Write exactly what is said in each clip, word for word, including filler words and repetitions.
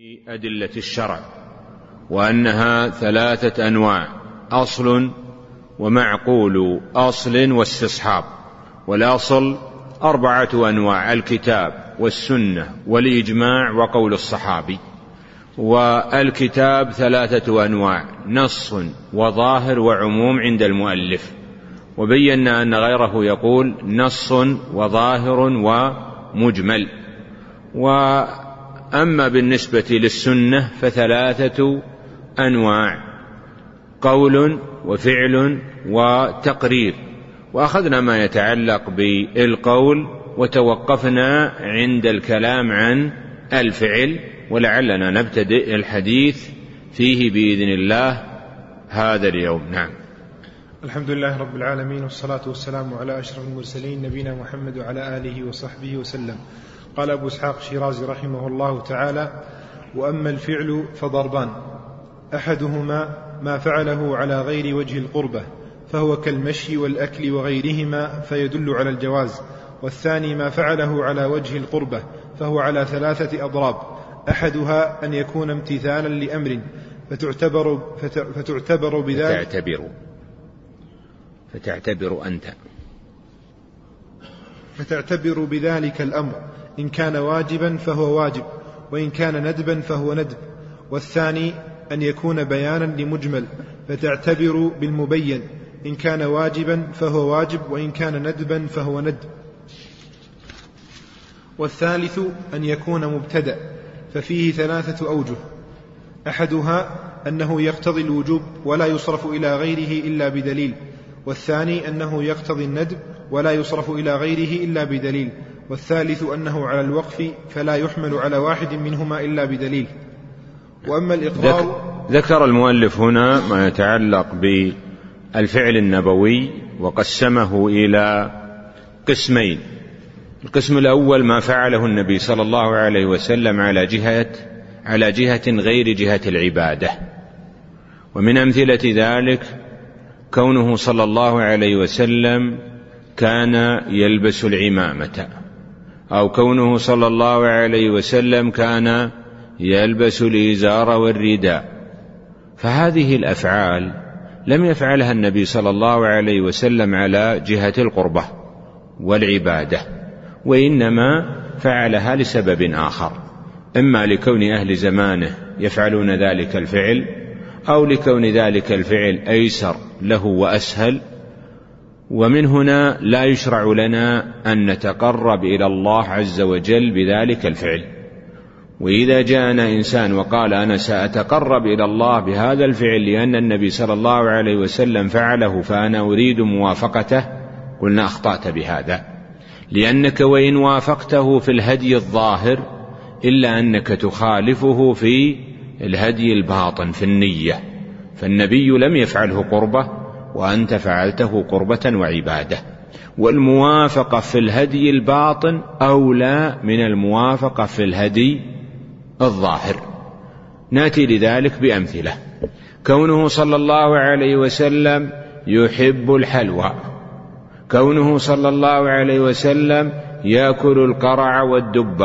أدلة الشرع، وأنها ثلاثة أنواع: أصل ومعقول أصل واستصحاب. والأصل أربعة أنواع: الكتاب والسنة والإجماع وقول الصحابي. والكتاب ثلاثة أنواع: نص وظاهر وعموم عند المؤلف، وبينا أن غيره يقول نص وظاهر ومجمل. وأما بالنسبة للسنة فثلاثة أنواع: قول وفعل وتقرير. وأخذنا ما يتعلق بالقول وتوقفنا عند الكلام عن الفعل، ولعلنا نبتدئ الحديث فيه بإذن الله هذا اليوم. نعم. الحمد لله رب العالمين، والصلاة والسلام على أشرف المرسلين نبينا محمد وعلى آله وصحبه وسلم. قال أبو إسحاق الشيرازي رحمه الله تعالى: وأما الفعل فضربان: أحدهما ما فعله على غير وجه القربة فهو كالمشي والأكل وغيرهما فيدل على الجواز، والثاني ما فعله على وجه القربة فهو على ثلاثة أضراب: أحدها أن يكون امتثالا لأمر فتعتبر, فتعتبر بذلك فتعتبر, فتعتبر أنت فتعتبر بذلك الأمر إن كان واجبا فهو واجب، وإن كان ندبا فهو ندب. والثاني أن يكون بيانا لمجمل فتعتبر بالمبين إن كان واجبا فهو واجب، وإن كان ندبا فهو ندب. والثالث أن يكون مبتدأ ففيه ثلاثة أوجه: أحدها أنه يقتضي الوجوب ولا يصرف إلى غيره إلا بدليل، والثاني أنه يقتضي الندب ولا يصرف إلى غيره إلا بدليل، والثالث أنه على الوقف فلا يحمل على واحد منهما إلا بدليل. وأما الإقرار، ذكر المؤلف هنا ما يتعلق بالفعل النبوي وقسمه إلى قسمين. القسم الأول ما فعله النبي صلى الله عليه وسلم على جهة على جهة غير جهة العبادة، ومن أمثلة ذلك كونه صلى الله عليه وسلم كان يلبس العمامة، أو كونه صلى الله عليه وسلم كان يلبس الإزار والرداء. فهذه الأفعال لم يفعلها النبي صلى الله عليه وسلم على جهة القربة والعبادة، وإنما فعلها لسبب آخر: إما لكون أهل زمانه يفعلون ذلك الفعل، أو لكون ذلك الفعل أيسر له وأسهل. ومن هنا لا يشرع لنا أن نتقرب إلى الله عز وجل بذلك الفعل. وإذا جاءنا إنسان وقال أنا سأتقرب إلى الله بهذا الفعل لأن النبي صلى الله عليه وسلم فعله فأنا أريد موافقته، قلنا أخطأت بهذا، لأنك وإن وافقته في الهدي الظاهر إلا أنك تخالفه في الهدي الباطن في النية، فالنبي لم يفعله قربة وأنت فعلته قربة وعبادة. والموافقة في الهدي الباطن أولى من الموافقة في الهدي الظاهر. نأتي لذلك بأمثلة: كونه صلى الله عليه وسلم يحب الحلوى، كونه صلى الله عليه وسلم يأكل القرع والدب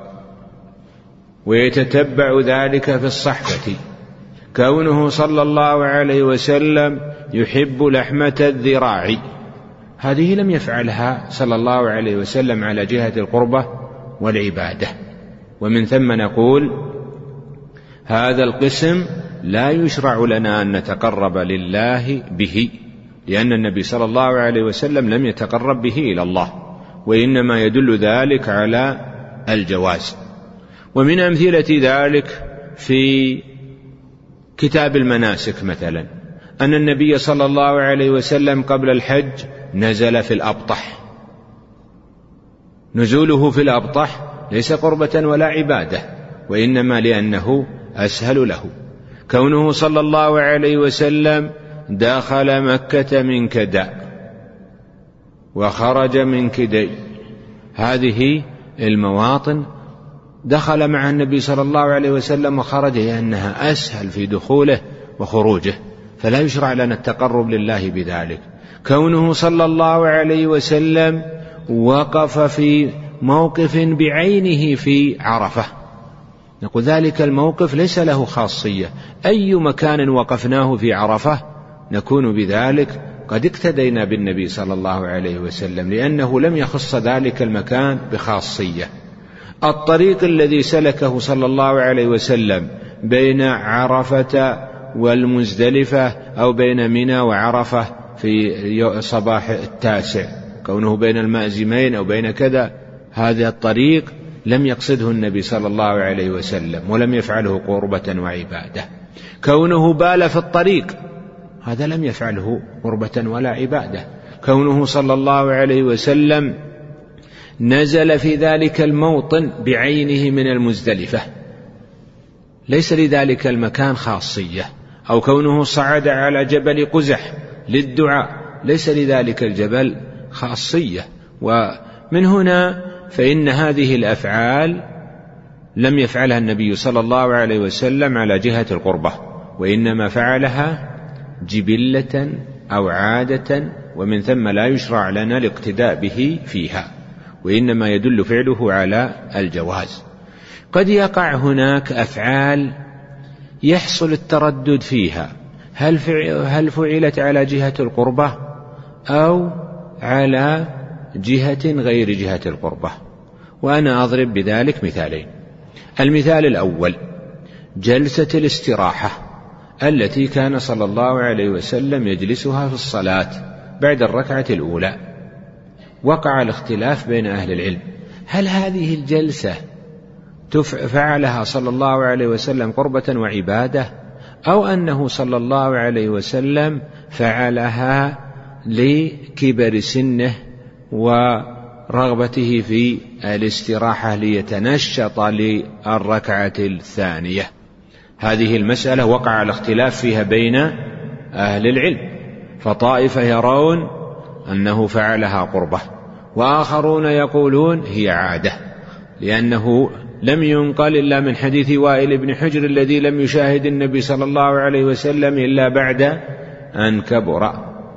ويتتبع ذلك في الصحفة، كونه صلى الله عليه وسلم يحب لحمة الذراع. هذه لم يفعلها صلى الله عليه وسلم على جهة القربة والعبادة، ومن ثم نقول هذا القسم لا يشرع لنا أن نتقرب لله به، لأن النبي صلى الله عليه وسلم لم يتقرب به إلى الله، وإنما يدل ذلك على الجواز. ومن أمثلة ذلك في كتاب المناسك مثلا أن النبي صلى الله عليه وسلم قبل الحج نزل في الأبطح. نزوله في الأبطح ليس قربة ولا عبادة، وإنما لأنه أسهل له. كونه صلى الله عليه وسلم دخل مكة من كدا وخرج من كدي، هذه المواطن دخل مع النبي صلى الله عليه وسلم وخرج لأنها أسهل في دخوله وخروجه، فلا يشرع لنا التقرب لله بذلك. كونه صلى الله عليه وسلم وقف في موقف بعينه في عرفة، نقول ذلك الموقف ليس له خاصية، أي مكان وقفناه في عرفة نكون بذلك قد اقتدينا بالنبي صلى الله عليه وسلم، لأنه لم يخص ذلك المكان بخاصية. الطريق الذي سلكه صلى الله عليه وسلم بين عرفة والمزدلفة أو بين منى وعرفة في صباح التاسع، كونه بين المأزمين أو بين كذا، هذا الطريق لم يقصده النبي صلى الله عليه وسلم ولم يفعله قربة وعبادة. كونه بال في الطريق هذا لم يفعله قربة ولا عبادة. كونه صلى الله عليه وسلم نزل في ذلك الموطن بعينه من المزدلفة ليس لذلك المكان خاصية. أو كونه صعد على جبل قزح للدعاء ليس لذلك الجبل خاصية. ومن هنا فإن هذه الأفعال لم يفعلها النبي صلى الله عليه وسلم على جهة القربة، وإنما فعلها جبلة أو عادة، ومن ثم لا يشرع لنا الاقتداء به فيها، وإنما يدل فعله على الجواز. قد يقع هناك أفعال يحصل التردد فيها، هل هل فعلت على جهة القربة أو على جهة غير جهة القربة، وأنا أضرب بذلك مثالين. المثال الأول جلسة الاستراحة التي كان صلى الله عليه وسلم يجلسها في الصلاة بعد الركعة الأولى. وقع الاختلاف بين أهل العلم، هل هذه الجلسة فعلها صلى الله عليه وسلم قربة وعبادة، أو أنه صلى الله عليه وسلم فعلها لكبر سنه ورغبته في الاستراحة ليتنشط للركعة الثانية. هذه المسألة وقع الاختلاف فيها بين أهل العلم، فطائفة يرون أنه فعلها قربة، وآخرون يقولون هي عادة، لأنه لم ينقل إلا من حديث وائل بن حجر الذي لم يشاهد النبي صلى الله عليه وسلم إلا بعد أن كبر.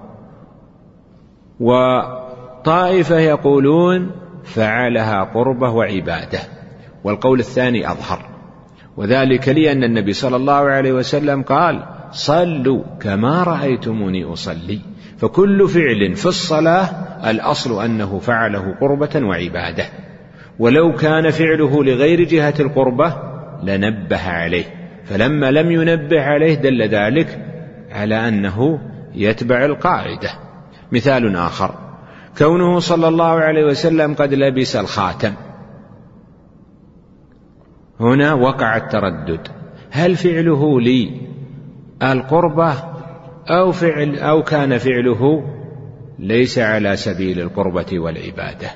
وطائفة يقولون فعلها قربة وعبادة، والقول الثاني أظهر، وذلك لأن النبي صلى الله عليه وسلم قال صلوا كما رأيتموني أصلي، فكل فعل في الصلاة الأصل أنه فعله قربة وعبادة، ولو كان فعله لغير جهة القربة لنبه عليه، فلما لم ينبه عليه دل ذلك على أنه يتبع القاعدة. مثال آخر كونه صلى الله عليه وسلم قد لبس الخاتم، هنا وقع التردد، هل فعله للقربة أو, فعل أو كان فعله ليس على سبيل القربة والعبادة؟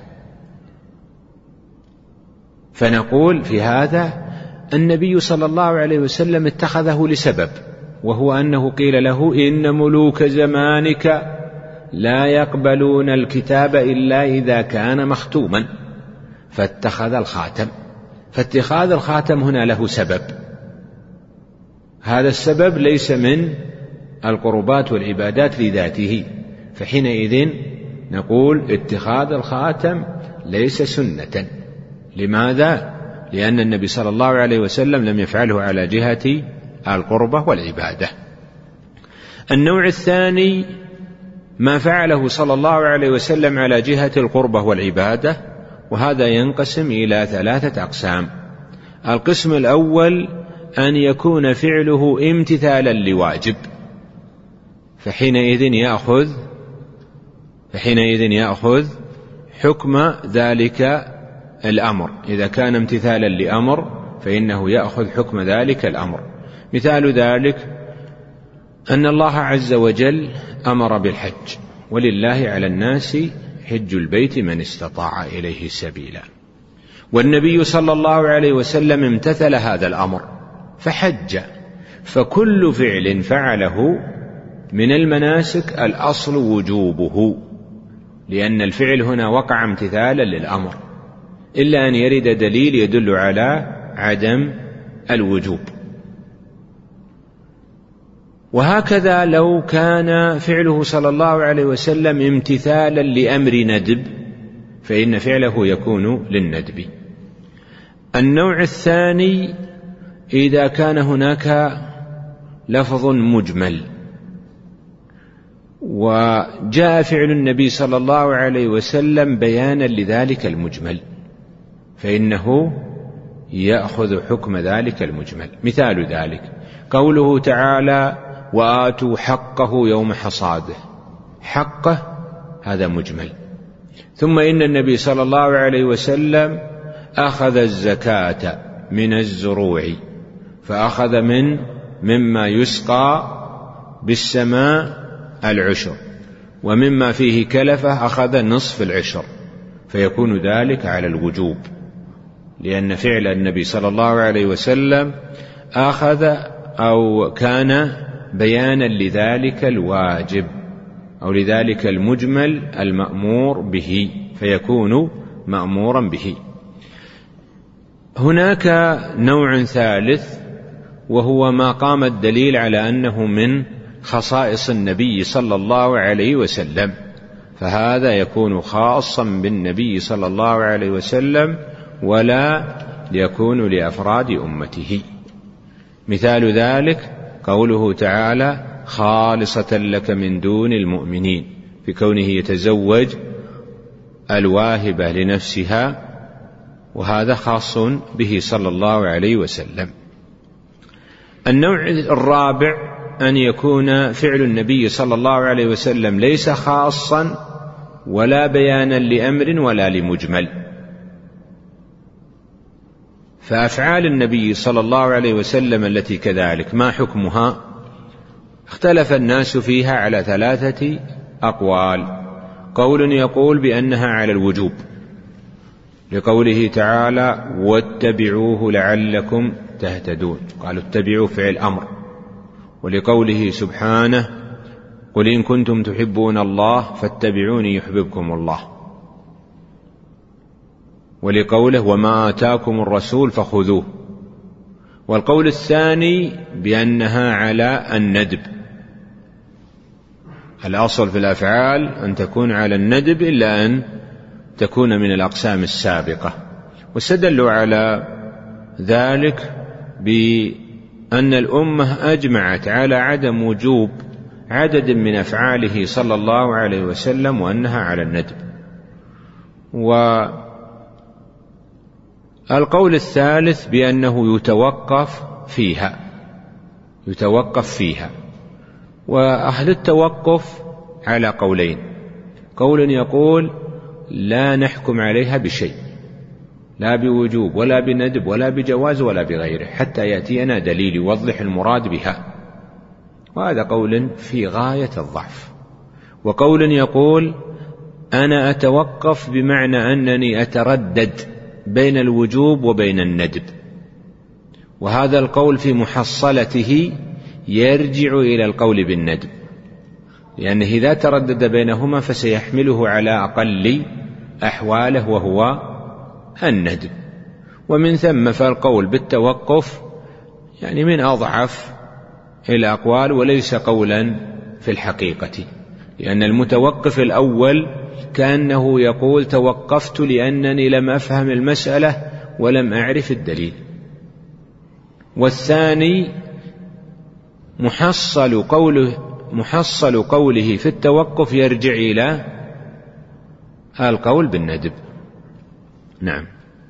فنقول في هذا النبي صلى الله عليه وسلم اتخذه لسبب، وهو أنه قيل له إن ملوك زمانك لا يقبلون الكتاب إلا إذا كان مختوما، فاتخذ الخاتم. فاتخاذ الخاتم هنا له سبب، هذا السبب ليس من القربات والعبادات لذاته، فحينئذ نقول اتخاذ الخاتم ليس سنة. لماذا؟ لأن النبي صلى الله عليه وسلم لم يفعله على جهة القربة والعبادة. النوع الثاني ما فعله صلى الله عليه وسلم على جهة القربة والعبادة، وهذا ينقسم إلى ثلاثة أقسام. القسم الأول أن يكون فعله امتثالا لواجب، فحينئذ يأخذ فحينئذ يأخذ حكم ذلك الأمر، إذا كان امتثالا لأمر فإنه يأخذ حكم ذلك الأمر. مثال ذلك أن الله عز وجل أمر بالحج، ولله على الناس حج البيت من استطاع إليه سبيلا، والنبي صلى الله عليه وسلم امتثل هذا الأمر فحج، فكل فعل فعله من المناسك الأصل وجوبه، لأن الفعل هنا وقع امتثالا للأمر، إلا أن يرد دليل يدل على عدم الوجوب. وهكذا لو كان فعله صلى الله عليه وسلم امتثالا لأمر ندب فإن فعله يكون للندب. النوع الثاني إذا كان هناك لفظ مجمل وجاء فعل النبي صلى الله عليه وسلم بيانا لذلك المجمل فإنه يأخذ حكم ذلك المجمل. مثال ذلك قوله تعالى وآتوا حقه يوم حصاده، حقه هذا مجمل. ثم إن النبي صلى الله عليه وسلم أخذ الزكاة من الزروع فأخذ من مما يسقى بالسماء العشر، ومما فيه كلفة أخذ نصف العشر، فيكون ذلك على الوجوب، لأن فعل النبي صلى الله عليه وسلم أخذ أو كان بيانا لذلك الواجب أو لذلك المجمل المأمور به، فيكون مأمورا به. هناك نوع ثالث وهو ما قام الدليل على أنه من خصائص النبي صلى الله عليه وسلم، فهذا يكون خاصا بالنبي صلى الله عليه وسلم ولا يكون لأفراد أمته. مثال ذلك قوله تعالى خالصة لك من دون المؤمنين، في كونه يتزوج الواهبة لنفسها، وهذا خاص به صلى الله عليه وسلم. النوع الرابع أن يكون فعل النبي صلى الله عليه وسلم ليس خاصا ولا بيانا لأمر ولا لمجمل، فأفعال النبي صلى الله عليه وسلم التي كذلك ما حكمها؟ اختلف الناس فيها على ثلاثة أقوال. قول يقول بأنها على الوجوب لقوله تعالى واتبعوه لعلكم تهتدون، قالوا اتبعوا فعل أمر، ولقوله سبحانه قل إن كنتم تحبون الله فاتبعوني يحببكم الله، ولقوله وما آتاكم الرسول فخذوه. والقول الثاني بأنها على الندب، الأصل في الأفعال أن تكون على الندب إلا أن تكون من الأقسام السابقة، واستدلوا على ذلك بأن الأمة أجمعت على عدم وجوب عدد من أفعاله صلى الله عليه وسلم وأنها على الندب. والقول الثالث بأنه يتوقف فيها يتوقف فيها وأهل التوقف على قولين: قول يقول لا نحكم عليها بشيء، لا بوجوب ولا بندب ولا بجواز ولا بغيره حتى يأتينا دليل يوضح المراد بها، وهذا قول في غاية الضعف. وقول يقول أنا أتوقف بمعنى أنني أتردد بين الوجوب وبين الندب، وهذا القول في محصلته يرجع إلى القول بالندب، لأنه إذا تردد بينهما فسيحمله على أقل أحواله وهو الندب. ومن ثم فالقول بالتوقف يعني من أضعف الأقوال وليس قولا في الحقيقة، لأن المتوقف الأول كأنه يقول توقفت لأنني لم أفهم المسألة ولم أعرف الدليل، والثاني محصل قوله محصل قوله في التوقف يرجع إلى القول بالندب. نعم.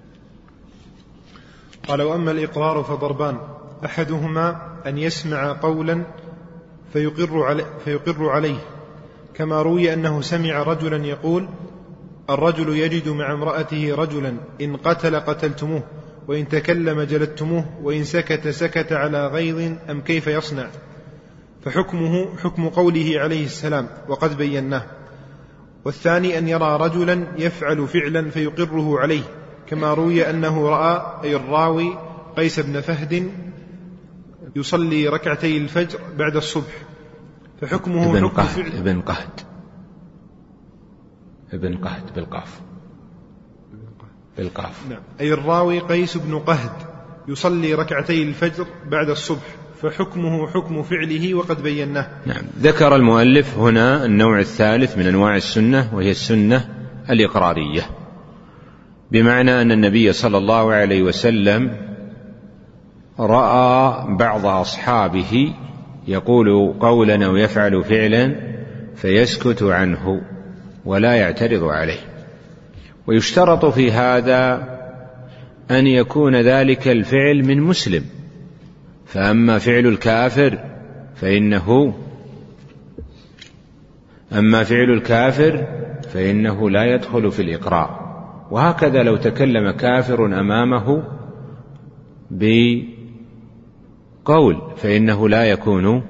قال وأما الإقرار فضربان: أحدهما أن يسمع قولا فيقر عليه, فيقر عليه كما روي أنه سمع رجلا يقول الرجل يجد مع امرأته رجلا إن قتل قتلتموه وإن تكلم جلدتموه وإن سكت سكت على غيظ أم كيف يصنع، فحكمه حكم قوله عليه السلام وقد بيناه. والثاني أن يرى رجلا يفعل فعلا فيقره عليه كما روي أنه رأى أي الراوي قيس بن فهد يصلي ركعتي الفجر بعد الصبح، فحكمه ابن حكم قهد فعل ابن قهد ابن قهد بالقاف بالقاف نعم. أي الراوي قيس بن قهد يصلي ركعتي الفجر بعد الصبح، فحكمه حكم فعله وقد بيناه. نعم. ذكر المؤلف هنا النوع الثالث من أنواع السنة، وهي السنة الإقرارية، بمعنى أن النبي صلى الله عليه وسلم رأى بعض أصحابه يقول قولا أو يفعل فعلا فيسكت عنه ولا يعترض عليه. ويشترط في هذا أن يكون ذلك الفعل من مسلم، فأما فعل الكافر فإنه أما فعل الكافر فإنه لا يدخل في الإقرار. وهكذا لو تكلم كافر أمامه بقول فإنه لا يكون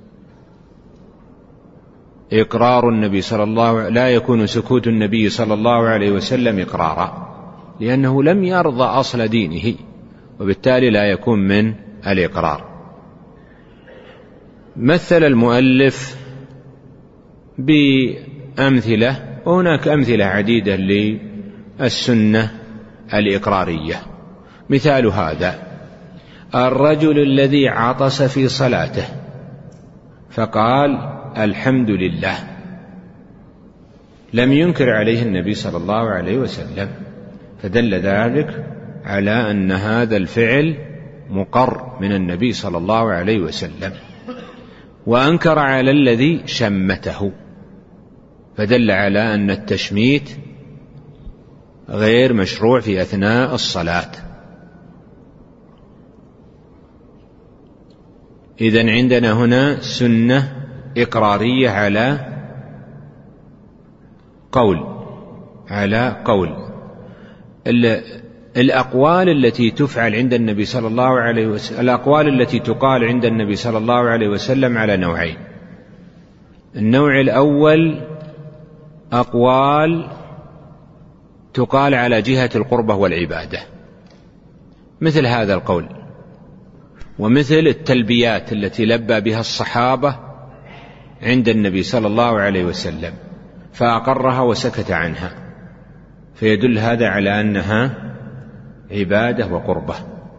إقرار النبي صلى الله لا يكون سكوت النبي صلى الله عليه وسلم إقرارا، لأنه لم يرضى أصل دينه، وبالتالي لا يكون من الإقرار. مثل المؤلف بأمثلة، وهناك أمثلة عديدة للسنة الإقرارية. مثال هذا: الرجل الذي عطس في صلاته فقال الحمد لله، لم ينكر عليه النبي صلى الله عليه وسلم، فدل ذلك على أن هذا الفعل مقر من النبي صلى الله عليه وسلم. وأنكر على الذي شمته، فدل على أن التشميت غير مشروع في أثناء الصلاة. إذن عندنا هنا سنة إقرارية على قول على قول الأقوال التي تفعل عند النبي صلى الله عليه وسلم الأقوال التي تقال عند النبي صلى الله عليه وسلم على نوعين. النوع الأول أقوال تقال على جهة القربة والعبادة، مثل هذا القول، ومثل التلبيات التي لبى بها الصحابة عند النبي صلى الله عليه وسلم فأقرها وسكت عنها، فيدل هذا على أنها عبادة وقربة.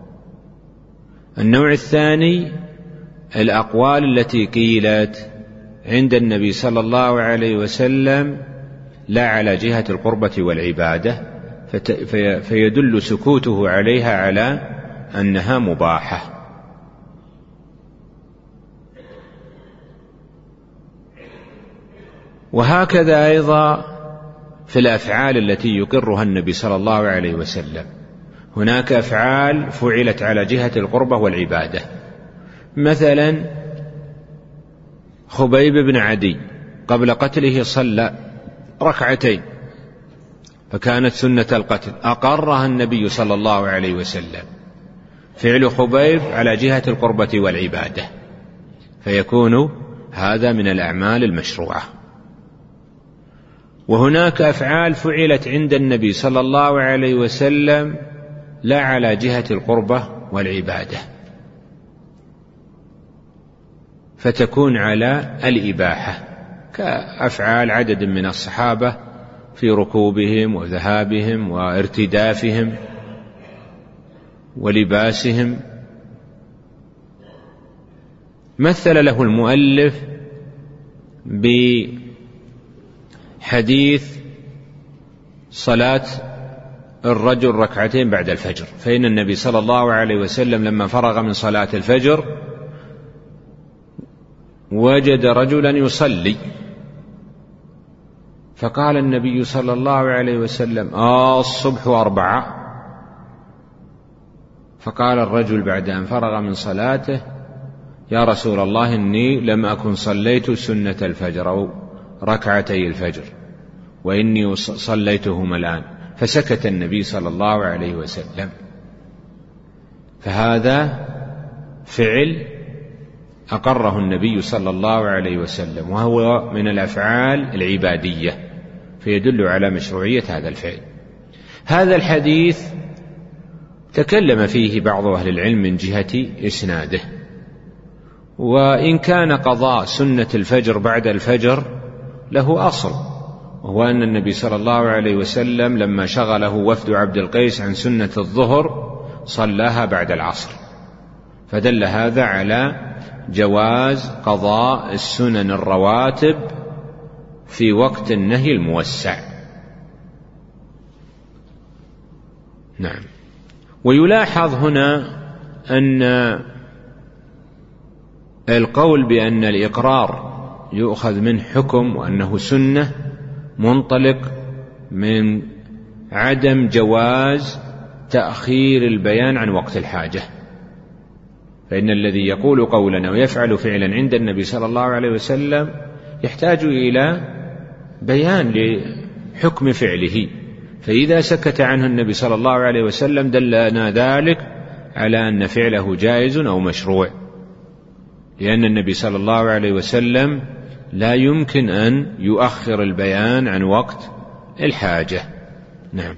النوع الثاني الأقوال التي قيلت عند النبي صلى الله عليه وسلم لا على جهة القربة والعبادة، فيدل سكوته عليها على أنها مباحة. وهكذا أيضا في الأفعال التي يقرها النبي صلى الله عليه وسلم، هناك أفعال فعلت على جهة القربة والعبادة. مثلا خبيب بن عدي قبل قتله صلى ركعتين فكانت سنة القتل، أقرها النبي صلى الله عليه وسلم، فعل خبيب على جهة القربة والعبادة، فيكون هذا من الأعمال المشروعة. وهناك أفعال فعلت عند النبي صلى الله عليه وسلم لا على جهة القربة والعبادة، فتكون على الإباحة، كأفعال عدد من الصحابة في ركوبهم وذهابهم وارتدافهم ولباسهم. مثل له المؤلف بحديث صلاة الرجل ركعتين بعد الفجر، فإن النبي صلى الله عليه وسلم لما فرغ من صلاة الفجر وجد رجلا يصلي، فقال النبي صلى الله عليه وسلم آه الصبح أربعة. فقال الرجل بعد أن فرغ من صلاته يا رسول الله إني لم أكن صليت سنة الفجر أو ركعتي الفجر وإني صليتهما الآن، فسكت النبي صلى الله عليه وسلم. فهذا فعل أقره النبي صلى الله عليه وسلم، وهو من الأفعال العبادية، فيدل على مشروعية هذا الفعل. هذا الحديث تكلم فيه بعض أهل العلم من جهة إسناده، وإن كان قضاء سنة الفجر بعد الفجر له أصل، وهو أن النبي صلى الله عليه وسلم لما شغله وفد عبد القيس عن سنة الظهر صلاها بعد العصر، فدل هذا على جواز قضاء السنن الرواتب في وقت النهي الموسع. نعم. ويلاحظ هنا أن القول بأن الإقرار يؤخذ من حكم وأنه سنة منطلق من عدم جواز تأخير البيان عن وقت الحاجة، فإن الذي يقول قولا ويفعل فعلا عند النبي صلى الله عليه وسلم يحتاج إلى بيان لحكم فعله، فإذا سكت عنه النبي صلى الله عليه وسلم دلنا ذلك على أن فعله جائز أو مشروع، لأن النبي صلى الله عليه وسلم لا يمكن أن يؤخر البيان عن وقت الحاجة. نعم.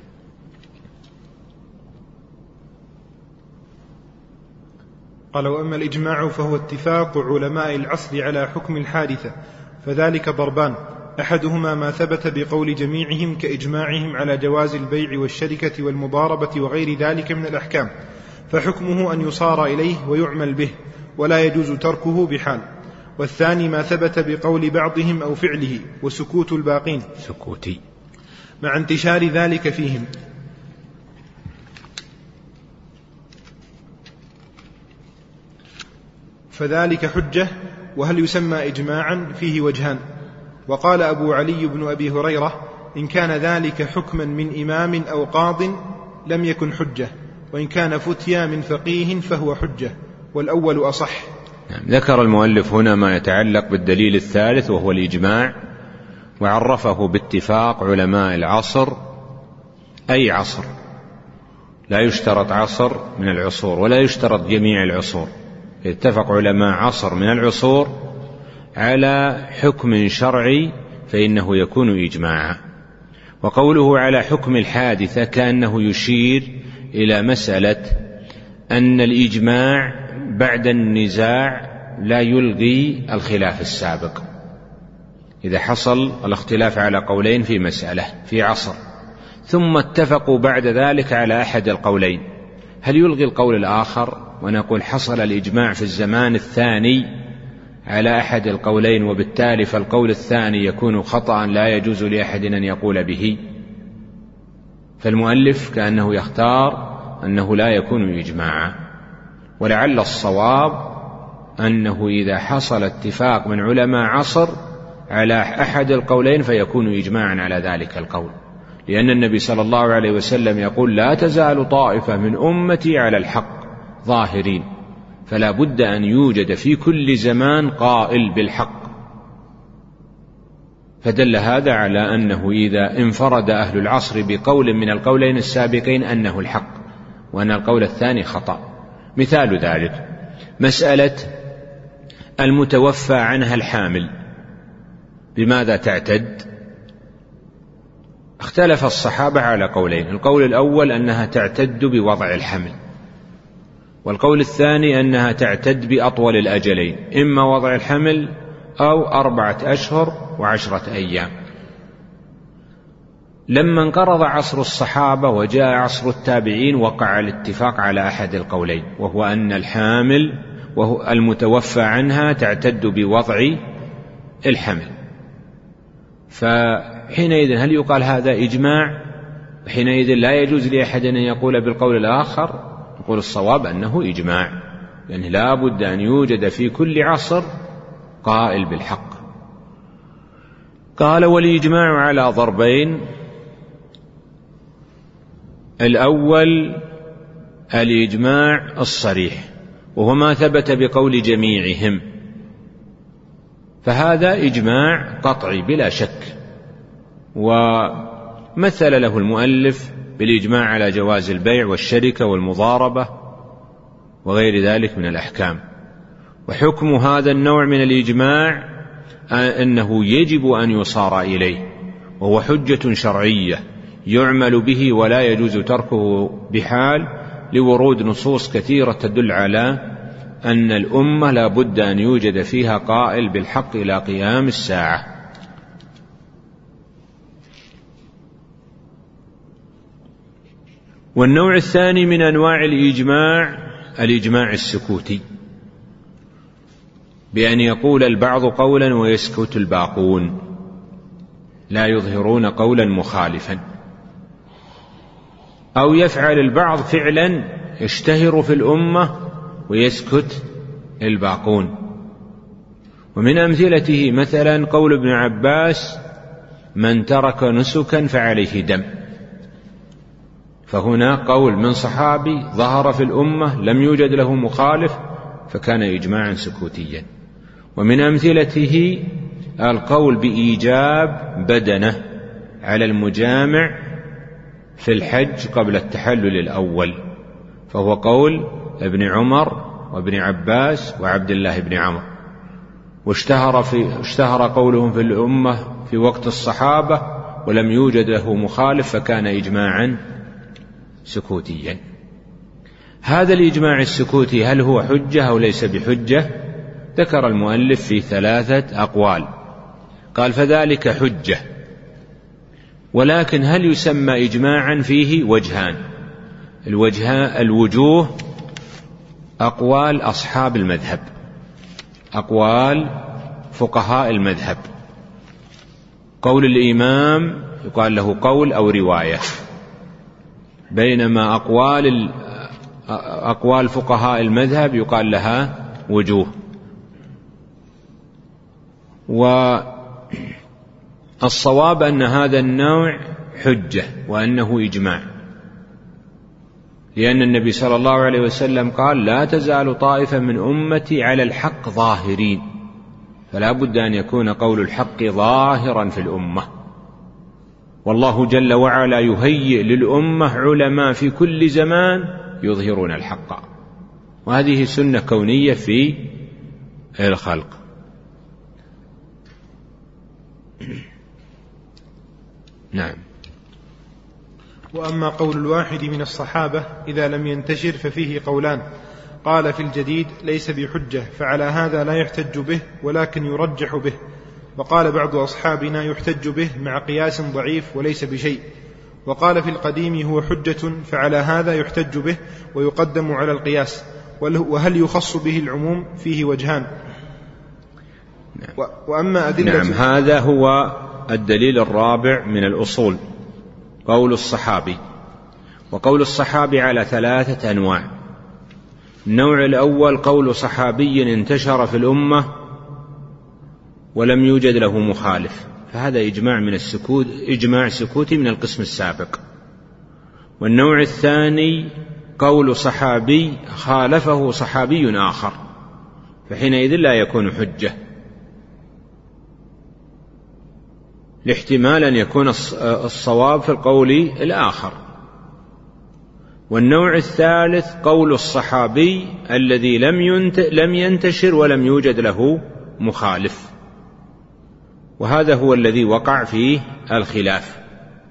قال: وأما الإجماع فهو اتفاق علماء العصر على حكم الحادثة، فذلك ضربان: أحدهما ما ثبت بقول جميعهم كإجماعهم على جواز البيع والشركة والمضاربة وغير ذلك من الأحكام، فحكمه أن يصار إليه ويعمل به ولا يجوز تركه بحال. والثاني ما ثبت بقول بعضهم أو فعله وسكوت الباقين سكوتي مع انتشار ذلك فيهم، فذلك حجة. وهل يسمى إجماعا؟ فيه وجهان. وقال أبو علي بن أبي هريرة: إن كان ذلك حكما من إمام أو قاض لم يكن حجة، وإن كان فتيا من فقيه فهو حجة، والأول أصح. ذكر المؤلف هنا ما يتعلق بالدليل الثالث وهو الإجماع، وعرفه باتفاق علماء العصر، أي عصر، لا يشترط عصر من العصور ولا يشترط جميع العصور، اتفق علماء عصر من العصور على حكم شرعي فإنه يكون إجماعا. وقوله على حكم الحادثة كأنه يشير إلى مسألة أن الإجماع بعد النزاع لا يلغي الخلاف السابق. إذا حصل الاختلاف على قولين في مسألة في عصر ثم اتفقوا بعد ذلك على أحد القولين، هل يلغي القول الآخر ونقول حصل الإجماع في الزمان الثاني على أحد القولين وبالتالي فالقول الثاني يكون خطأ لا يجوز لأحد أن يقول به؟ فالمؤلف كأنه يختار أنه لا يكون إجماعا، ولعل الصواب أنه إذا حصل اتفاق من علماء عصر على أحد القولين فيكون إجماعا على ذلك القول، لأن النبي صلى الله عليه وسلم يقول: لا تزال طائفة من أمتي على الحق ظاهرين، فلا بد أن يوجد في كل زمان قائل بالحق. فدل هذا على أنه إذا انفرد أهل العصر بقول من القولين السابقين أنه الحق وأن القول الثاني خطأ. مثال ذلك مسألة المتوفى عنها الحامل بماذا تعتد؟ اختلف الصحابة على قولين: القول الأول أنها تعتد بوضع الحمل، والقول الثاني أنها تعتد بأطول الأجلين، إما وضع الحمل أو أربعة أشهر وعشرة أيام. لما انقرض عصر الصحابة وجاء عصر التابعين وقع الاتفاق على أحد القولين، وهو أن الحامل وهو المتوفى عنها تعتد بوضع الحمل. فحينئذ هل يقال هذا إجماع؟ حينئذ لا يجوز لأحد أن يقول بالقول الآخر. نقول الصواب أنه إجماع، لأنه لا بد أن يوجد في كل عصر قائل بالحق. قال: والإجماع على ضربين: الأول الإجماع الصريح وهو ما ثبت بقول جميعهم، فهذا إجماع قطعي بلا شك، ومثل له المؤلف بالإجماع على جواز البيع والشركة والمضاربة وغير ذلك من الأحكام. وحكم هذا النوع من الإجماع أنه يجب أن يصار إليه، وهو حجة شرعية يعمل به ولا يجوز تركه بحال، لورود نصوص كثيرة تدل على أن الأمة لا بد أن يوجد فيها قائل بالحق إلى قيام الساعة. والنوع الثاني من أنواع الإجماع الإجماع السكوتي، بأن يقول البعض قولا ويسكت الباقون، لا يظهرون قولا مخالفا، أو يفعل البعض فعلا يشتهر في الأمة ويسكت الباقون. ومن أمثلته مثلا قول ابن عباس: من ترك نسكا فعليه دم. فهنا قول من صحابي ظهر في الأمة لم يوجد له مخالف فكان إجماعا سكوتيا. ومن أمثلته القول بإيجاب بدنه على المجامع في الحج قبل التحلل الأول، فهو قول ابن عمر وابن عباس وعبد الله بن عمر، واشتهر, في اشتهر قولهم في الأمة في وقت الصحابة ولم يوجد له مخالف فكان إجماعا سكوتيا. هذا الإجماع السكوتي هل هو حجة أو ليس بحجة؟ ذكر المؤلف في ثلاثة أقوال. قال: فذلك حجة، ولكن هل يسمى إجماعا؟ فيه وجهان. الوجه الوجوه أقوال أصحاب المذهب، أقوال فقهاء المذهب. قول الإمام يقال له قول أو رواية، بينما أقوال أقوال فقهاء المذهب يقال لها وجوه. والصواب أن هذا النوع حجة وأنه إجماع، لأن النبي صلى الله عليه وسلم قال: لا تزال طائفة من أمتي على الحق ظاهرين، فلا بد أن يكون قول الحق ظاهرا في الأمة. والله جل وعلا يهيئ للأمة علماء في كل زمان يظهرون الحق، وهذه سنة كونية في الخلق. نعم. وأما قول الواحد من الصحابة إذا لم ينتشر ففيه قولان: قال في الجديد ليس بحجة، فعلى هذا لا يحتج به ولكن يرجح به. وقال بعض أصحابنا يحتج به مع قياس ضعيف وليس بشيء. وقال في القديم هو حجة، فعلى هذا يحتج به ويقدم على القياس. وهل يخص به العموم؟ فيه وجهان. وأما أدلة نعم، هذا هو الدليل الرابع من الأصول، قول الصحابي. وقول الصحابي على ثلاثة أنواع. النوع الأول قول صحابي انتشر في الأمة ولم يوجد له مخالف، فهذا إجماع من السكوت، إجماع سكوتي من القسم السابق. والنوع الثاني قول صحابي خالفه صحابي آخر، فحينئذ لا يكون حجة، لاحتمال أن يكون الصواب في القول الآخر. والنوع الثالث قول الصحابي الذي لم ينتشر ولم يوجد له مخالف، وهذا هو الذي وقع فيه الخلاف.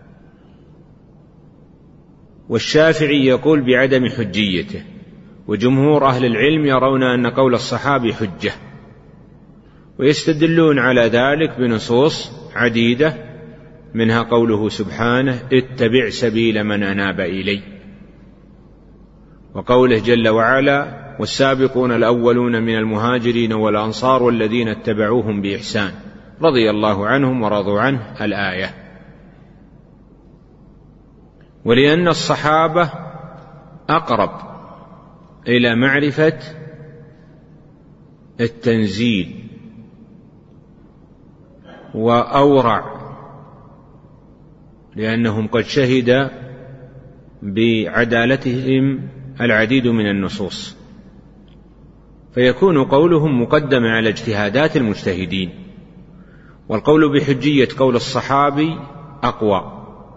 والشافعي يقول بعدم حجيته، وجمهور أهل العلم يرون أن قول الصحابي حجة، ويستدلون على ذلك بنصوص عديدة، منها قوله سبحانه: اتبع سبيل من أناب إلي، وقوله جل وعلا: والسابقون الأولون من المهاجرين والأنصار والذين اتبعوهم بإحسان رضي الله عنهم ورضوا عنه، الآية. ولأن الصحابة أقرب إلى معرفة التنزيل وأورع، لأنهم قد شهد بعدالتهم العديد من النصوص، فيكون قولهم مقدم على اجتهادات المجتهدين. والقول بحجية قول الصحابي أقوى.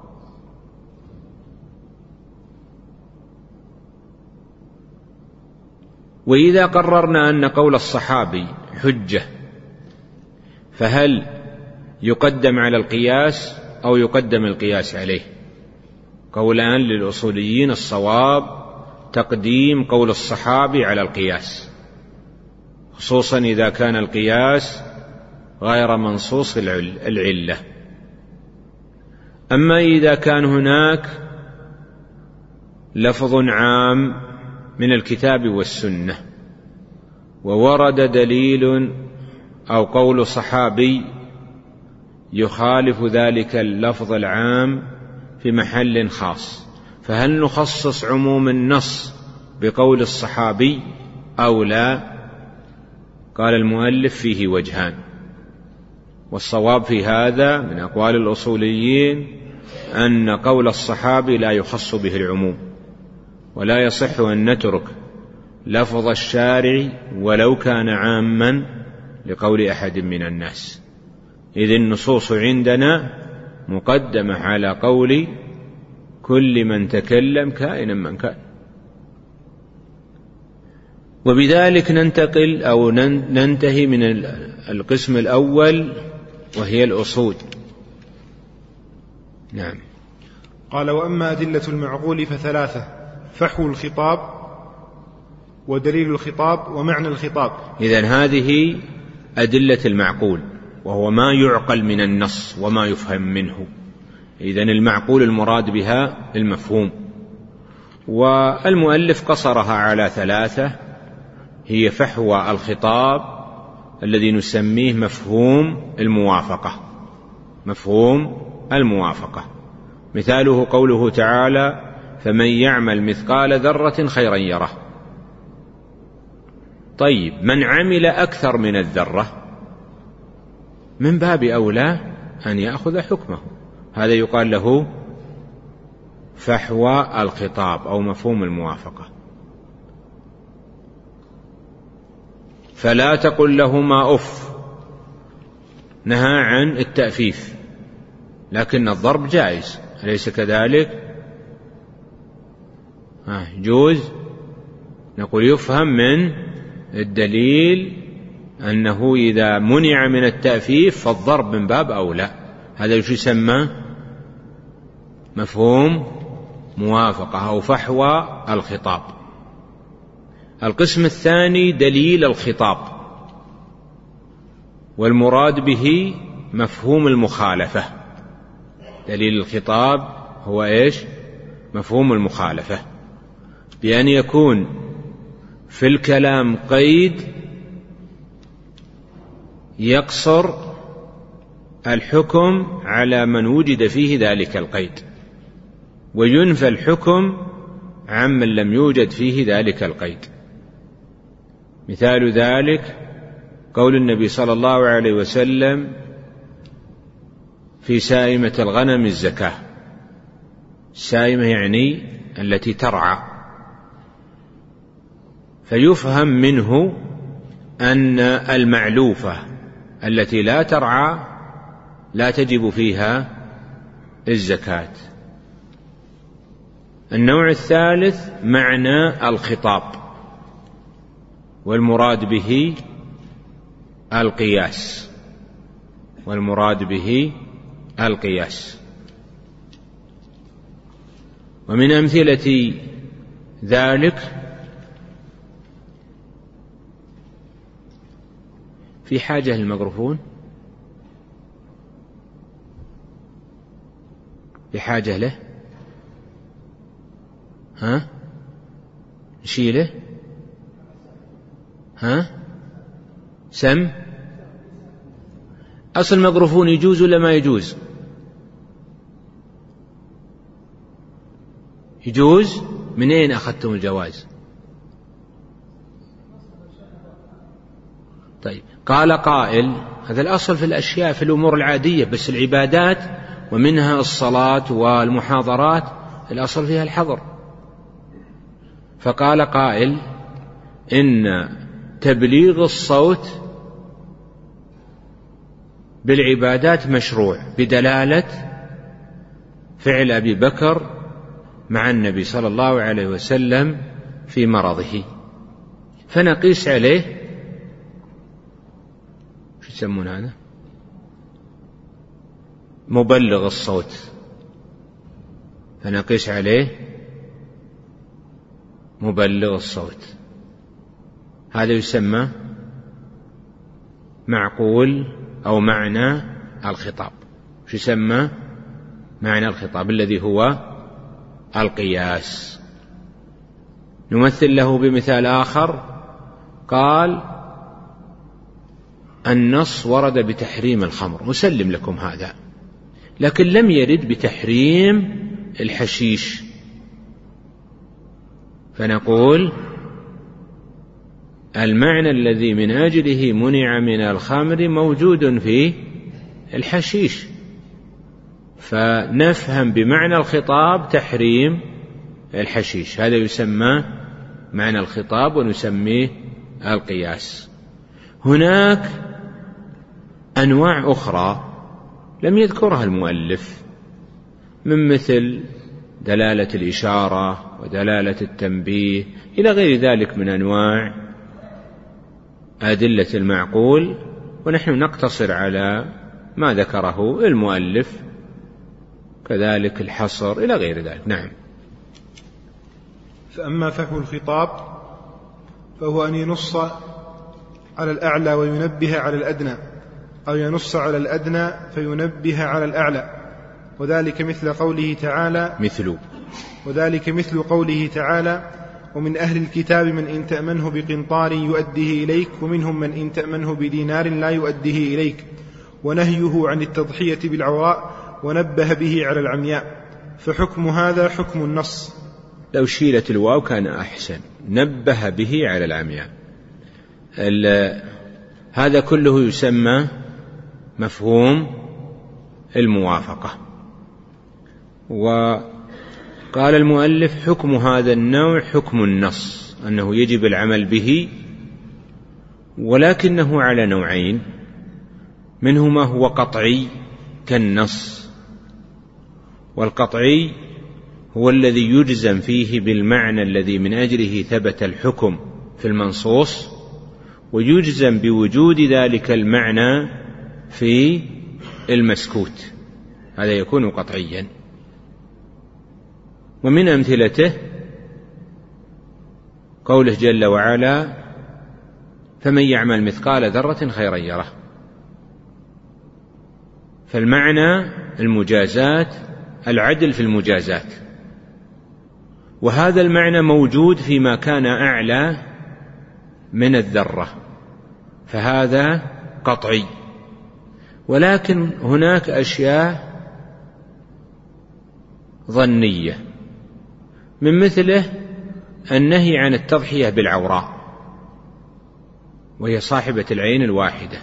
وإذا قررنا أن قول الصحابي حجة، فهل يقدم على القياس أو يقدم القياس عليه؟ قولان للأصوليين، الصواب تقديم قول الصحابي على القياس، خصوصا إذا كان القياس غير منصوص العلة. أما إذا كان هناك لفظ عام من الكتاب والسنة وورد دليل أو قول صحابي يخالف ذلك اللفظ العام في محل خاص، فهل نخصص عموم النص بقول الصحابي أو لا؟ قال المؤلف فيه وجهان، والصواب في هذا من أقوال الأصوليين أن قول الصحابي لا يخص به العموم، ولا يصح أن نترك لفظ الشارع ولو كان عاما لقول أحد من الناس، إذ النصوص عندنا مقدمة على قول كل من تكلم كائنا من كان. وبذلك ننتقل أو ننتهي من القسم الأول وهي الأصول. نعم. قال: وأما أدلة المعقول فثلاثة: فحو الخطاب، ودليل الخطاب، ومعنى الخطاب. إذن هذه أدلة المعقول، وهو ما يعقل من النص وما يفهم منه. إذن المعقول المراد بها المفهوم، والمؤلف قصرها على ثلاثة: هي فحوى الخطاب الذي نسميه مفهوم الموافقة. مفهوم الموافقة مثاله قوله تعالى: فمن يعمل مثقال ذرة خيرا يره. طيب، من عمل أكثر من الذرة من باب أولى أن يأخذ حكمه، هذا يقال له فحوى الخطاب أو مفهوم الموافقة. فلا تقل لهما أف، نهى عن التأفيف، لكن الضرب جائز، أليس كذلك؟ آه جوز. نقول يفهم من الدليل أنه إذا منع من التأفيف فالضرب من باب أولى. هذا يسمى مفهوم موافقة أو فحوى الخطاب. القسم الثاني دليل الخطاب، والمراد به مفهوم المخالفة. دليل الخطاب هو إيش؟ مفهوم المخالفة، بأن يكون في الكلام قيد يقصر الحكم على من وجد فيه ذلك القيد، وينفى الحكم عمن لم يوجد فيه ذلك القيد. مثال ذلك قول النبي صلى الله عليه وسلم في سائمة الغنم الزكاة. السائمة يعني التي ترعى، فيفهم منه أن المعلوفة التي لا ترعى لا تجب فيها الزكاة. النوع الثالث معنى الخطاب، والمراد به القياس والمراد به القياس ومن أمثلة ذلك في حاجة للميكروفون، بحاجة له، ها نشيله، ها سم. أصل الميكروفون يجوز ولا ما يجوز؟ يجوز. من أين أخذتم الجواز؟ طيب، قال قائل: هذا الأصل في الأشياء في الأمور العادية، بس العبادات ومنها الصلاة والمحاضرات الأصل فيها الحظر. فقال قائل: إن تبليغ الصوت بالعبادات مشروع بدلالة فعل أبي بكر مع النبي صلى الله عليه وسلم في مرضه، فنقيس عليه شو يسمون هذا؟ مبلغ الصوت، فنقيس عليه مبلغ الصوت. هذا يسمى معقول أو معنى الخطاب. شو يسمى معنى الخطاب؟ الذي هو القياس. نمثل له بمثال آخر. قال: النص ورد بتحريم الخمر، مسلم لكم هذا، لكن لم يرد بتحريم الحشيش، فنقول المعنى الذي من أجله منع من الخمر موجود في الحشيش، فنفهم بمعنى الخطاب تحريم الحشيش، هذا يسمى معنى الخطاب ونسميه القياس. هناك أنواع أخرى لم يذكرها المؤلف، من مثل دلالة الإشارة ودلالة التنبيه إلى غير ذلك من أنواع أدلة المعقول، ونحن نقتصر على ما ذكره المؤلف، كذلك الحصر إلى غير ذلك. نعم. فأما فهم الخطاب فهو أن ينص على الأعلى وينبه على الأدنى، أو ينص على الأدنى فينبه على الأعلى، وذلك مثل قوله تعالى مثل وذلك مثل قوله تعالى: ومن أهل الكتاب من إن تأمنه بقنطار يؤديه إليك ومنهم من إن تأمنه بدينار لا يؤديه إليك، ونهيه عن التضحية بالعوراء ونبه به على العمياء، فحكم هذا حكم النص. لو شيلت الواو كان أحسن، نبه به على العمياء. هذا كله يسمى مفهوم الموافقة. وقال المؤلف: حكم هذا النوع حكم النص، أنه يجب العمل به، ولكنه على نوعين، منه ما هو قطعي كالنص، والقطعي هو الذي يجزم فيه بالمعنى الذي من أجله ثبت الحكم في المنصوص، ويجزم بوجود ذلك المعنى في المسكوت، هذا يكون قطعيا. ومن أمثلته قوله جل وعلا: فمن يعمل مثقال ذرة خيرا يره. فالمعنى المجازات، العدل في المجازات، وهذا المعنى موجود فيما كان أعلى من الذرة، فهذا قطعي. ولكن هناك أشياء ظنية، من مثله النهي عن التضحية بالعوراء، وهي صاحبة العين الواحدة،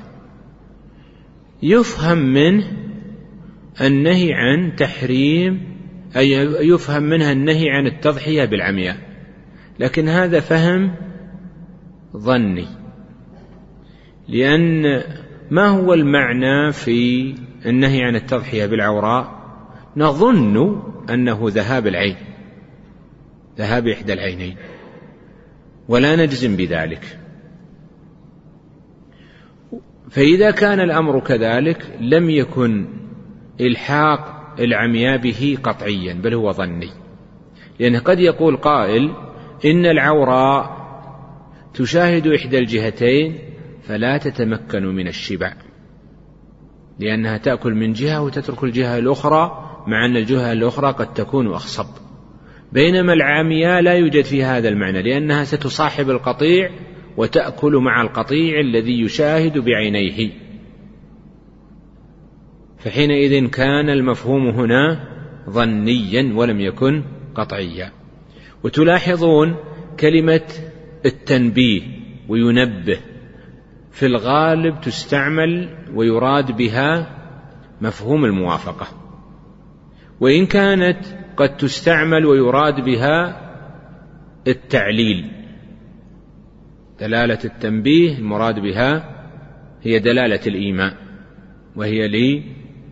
يفهم منه النهي عن تحريم، أي يفهم منها النهي عن التضحية بالعمياء، لكن هذا فهم ظني، لأن ما هو المعنى في النهي عن التضحية بالعوراء؟ نظن أنه ذهاب العين، ذهاب إحدى العينين، ولا نجزم بذلك. فإذا كان الأمر كذلك لم يكن إلحاق العمياء به قطعيا، بل هو ظني، لأنه قد يقول قائل: إن العوراء تشاهد إحدى الجهتين فلا تتمكن من الشبع، لأنها تأكل من جهة وتترك الجهة الأخرى، مع أن الجهة الأخرى قد تكون أخصب، بينما العمياء لا يوجد في هذا المعنى، لأنها ستصاحب القطيع وتأكل مع القطيع الذي يشاهد بعينيه، فحينئذ كان المفهوم هنا ظنيا ولم يكن قطعيا. وتلاحظون كلمة التنبيه وينبه في الغالب تستعمل ويراد بها مفهوم الموافقة، وإن كانت قد تستعمل ويراد بها التعليل. دلالة التنبيه المراد بها هي دلالة الإيماء، وهي لي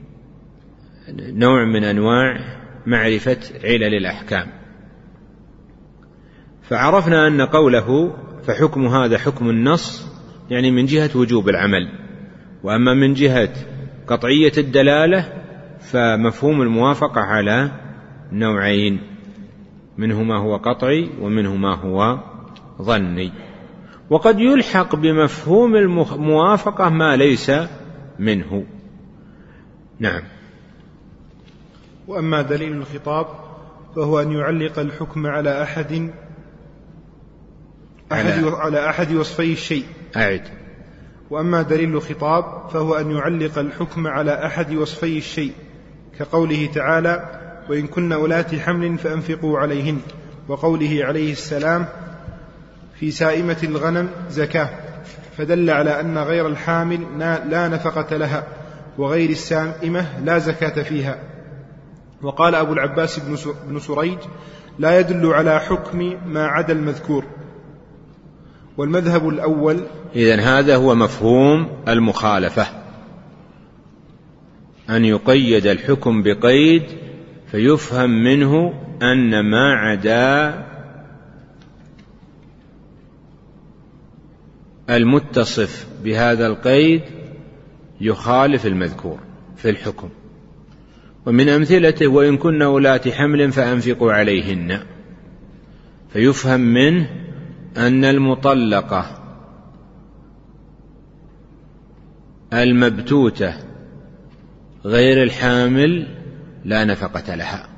نوع من أنواع معرفة علل الأحكام. فعرفنا أن قوله فحكم هذا حكم النص يعني من جهة وجوب العمل، وأما من جهة قطعية الدلالة فمفهوم الموافقة على نوعين، منه ما هو قطعي ومنه ما هو ظني، وقد يلحق بمفهوم الموافقة ما ليس منه. نعم. وأما دليل الخطاب فهو أن يعلق الحكم على أحد أحد على أحد وصفي الشيء. أعد. وأما دليل الخطاب فهو أن يعلق الحكم على أحد وصفي الشيء، كقوله تعالى: وإن كن أولات حمل فأنفقوا عليهن، وقوله عليه السلام في سائمة الغنم زكاة، فدل على أن غير الحامل لا نفقة لها، وغير السائمة لا زكاة فيها. وقال أبو العباس بن سريج: لا يدل على حكم ما عدا المذكور. والمذهب الأول. إذن هذا هو مفهوم المخالفة، أن يقيد الحكم بقيد فيفهم منه أن ما عدا المتصف بهذا القيد يخالف المذكور في الحكم. ومن أمثلته: وإن كن أولات حمل فأنفقوا عليهن، فيفهم منه أن المطلقة المبتوتة غير الحامل لا نفقة لها،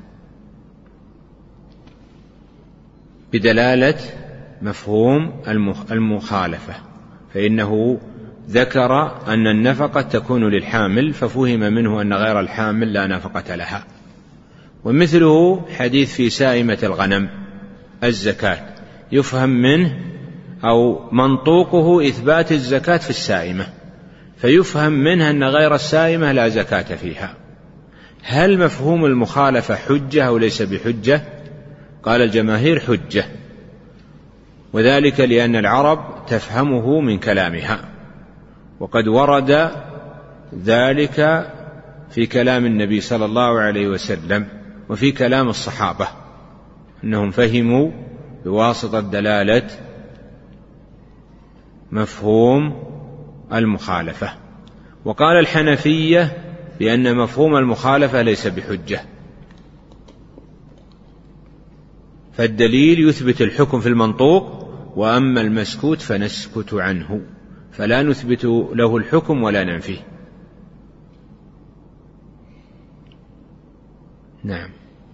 بدلالة مفهوم المخالفة، فإنه ذكر أن النفقة تكون للحامل ففهم منه أن غير الحامل لا نفقة لها. ومثله حديث في سائمة الغنم الزكاة، يفهم منه أو منطوقه إثبات الزكاة في السائمة، فيفهم منه أن غير السائمة لا زكاة فيها. هل مفهوم المخالفة حجة أو ليس بحجة؟ قال الجماهير: حجة، وذلك لأن العرب تفهمه من كلامها، وقد ورد ذلك في كلام النبي صلى الله عليه وسلم وفي كلام الصحابة، أنهم فهموا بواسطة دلالة مفهوم المخالفة. وقال الحنفية بأن مفهوم المخالفة ليس بحجة، فالدليل يثبت الحكم في المنطوق، وأما المسكوت فنسكت عنه، فلا نثبت له الحكم ولا ننفيه. نعم.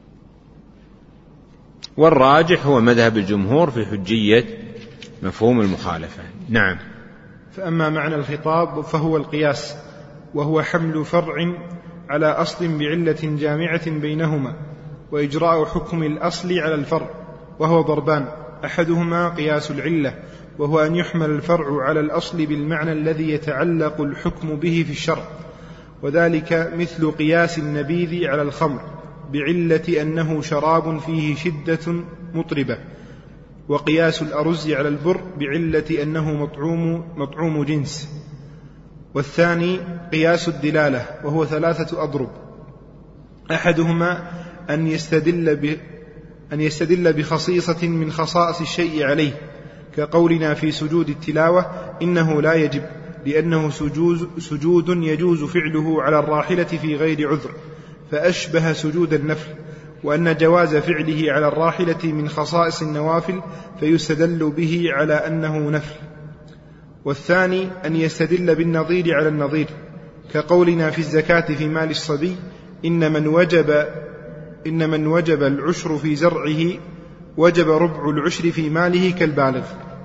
والراجح هو مذهب الجمهور في حجية مفهوم المخالفة. نعم. فأما معنى الخطاب فهو القياس، وهو حمل فرع على أصل بعلة جامعة بينهما، وإجراء حكم الأصل على الفرع، وهو ضربان: أحدهما قياس العلة، وهو أن يحمل الفرع على الأصل بالمعنى الذي يتعلق الحكم به في الشرع، وذلك مثل قياس النبيذ على الخمر بعلة أنه شراب فيه شدة مطربة، وقياس الأرز على البر بعلة أنه مطعوم, مطعوم جنس. والثاني قياس الدلالة، وهو ثلاثة أضرب: أحدهما أن يستدل, ب... أن يستدل بخصيصة من خصائص الشيء عليه، كقولنا في سجود التلاوة إنه لا يجب لأنه سجود, سجود يجوز فعله على الراحلة في غير عذر، فأشبه سجود النفل، وأن جواز فعله على الراحلة من خصائص النوافل فيستدل به على أنه نفل. والثاني أن يستدل بالنظير على النظير، كقولنا في الزكاة في مال الصبي إن من وجب, إن من وجب العشر في زرعه وجب ربع العشر في ماله كالبالغ،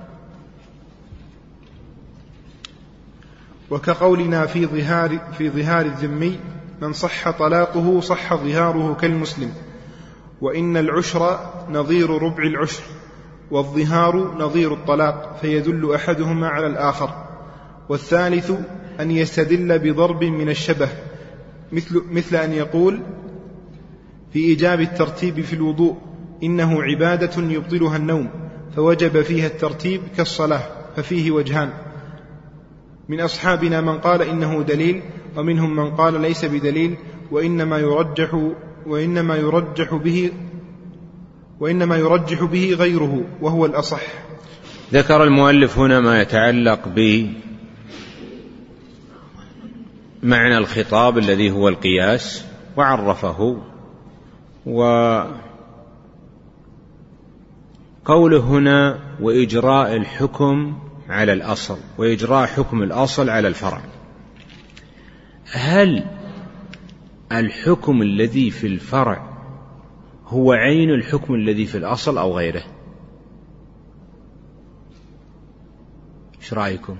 وكقولنا في ظهار, في ظهار الذمي من صح طلاقه صح ظهاره كالمسلم، وإن العشر نظير ربع العشر، والظهار نظير الطلاق، فيدل أحدهما على الآخر. والثالث أن يستدل بضرب من الشبه، مثل, مثل أن يقول في إيجاب الترتيب في الوضوء إنه عبادة يبطلها النوم فوجب فيها الترتيب كالصلاة، ففيه وجهان: من أصحابنا من قال إنه دليل، ومنهم من قال ليس بدليل، وإنما يرجح, وإنما يرجح به وإنما يرجح به غيره، وهو الأصح. ذكر المؤلف هنا ما يتعلق بمعنى الخطاب الذي هو القياس، وعرفه. وقوله هنا وإجراء الحكم على الأصل، وإجراء حكم الأصل على الفرع، هل الحكم الذي في الفرع هو عين الحكم الذي في الأصل أو غيره؟ ايش رأيكم؟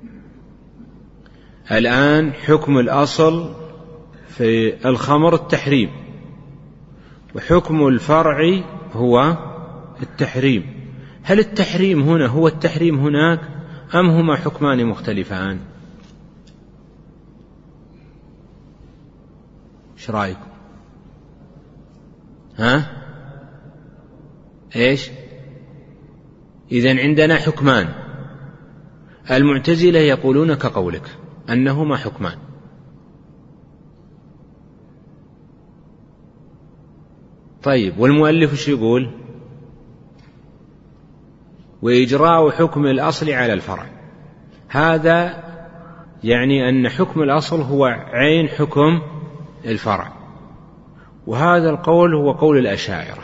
الآن حكم الأصل في الخمر التحريم، وحكم الفرع هو التحريم، هل التحريم هنا هو التحريم هناك أم هما حكمان مختلفان؟ ايش رأيكم؟ ها؟ ايش؟ إذن عندنا حكمان. المعتزلة يقولون كقولك أنهما حكمان. طيب والمؤلف ايش يقول؟ وإجراء حكم الأصل على الفرع. هذا يعني أن حكم الأصل هو عين حكم الفرع، وهذا القول هو قول الأشاعرة.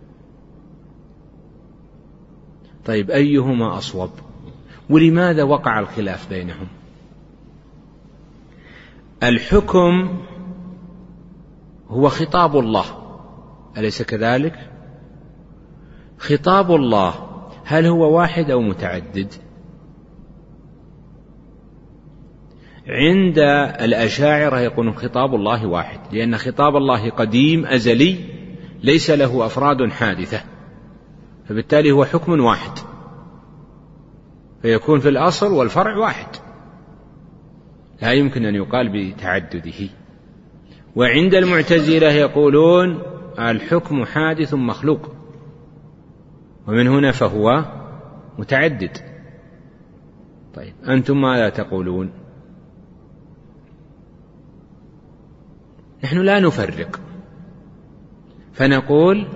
طيب أيهما أصوب؟ ولماذا وقع الخلاف بينهم؟ الحكم هو خطاب الله، أليس كذلك؟ خطاب الله هل هو واحد أو متعدد؟ عند الأشاعرة يقولون خطاب الله واحد، لأن خطاب الله قديم أزلي ليس له أفراد حادثة، فبالتالي هو حكم واحد، فيكون في الأصل والفرع واحد، لا يمكن أن يقال بتعدده. وعند المعتزلة يقولون الحكم حادث مخلوق، ومن هنا فهو متعدد. طيب أنتم ماذا تقولون؟ نحن لا نفرق، فنقول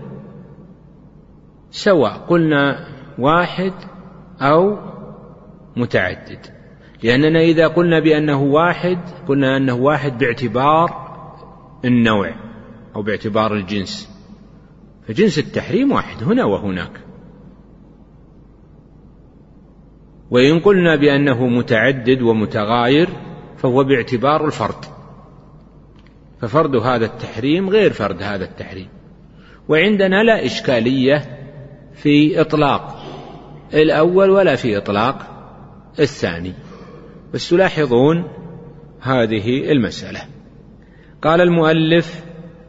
سواء قلنا واحد أو متعدد، لأننا إذا قلنا بأنه واحد قلنا أنه واحد باعتبار النوع أو باعتبار الجنس، فجنس التحريم واحد هنا وهناك. وإن قلنا بأنه متعدد ومتغاير فهو باعتبار الفرد، ففرد هذا التحريم غير فرد هذا التحريم. وعندنا لا إشكالية في إطلاق الأول ولا في إطلاق الثاني، بس تلاحظون هذه المسألة. قال المؤلف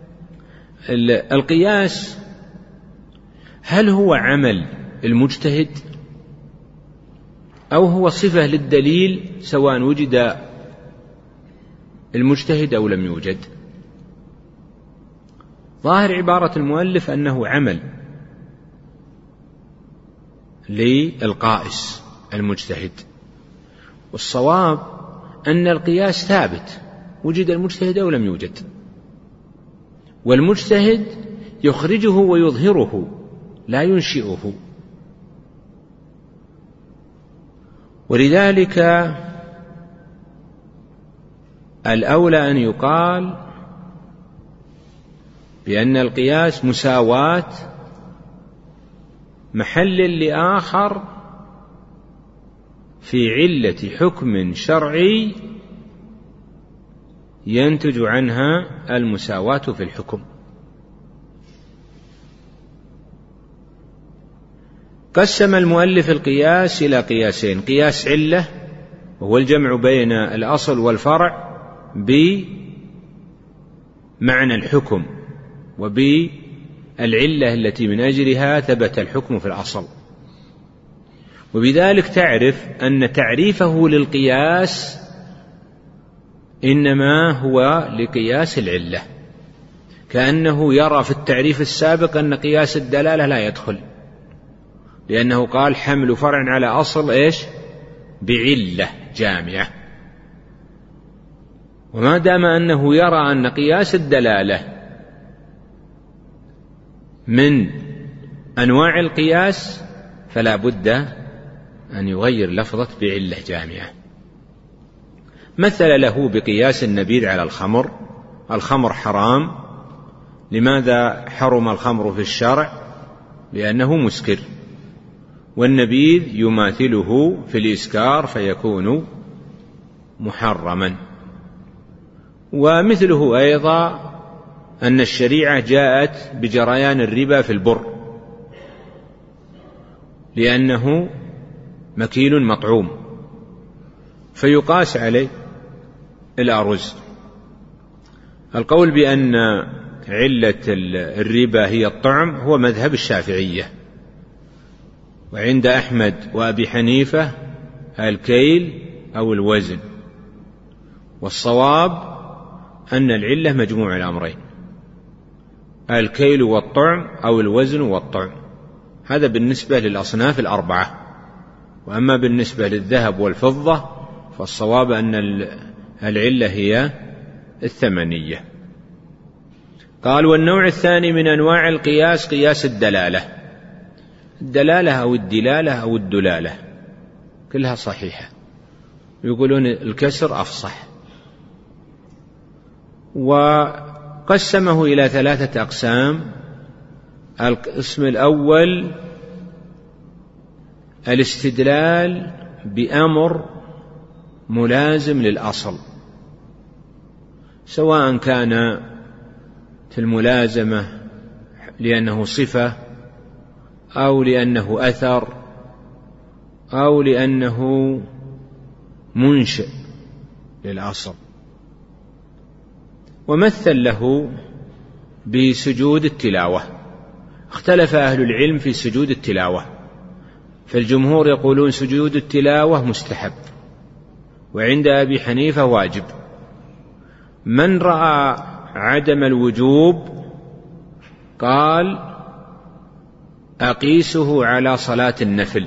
القياس هل هو عمل المجتهد أو هو صفة للدليل سواء وجد المجتهد أو لم يوجد؟ ظاهر عبارة المؤلف أنه عمل للقائس المجتهد، والصواب أن القياس ثابت وجد المجتهد أو لم يوجد، والمجتهد يخرجه ويظهره لا ينشئه. ولذلك الأولى أن يقال بأن القياس مساواة محل لآخر في علة حكم شرعي ينتج عنها المساواة في الحكم. قسم المؤلف القياس إلى قياسين: قياس علة وهو الجمع بين الأصل والفرع بمعنى الحكم وبالعلة التي من أجلها ثبت الحكم في الأصل. وبذلك تعرف أن تعريفه للقياس إنما هو لقياس العلة، كأنه يرى في التعريف السابق أن قياس الدلالة لا يدخل، لأنه قال حمل فرع على أصل إيش؟ بعلة جامعة. وما دام أنه يرى أن قياس الدلالة من أنواع القياس فلا بد أن يغير لفظة بعلة جامعة. مثل له بقياس النبيذ على الخمر: الخمر حرام، لماذا حرم الخمر في الشرع؟ لأنه مسكر، والنبيذ يماثله في الإسكار فيكون محرما. ومثله أيضا أن الشريعة جاءت بجريان الربا في البر لأنه مكيل مطعوم فيقاس عليه الأرز. القول بأن علة الربا هي الطعم هو مذهب الشافعية، وعند أحمد وأبي حنيفة الكيل أو الوزن، والصواب أن العلة مجموع الأمرين، الكيل والطعم أو الوزن والطعم. هذا بالنسبة للأصناف الأربعة. وأما بالنسبة للذهب والفضة فالصواب أن العلة هي الثمنية. قال: والنوع الثاني من أنواع القياس قياس الدلالة. الدلالة أو الدلالة أو الدلالة كلها صحيحة، يقولون الكسر أفصح. وقسمه إلى ثلاثة أقسام. القسم الأول الاستدلال بأمر ملازم للأصل، سواء كان في الملازمة لأنه صفة أو لأنه أثر أو لأنه منشئ للأصل. ومثل له بسجود التلاوة. اختلف أهل العلم في سجود التلاوة، فالجمهور يقولون سجود التلاوة مستحب، وعند أبي حنيفة واجب. من رأى عدم الوجوب قال أقيسه على صلاة النفل.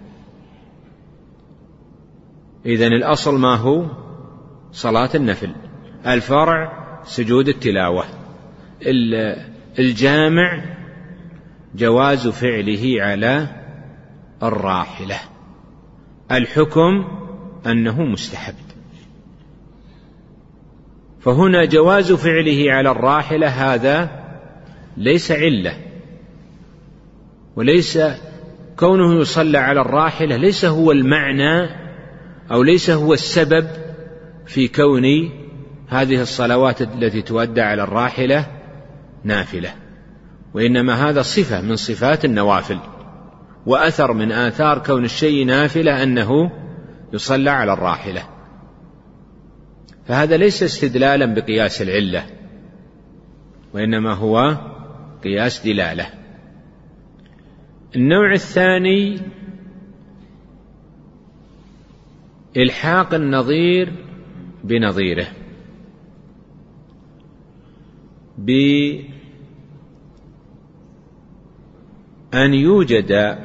إذن الأصل ما هو؟ صلاة النفل. الفرع سجود التلاوة. الجامع جواز فعله على الراحلة. الحكم أنه مستحب. فهنا جواز فعله على الراحلة هذا ليس علة، وليس كونه يصلى على الراحلة ليس هو المعنى أو ليس هو السبب في كون هذه الصلوات التي تؤدى على الراحلة نافلة، وإنما هذا صفة من صفات النوافل، وأثر من آثار كون الشيء نافلة أنه يصلى على الراحلة. فهذا ليس استدلالا بقياس العلة، وإنما هو قياس دلالة. النوع الثاني إلحاق النظير بنظيره، بأن يوجد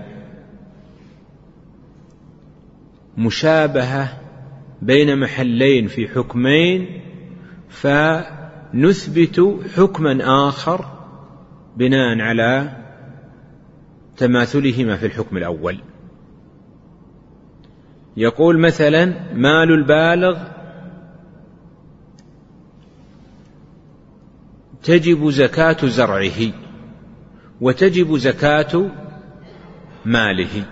مشابهة بين محلين في حكمين فنثبت حكما آخر بناء على تماثلهما في الحكم الأول. يقول مثلا: مال البالغ تجب زكاة زرعه وتجب زكاة ماله،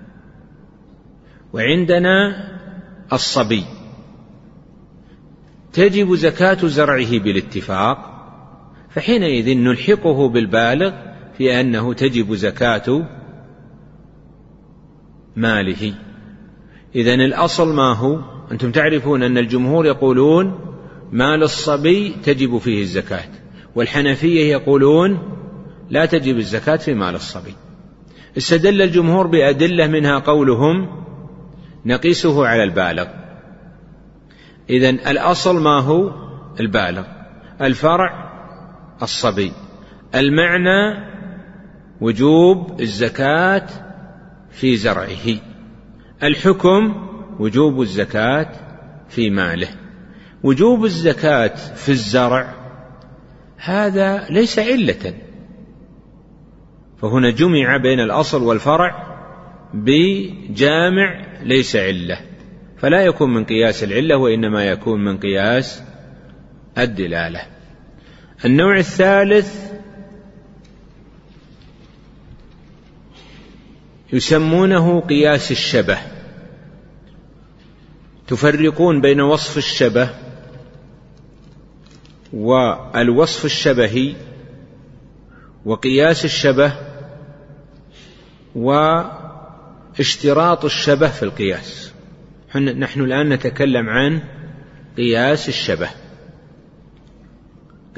وعندنا الصبي تجب زكاة زرعه بالاتفاق، فحينئذ نلحقه بالبالغ في أنه تجب زكاة ماله. إذن الأصل ما هو؟ أنتم تعرفون أن الجمهور يقولون مال الصبي تجب فيه الزكاة، والحنفية يقولون لا تجب الزكاة في مال الصبي. استدل الجمهور بأدلة منها قولهم نقيسه على البالغ. إذن الأصل ما هو؟ البالغ. الفرع الصبي. المعنى وجوب الزكاة في زرعه. الحكم وجوب الزكاة في ماله. وجوب الزكاة في الزرع هذا ليس علة، فهنا جمع بين الأصل والفرع بجامع ليس علة، فلا يكون من قياس العلة، وإنما يكون من قياس الدلالة. النوع الثالث يسمونه قياس الشبه. تفرقون بين وصف الشبه والوصف الشبهي وقياس الشبه واشتراط الشبه في القياس. نحن الآن نتكلم عن قياس الشبه.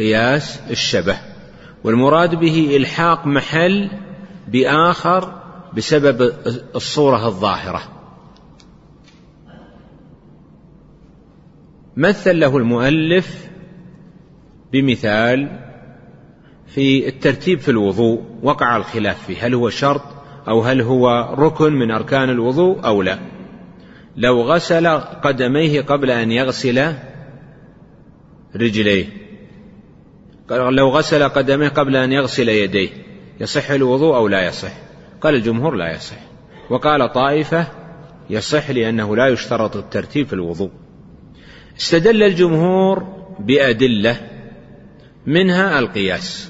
قياس الشبه والمراد به إلحاق محل بآخر بسبب الصورة الظاهرة. مثل له المؤلف بمثال في الترتيب في الوضوء وقع الخلاف فيه، هل هو شرط أو هل هو ركن من أركان الوضوء أو لا. لو غسل قدميه قبل أن يغسل رجليه، لو غسل قدميه قبل أن يغسل يديه يصح الوضوء أو لا يصح؟ قال الجمهور لا يصح، وقال طائفة يصح لأنه لا يشترط الترتيب في الوضوء. استدل الجمهور بأدلة منها القياس،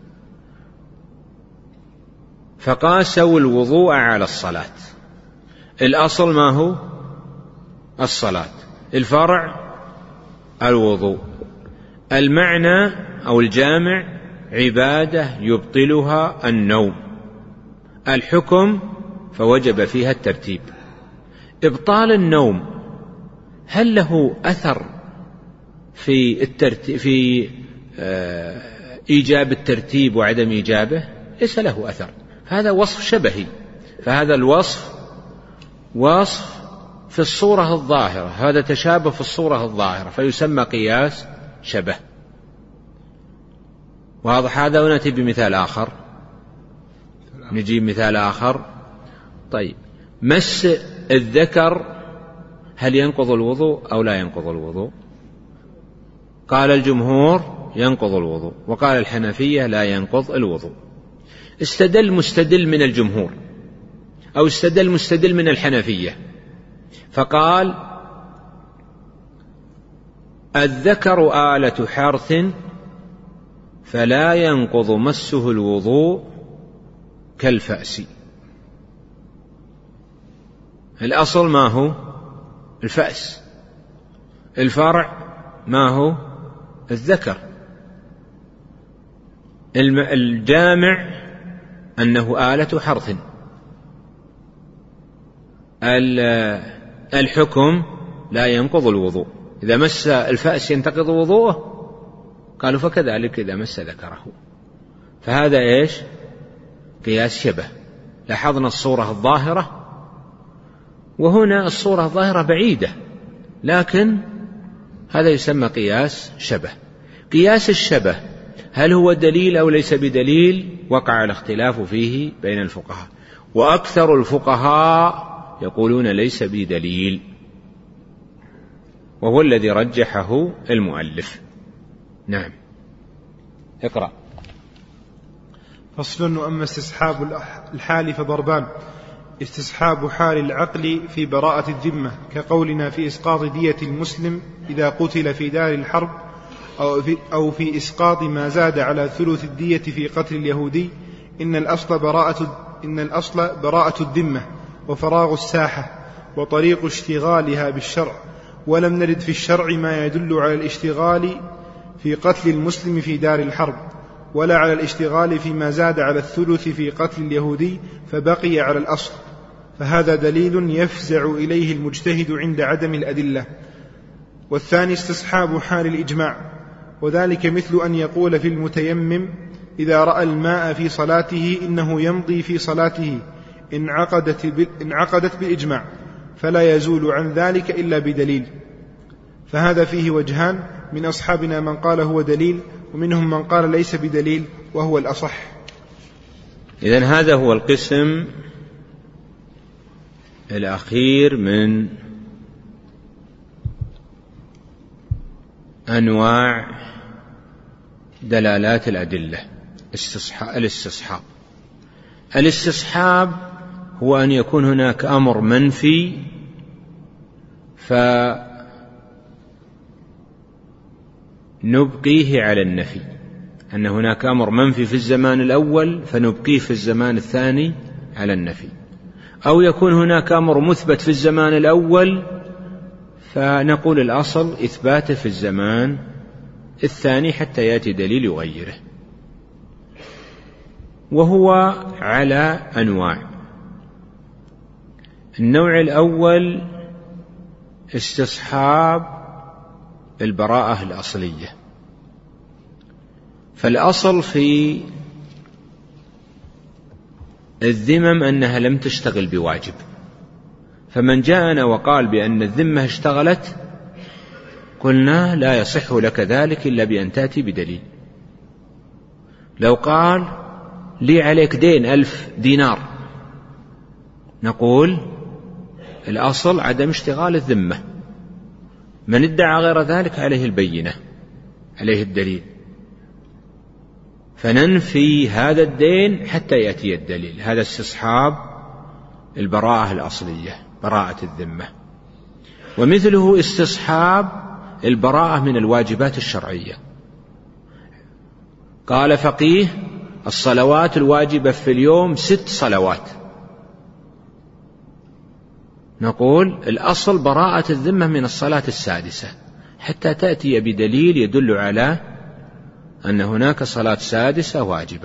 فقاسوا الوضوء على الصلاة. الأصل ما هو؟ الصلاة، الفرع الوضوء، المعنى أو الجامع عبادة يبطلها النوم، الحكم فوجب فيها الترتيب. إبطال النوم هل له أثر في الترتيب في إيجاب الترتيب وعدم إيجابه؟ ليس له أثر، هذا وصف شبهي، فهذا الوصف وصف في الصورة الظاهرة، هذا تشابه في الصورة الظاهرة فيسمى قياس شبه. واضح هذا؟ ونأتي بمثال آخر، نجيب مثال آخر. طيب، مس الذكر هل ينقض الوضوء أو لا ينقض الوضوء؟ قال الجمهور ينقض الوضوء، وقال الحنفية لا ينقض الوضوء. استدل مستدل من الجمهور أو استدل مستدل من الحنفية فقال الذكر آلة حرث فلا ينقض مسه الوضوء كالفأس. الأصل ما هو؟ الفأس، الفرع ما هو؟ الذكر، الجامع أنه آلة حرث، الحكم لا ينقض الوضوء. إذا مس الفأس ينتقض وضوءه؟ قالوا فكذلك إذا مس ذكره. فهذا إيش؟ قياس شبه. لاحظنا الصورة الظاهرة، وهنا الصورة الظاهرة بعيدة، لكن هذا يسمى قياس شبه. قياس الشبه هل هو دليل أو ليس بدليل؟ وقع الاختلاف فيه بين الفقهاء، وأكثر الفقهاء يقولون ليس بدليل، وهو الذي رجحه المؤلف. نعم، اقرأ. فصل. وأما استصحاب الحال فضربان: استصحاب حال العقل في براءة الذمة، كقولنا في إسقاط دية المسلم إذا قتل في دار الحرب، أو في, أو في إسقاط ما زاد على ثلث الدية في قتل اليهودي. إن الأصل براءة, إن الأصل براءة الذمة وفراغ الساحة وطريق اشتغالها بالشرع، ولم نرد في الشرع ما يدل على الاشتغال في قتل المسلم في دار الحرب، ولا على الاشتغال فيما زاد على الثلث في قتل اليهودي، فبقي على الأصل. فهذا دليل يفزع إليه المجتهد عند عدم الأدلة. والثاني استصحاب حال الإجماع، وذلك مثل أن يقول في المتيمم إذا رأى الماء في صلاته إنه يمضي في صلاته انعقدت, انعقدت بالإجماع، فلا يزول عن ذلك إلا بدليل. فهذا فيه وجهان، من أصحابنا من قال هو دليل، ومنهم من قال ليس بدليل، وهو الأصح. إذن هذا هو القسم الأخير من أنواع دلالات الأدلة، الاستصحاب. الاستصحاب هو أن يكون هناك أمر منفي فنبقيه على النفي، أن هناك أمر منفي في الزمان الأول فنبقيه في الزمان الثاني على النفي، أو يكون هناك أمر مثبت في الزمان الأول فنقول الأصل إثباته في الزمان الثاني حتى يأتي دليل يغيره. وهو على أنواع. النوع الأول استصحاب البراءة الأصلية، فالأصل في الذمم أنها لم تشتغل بواجب، فمن جاءنا وقال بأن الذمة اشتغلت قلنا لا يصح لك ذلك إلا بأن تأتي بدليل. لو قال لي عليك دين ألف دينار نقول الأصل عدم اشتغال الذمة، من ادعى غير ذلك عليه البينة، عليه الدليل، فننفي هذا الدين حتى يأتي الدليل. هذا استصحاب البراءة الأصلية، براءة الذمة. ومثله استصحاب البراءة من الواجبات الشرعية. قال فقيه الصلوات الواجبة في اليوم ست صلوات، نقول الأصل براءة الذمة من الصلاة السادسة حتى تأتي بدليل يدل على أن هناك صلاة سادسة واجبة،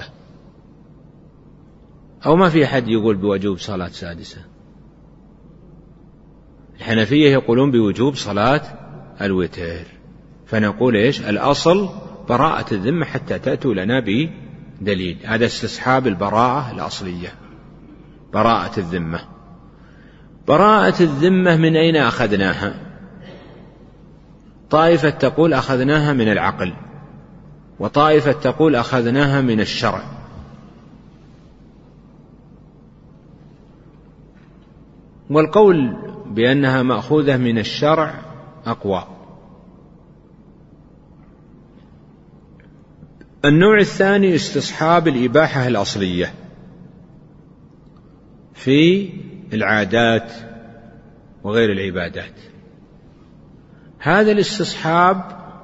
أو ما في أحد يقول بوجوب صلاة سادسة. الحنفية يقولون بوجوب صلاة الوتر، فنقول إيش؟ الأصل براءة الذمة حتى تأتوا لنا بدليل. هذا استصحاب البراءة الأصلية، براءة الذمة. براءة الذمة من أين أخذناها؟ طائفة تقول أخذناها من العقل، وطائفة تقول أخذناها من الشرع. والقول بأنها مأخوذة من الشرع أقوى. النوع الثاني استصحاب الإباحة الأصلية في العادات وغير العبادات. هذا الاستصحاب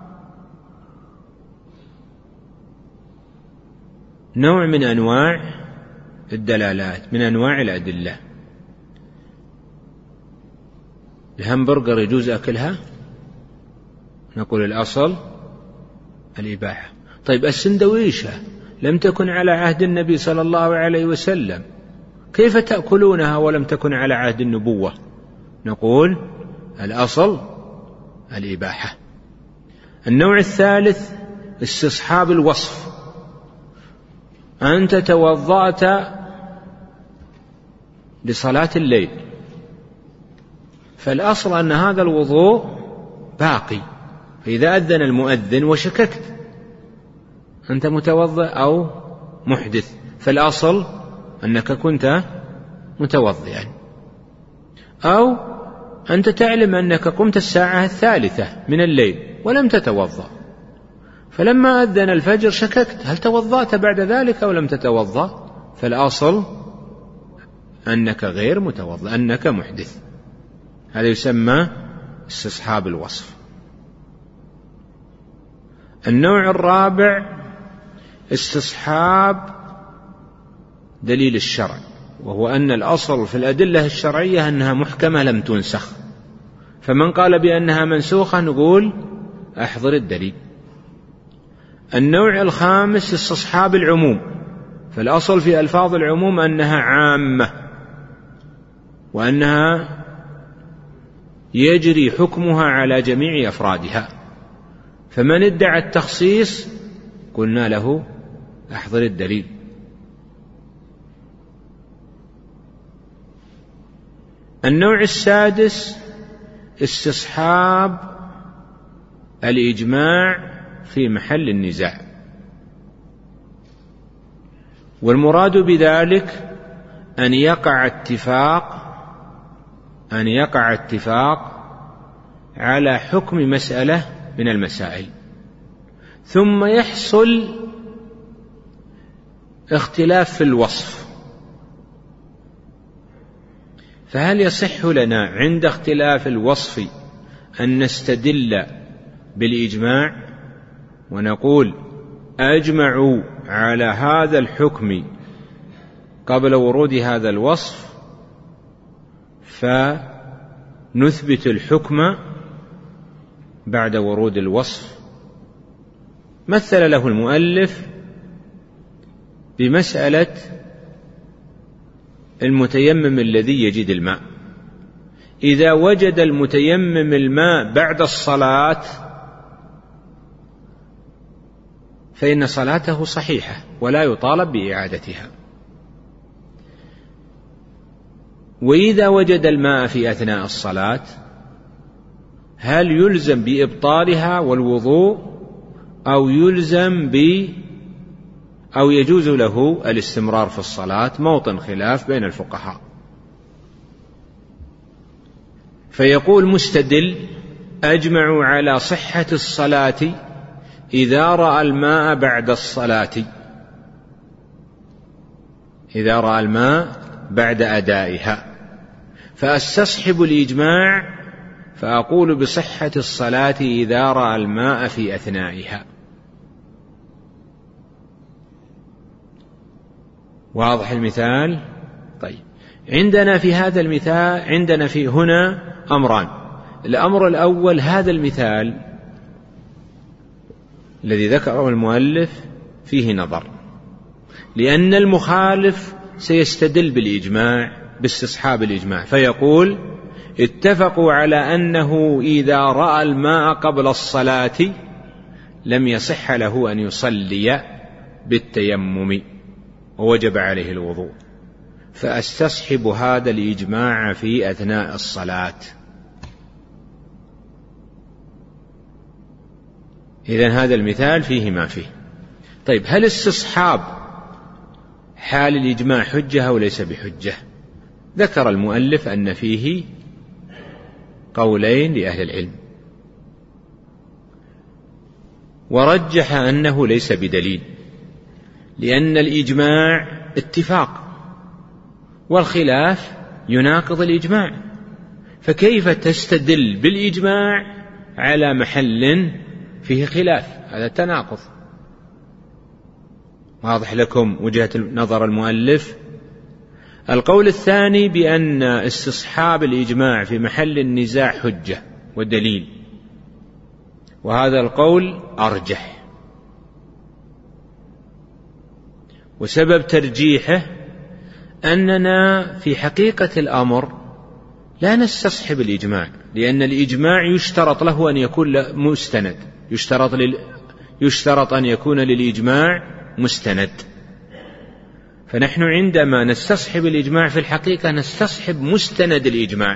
نوع من أنواع الدلالات، من أنواع الأدلة. الهمبرجر يجوز أكلها؟ نقول الأصل الإباحة. طيب السندويشة لم تكن على عهد النبي صلى الله عليه وسلم، كيف تأكلونها ولم تكن على عهد النبوة؟ نقول الأصل الإباحة. النوع الثالث استصحاب الوصف. أنت توضأت لصلاة الليل، فالأصل أن هذا الوضوء باقي، فإذا أذن المؤذن وشككت أنت متوضئ أو محدث، فالأصل أنك كنت متوضئا. أو أنت تعلم أنك قمت الساعة الثالثة من الليل ولم تتوضأ، فلما أذن الفجر شككت هل توضأت بعد ذلك أو لم تتوضأ، فالأصل أنك غير متوضئ، أنك محدث. هذا يسمى استصحاب الوصف. النوع الرابع استصحاب دليل الشرع، وهو أن الأصل في الأدلة الشرعية أنها محكمة لم تنسخ، فمن قال بأنها منسوخة نقول أحضر الدليل. النوع الخامس استصحاب العموم، فالأصل في ألفاظ العموم أنها عامة وأنها يجري حكمها على جميع أفرادها، فمن ادعى التخصيص قلنا له أحضر الدليل. النوع السادس استصحاب الإجماع في محل النزاع، والمراد بذلك أن يقع اتفاق أن يقع اتفاق على حكم مسألة من المسائل، ثم يحصل اختلاف في الوصف، فهل يصح لنا عند اختلاف الوصف أن نستدل بالإجماع ونقول أجمعوا على هذا الحكم قبل ورود هذا الوصف، فنثبت الحكم بعد ورود الوصف؟ مثل له المؤلف بمسألة المتيمم الذي يجد الماء. إذا وجد المتيمم الماء بعد الصلاة فإن صلاته صحيحة ولا يطالب بإعادتها. وإذا وجد الماء في أثناء الصلاة هل يلزم بإبطالها والوضوء أو يلزم ب أو يجوز له الاستمرار في الصلاة؟ موطن خلاف بين الفقهاء. فيقول مستدل: أجمعوا على صحة الصلاة إذا رأى الماء بعد الصلاة، إذا رأى الماء بعد أدائها، فأستصحب الإجماع فأقول بصحة الصلاة إذا رأى الماء في أثنائها. واضح المثال؟ طيب، عندنا في هذا المثال عندنا في هنا أمران. الأمر الأول: هذا المثال الذي ذكره المؤلف فيه نظر، لأن المخالف سيستدل بالإجماع باستصحاب الإجماع، فيقول: اتفقوا على أنه إذا رأى الماء قبل الصلاة لم يصح له أن يصلي بالتيمم ووجب عليه الوضوء، فأستصحب هذا الإجماع في أثناء الصلاة. إذن هذا المثال فيه ما فيه. طيب، هل استصحاب حال الإجماع حجة أو ليس بحجة؟ ذكر المؤلف أن فيه قولين لأهل العلم، ورجح أنه ليس بدليل، لأن الإجماع اتفاق والخلاف يناقض الإجماع، فكيف تستدل بالإجماع على محل فيه خلاف؟ هذا تناقض. واضح لكم وجهة نظر المؤلف؟ القول الثاني بأن استصحاب الإجماع في محل النزاع حجة ودليل، وهذا القول أرجح، وسبب ترجيحه أننا في حقيقة الأمر لا نستصحب الإجماع، لأن الإجماع يشترط له أن يكون مستند، يشترط, لل... يشترط أن يكون للإجماع مستند. فنحن عندما نستصحب الإجماع في الحقيقة نستصحب مستند الإجماع،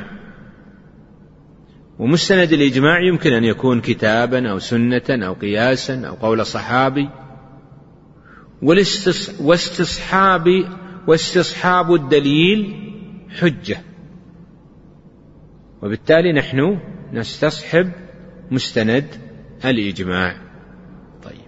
ومستند الإجماع يمكن أن يكون كتابا أو سنة أو قياسا أو قول صحابي، واستصحاب واستصحاب الدليل حجة، وبالتالي نحن نستصحب مستند الإجماع. طيب،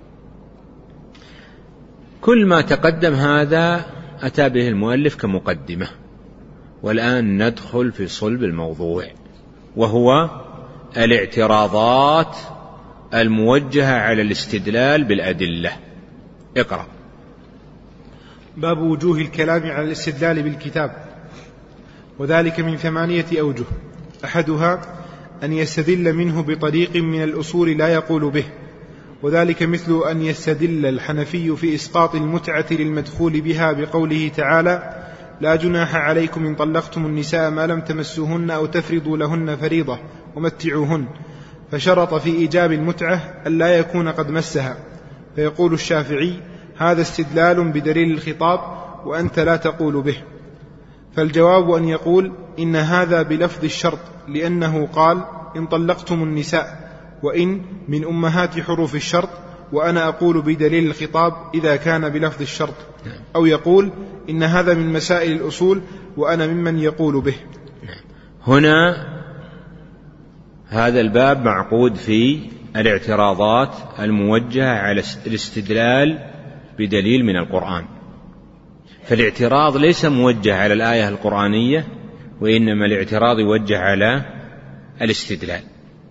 كل ما تقدم هذا أتى به المؤلف كمقدمة، والآن ندخل في صلب الموضوع، وهو الاعتراضات الموجهة على الاستدلال بالأدلة. اقرأ. باب وجوه الكلام على الاستدلال بالكتاب، وذلك من ثمانية أوجه: أحدها أن يستدل منه بطريق من الأصول لا يقول به، وذلك مثل أن يستدل الحنفي في إسقاط المتعة للمدخول بها بقوله تعالى: لا جناح عليكم إن طلقتم النساء ما لم تمسوهن أو تفرضوا لهن فريضة ومتعوهن، فشرط في إيجاب المتعة أن لا يكون قد مسها، فيقول الشافعي: هذا استدلال بدليل الخطاب وأنت لا تقول به. فالجواب أن يقول: إن هذا بلفظ الشرط، لأنه قال: إن طلقتم النساء، وإن من أمهات حروف الشرط، وأنا أقول بدليل الخطاب إذا كان بلفظ الشرط. أو يقول: إن هذا من مسائل الأصول وأنا ممن يقول به. هنا هذا الباب معقود في الاعتراضات الموجهة على الاستدلال بدليل من القرآن، فالاعتراض ليس موجه على الآية القرآنية، وإنما الاعتراض يوجه على الاستدلال.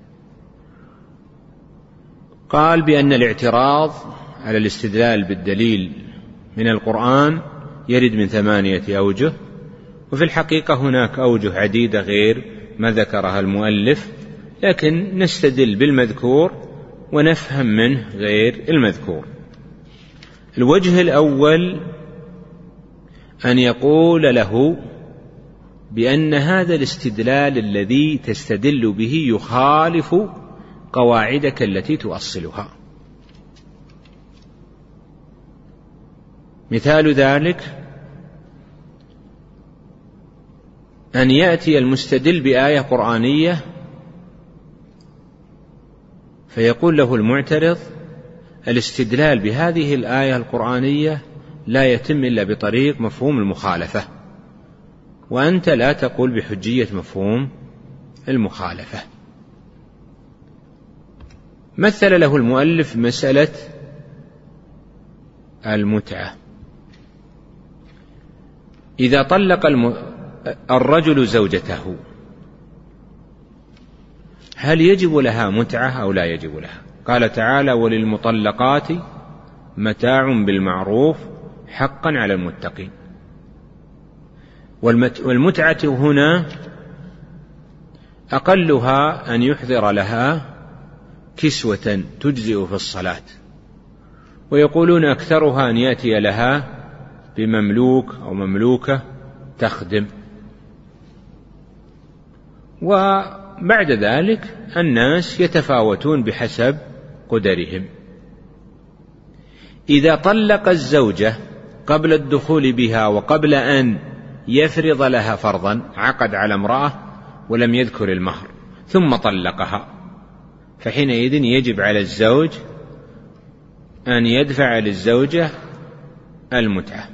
قال بأن الاعتراض على الاستدلال بالدليل من القرآن يرد من ثمانية أوجه، وفي الحقيقة هناك أوجه عديدة غير ما ذكرها المؤلف، لكن نستدل بالمذكور ونفهم منه غير المذكور. الوجه الأول أن يقول له بأن هذا الاستدلال الذي تستدل به يخالف قواعدك التي تؤصلها. مثال ذلك: أن يأتي المستدل بآية قرآنية فيقول له المعترض: الاستدلال بهذه الآية القرآنية لا يتم إلا بطريق مفهوم المخالفة، وأنت لا تقول بحجية مفهوم المخالفة. مثل له المؤلف مسألة المتعة: إذا طلق الرجل زوجته هل يجب لها متعة أو لا يجب لها؟ قال تعالى: وللمطلقات متاع بالمعروف حقا على المتقين. والمتعة هنا أقلها أن يحضر لها كسوة تجزئ في الصلاة، ويقولون أكثرها أن يأتي لها بمملوك أو مملوكة تخدم، وبعد ذلك الناس يتفاوتون بحسب قدرهم. إذا طلق الزوجة قبل الدخول بها وقبل أن يفرض لها فرضا، عقد على امرأة ولم يذكر المهر ثم طلقها، فحينئذ يجب على الزوج أن يدفع للزوجة المتعة.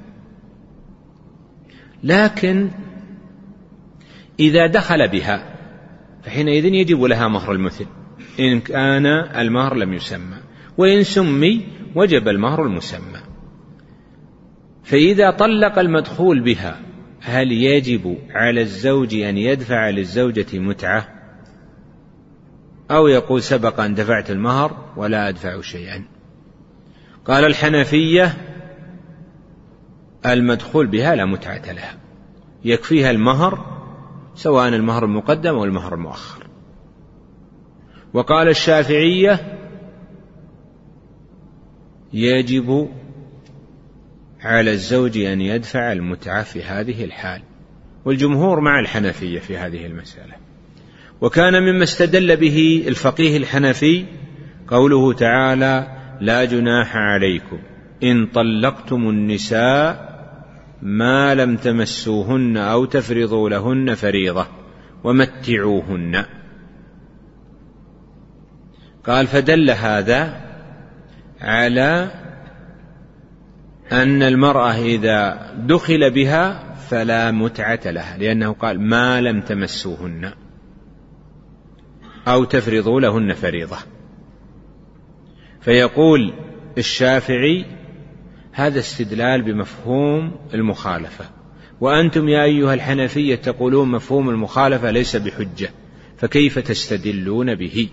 لكن إذا دخل بها فحينئذ يجب لها مهر المثل إن كان المهر لم يسمى، وإن سمي وجب المهر المسمى. فإذا طلق المدخول بها هل يجب على الزوج أن يدفع للزوجة متعة، أو يقول سبق أن دفعت المهر ولا أدفع شيئا؟ قال الحنفية: المدخول بها لا متعة لها، يكفيها المهر سواء المهر المقدم أو المهر المؤخر. وقال الشافعية: يجب على الزوج أن يدفع المتعة في هذه الحال، والجمهور مع الحنفية في هذه المسألة. وكان مما استدل به الفقيه الحنفي قوله تعالى: لا جناح عليكم إن طلقتم النساء ما لم تمسوهن أو تفرضوا لهن فريضة ومتعوهن. قال: فدل هذا على أن المرأة إذا دخل بها فلا متعة لها، لأنه قال: ما لم تمسوهن أو تفرضوا لهن فريضة. فيقول الشافعي: هذا استدلال بمفهوم المخالفة، وأنتم يا أيها الحنفية تقولون مفهوم المخالفة ليس بحجة، فكيف تستدلون به؟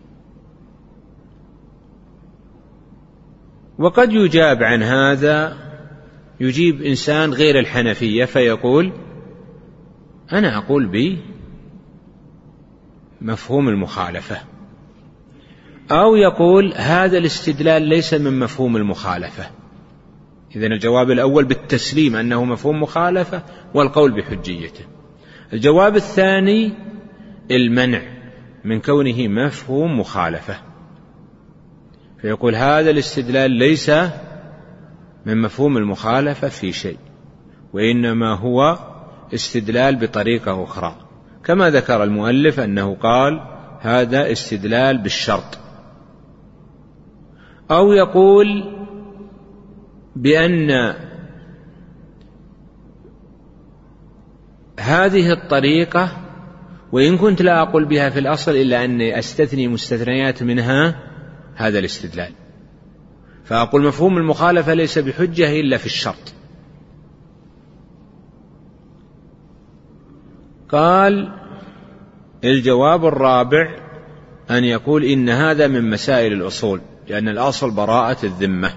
وقد يجاب عن هذا، يجيب إنسان غير الحنفية فيقول: أنا أقول بمفهوم المخالفة، أو يقول هذا الاستدلال ليس من مفهوم المخالفة. إذن الجواب الأول بالتسليم أنه مفهوم مخالفة والقول بحجيته. الجواب الثاني المنع من كونه مفهوم مخالفة، فيقول هذا الاستدلال ليس من مفهوم المخالفة في شيء، وإنما هو استدلال بطريقة أخرى، كما ذكر المؤلف أنه قال هذا استدلال بالشرط. أو يقول بأن هذه الطريقة وإن كنت لا أقول بها في الأصل إلا أني أستثني مستثنيات منها هذا الاستدلال، فأقول مفهوم المخالفة ليس بحجة إلا في الشرط. قال الجواب الرابع أن يقول إن هذا من مسائل الأصول، لأن الأصل براءة الذمة،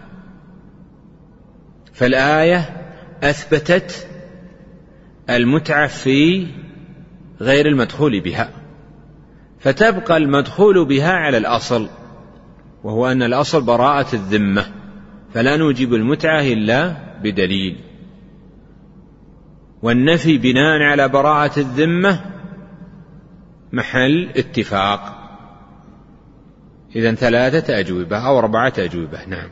فالآية أثبتت المتعة في غير المدخول بها، فتبقى المدخول بها على الأصل، وهو أن الأصل براءة الذمة، فلا نوجب المتعة إلا بدليل، والنفي بناء على براءة الذمة محل اتفاق. إذن ثلاثة أجوبة أو أربعة أجوبة. نعم.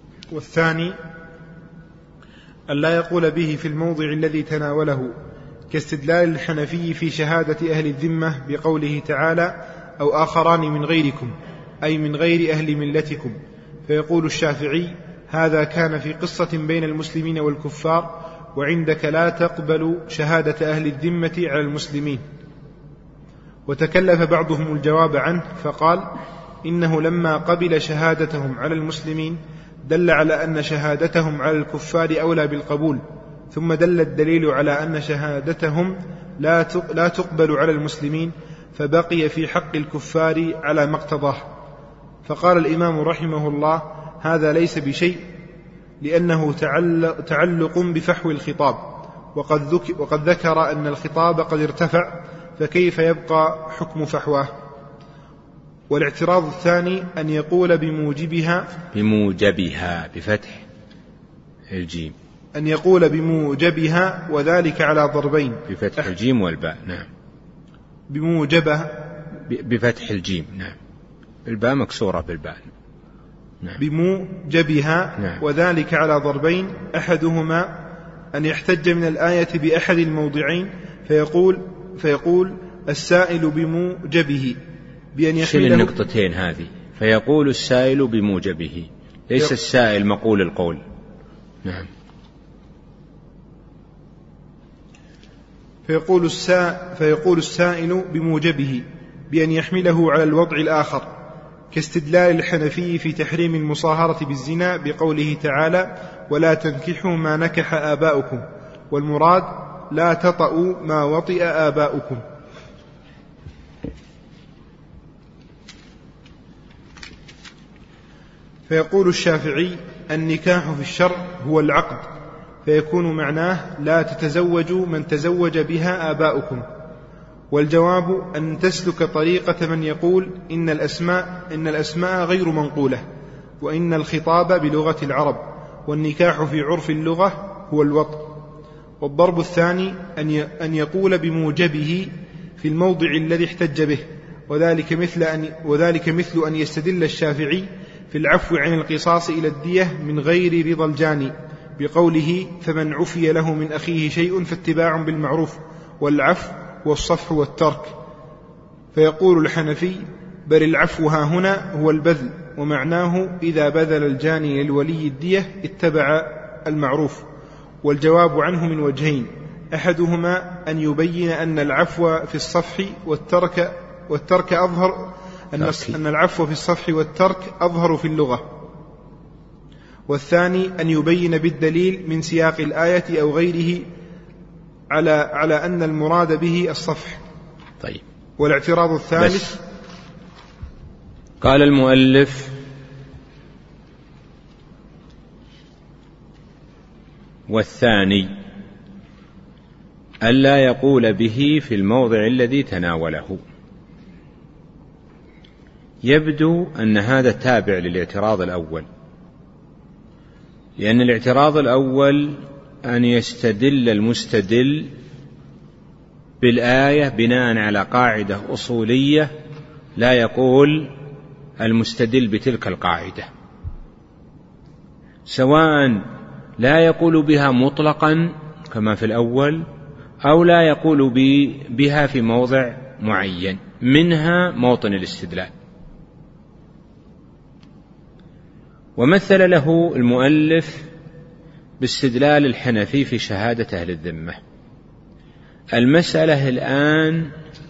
والثاني أن لا يقول به في الموضع الذي تناوله، كاستدلال الحنفي في شهادة أهل الذمة بقوله تعالى أو آخران من غيركم، أي من غير أهل ملتكم. فيقول الشافعي هذا كان في قصة بين المسلمين والكفار، وعندك لا تقبل شهادة أهل الذمة على المسلمين. وتكلف بعضهم الجواب عنه فقال إنه لما قبل شهادتهم على المسلمين دل على أن شهادتهم على الكفار أولى بالقبول، ثم دل الدليل على أن شهادتهم لا تقبل على المسلمين، فبقي في حق الكفار على ما اقتضاه. فقال الإمام رحمه الله هذا ليس بشيء، لأنه تعلق بفحوى الخطاب، وقد, ذك وقد ذكر أن الخطاب قد ارتفع، فكيف يبقى حكم فحواه؟ والاعتراض الثاني أن يقول بموجبها بموجبها بفتح الجيم أن يقول بموجبها، وذلك على ضربين بفتح الجيم والباء. نعم. بموجبها بفتح الجيم. نعم. الباء مكسورة بالباء. نعم. بموجبها. نعم. وذلك على ضربين، أحدهما أن يحتج من الآية بأحد الموضعين فيقول, فيقول السائل بموجبه بأن يحمله. النقطتين هذه فيقول السائل بموجبه، ليس يق... السائل مقول القول. نعم. فيقول, السا... فيقول السائل بموجبه بأن يحمله على الوضع الآخر، كاستدلال الحنفي في تحريم المصاهرة بالزنا بقوله تعالى ولا تنكحوا ما نكح آباؤكم، والمراد لا تطأوا ما وطئ آباؤكم. فيقول الشافعي النكاح في الشرع هو العقد، فيكون معناه لا تتزوجوا من تزوج بها آباؤكم. والجواب أن تسلك طريقة من يقول إن الأسماء, إن الأسماء غير منقولة، وإن الخطاب بلغة العرب، والنكاح في عرف اللغة هو الوطء. والضرب الثاني أن يقول بموجبه في الموضع الذي احتج به، وذلك مثل أن, وذلك مثل أن يستدل الشافعي في العفو عن القصاص إلى الدية من غير رضا الجاني بقوله فمن عفي له من أخيه شيء فاتباع بالمعروف، والعفو والصفح والترك. فيقول الحنفي بل العفو ها هنا هو البذل، ومعناه إذا بذل الجاني للولي الدية اتبع المعروف. والجواب عنه من وجهين، أحدهما أن يبين أن العفو في الصفح والترك, والترك أظهر أن العفو في الصفح والترك أظهر في اللغة، والثاني أن يبين بالدليل من سياق الآية أو غيره على, على أن المراد به الصفح. طيب. والاعتراض الثالث قال المؤلف والثاني ألا يقول به في الموضع الذي تناوله. يبدو أن هذا تابع للاعتراض الأول، لأن الاعتراض الأول أن يستدل المستدل بالآية بناء على قاعدة أصولية لا يقول المستدل بتلك القاعدة، سواء لا يقول بها مطلقا كما في الأول أو لا يقول بها في موضع معين منها موطن الاستدلال. ومثل له المؤلف باستدلال الحنفي في شهادة أهل الذمة. المسألة الآن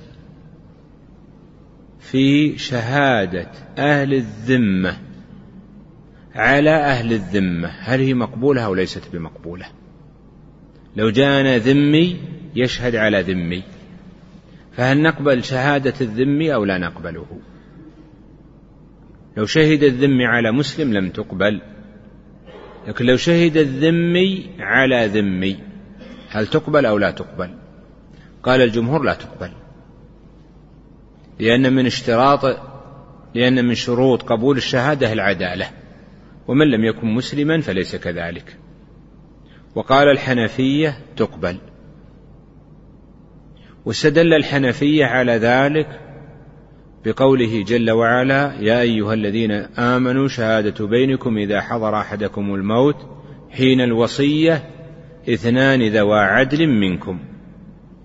في شهادة أهل الذمة على أهل الذمة، هل هي مقبولة أو ليست بمقبولة؟ لو جاءنا ذمي يشهد على ذمي، فهل نقبل شهادة الذمي أو لا نقبله؟ لو شهد الذمي على مسلم لم تقبل، لكن لو شهد الذمي على ذمي هل تقبل أو لا تقبل؟ قال الجمهور لا تقبل، لأن من اشتراط لأن من شروط قبول الشهادة العدالة، ومن لم يكن مسلما فليس كذلك. وقال الحنفية تقبل، واستدل الحنفية على ذلك بقوله جل وعلا يا أيها الذين آمنوا شهادة بينكم إذا حضر أحدكم الموت حين الوصية اثنان ذوى عدل منكم.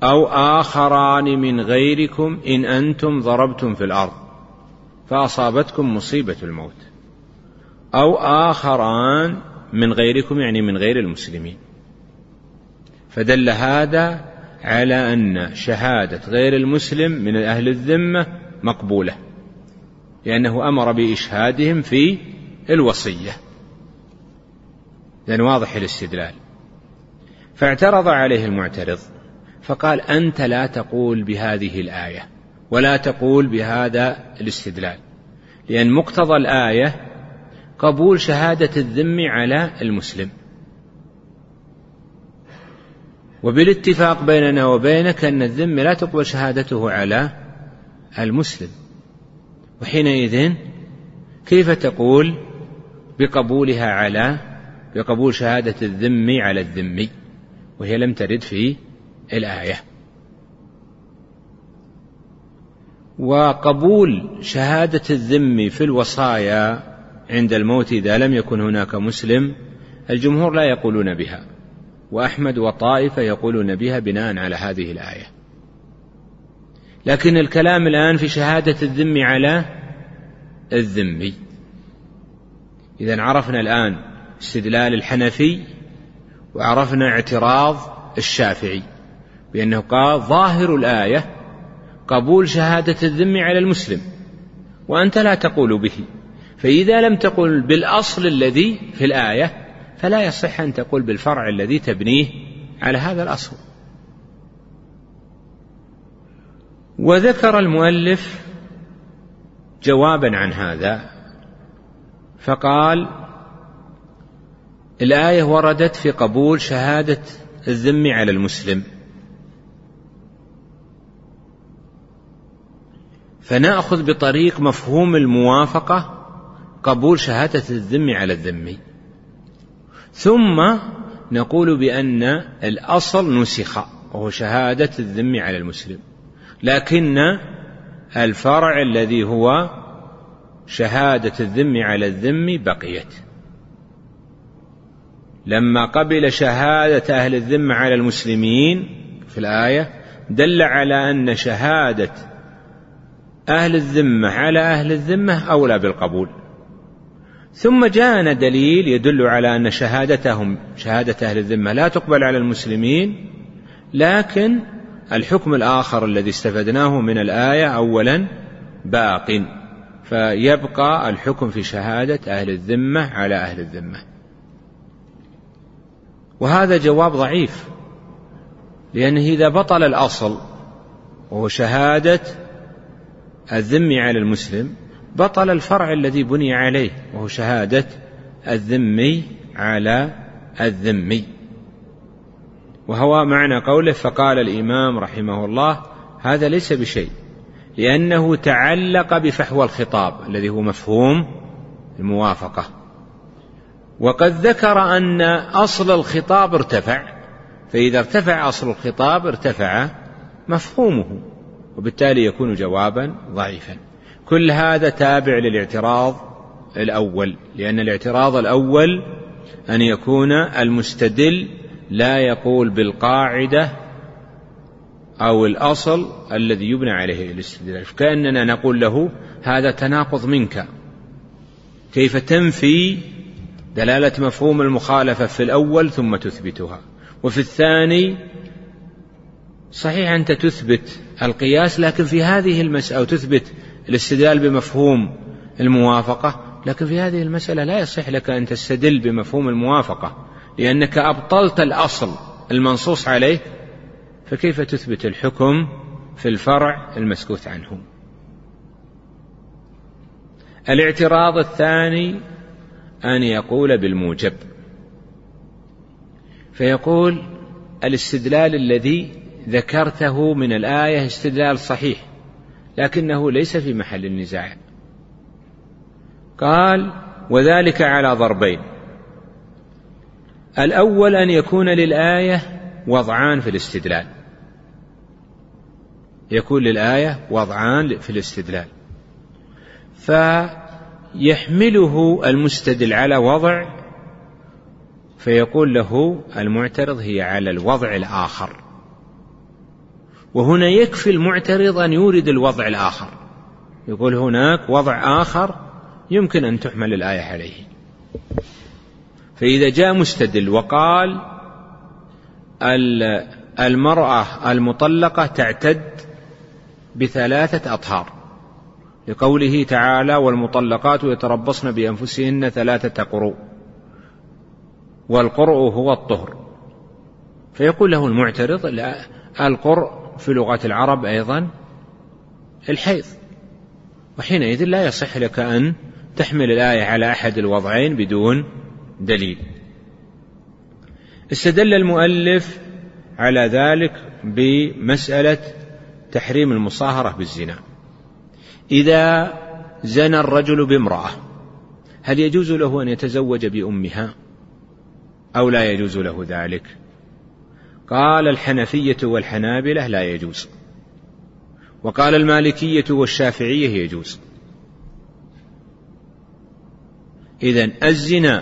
أو آخران من غيركم إن أنتم ضربتم في الأرض فأصابتكم مصيبة الموت. أو آخران من غيركم يعني من غير المسلمين. فدل هذا على أن شهادة غير المسلم من أهل الذمة مقبولة، لأنه أمر بإشهادهم في الوصية، لأن واضح الاستدلال. فاعترض عليه المعترض فقال: أنت لا تقول بهذه الآية ولا تقول بهذا الاستدلال، لأن مقتضى الآية قبول شهادة الذم على المسلم، وبالاتفاق بيننا وبينك أن الذم لا تقبل شهادته على المسلم، وحينئذ كيف تقول بقبولها على بقبول شهادة الذم على الذمي وهي لم ترد في الآية؟ وقبول شهادة الذم في الوصايا عند الموت إذا لم يكن هناك مسلم الجمهور لا يقولون بها، وأحمد وطائفة يقولون بها بناء على هذه الآية. لكن الكلام الآن في شهادة الذم على الذمي. إذن عرفنا الآن استدلال الحنفي وعرفنا اعتراض الشافعي بأنه قال ظاهر الآية قبول شهادة الذم على المسلم وأنت لا تقول به، فإذا لم تقل بالأصل الذي في الآية فلا يصح أن تقول بالفرع الذي تبنيه على هذا الأصل. وذكر المؤلف جوابا عن هذا فقال: الآية وردت في قبول شهادة الذم على المسلم، فنأخذ بطريق مفهوم الموافقة قبول شهادة الذم على الذمي، ثم نقول بأن الأصل نسخ وهو شهادة الذم على المسلم، لكن الفرع الذي هو شهادة الذم على الذم بقيت. لما قبل شهادة أهل الذم على المسلمين في الآية دل على أن شهادة أهل الذمة على أهل الذمة أولى بالقبول، ثم جاءنا دليل يدل على أن شهادتهم شهادة أهل الذمة لا تقبل على المسلمين، لكن الحكم الآخر الذي استفدناه من الآية أولا باق، فيبقى الحكم في شهادة أهل الذمة على أهل الذمة. وهذا جواب ضعيف، لأنه إذا بطل الأصل وهو شهادة الذم على المسلم بطل الفرع الذي بني عليه وهو شهادة الذمي على الذمي. وهو معنى قوله: فقال الإمام رحمه الله هذا ليس بشيء، لأنه تعلق بفحوى الخطاب الذي هو مفهوم الموافقة، وقد ذكر أن أصل الخطاب ارتفع، فإذا ارتفع أصل الخطاب ارتفع مفهومه، وبالتالي يكون جوابا ضعيفا. كل هذا تابع للاعتراض الأول، لأن الاعتراض الأول أن يكون المستدل لا يقول بالقاعدة أو الأصل الذي يبنى عليه الاستدلال، كأننا نقول له هذا تناقض منك، كيف تنفي دلالة مفهوم المخالفة في الأول ثم تثبتها، وفي الثاني صحيح أنت تثبت القياس لكن في هذه المسألة، أو تثبت الاستدلال بمفهوم الموافقة، لكن في هذه المسألة لا يصح لك أن تستدل بمفهوم الموافقة لأنك أبطلت الأصل المنصوص عليه، فكيف تثبت الحكم في الفرع المسكوت عنه؟ الاعتراض الثاني أن يقول بالموجب، فيقول الاستدلال الذي ذكرته من الآية استدلال صحيح لكنه ليس في محل النزاع. قال: وذلك على ضربين: الأول أن يكون للآية وضعان في الاستدلال، يكون للآية وضعان في الاستدلال، فيحمله المستدل على وضع فيقول له المعترض هي على الوضع الآخر، وهنا يكفي المعترض أن يورد الوضع الآخر، يقول هناك وضع آخر يمكن أن تحمل الآية عليه. فإذا جاء مستدل وقال المرأة المطلقة تعتد بثلاثة أطهار، لقوله تعالى والمطلقات يتربصن بأنفسهن ثلاثة قروء، والقرء هو الطهر، فيقول له المعترض لا، القرء في لغة العرب أيضا الحيض، وحينئذ لا يصح لك أن تحمل الآية على أحد الوضعين بدون دليل. استدل المؤلف على ذلك بمسألة تحريم المصاهرة بالزنا. إذا زنى الرجل بامرأة هل يجوز له أن يتزوج بأمها أو لا يجوز له ذلك؟ قال الحنفية والحنابلة لا يجوز، وقال المالكية والشافعية يجوز. إذن الزنا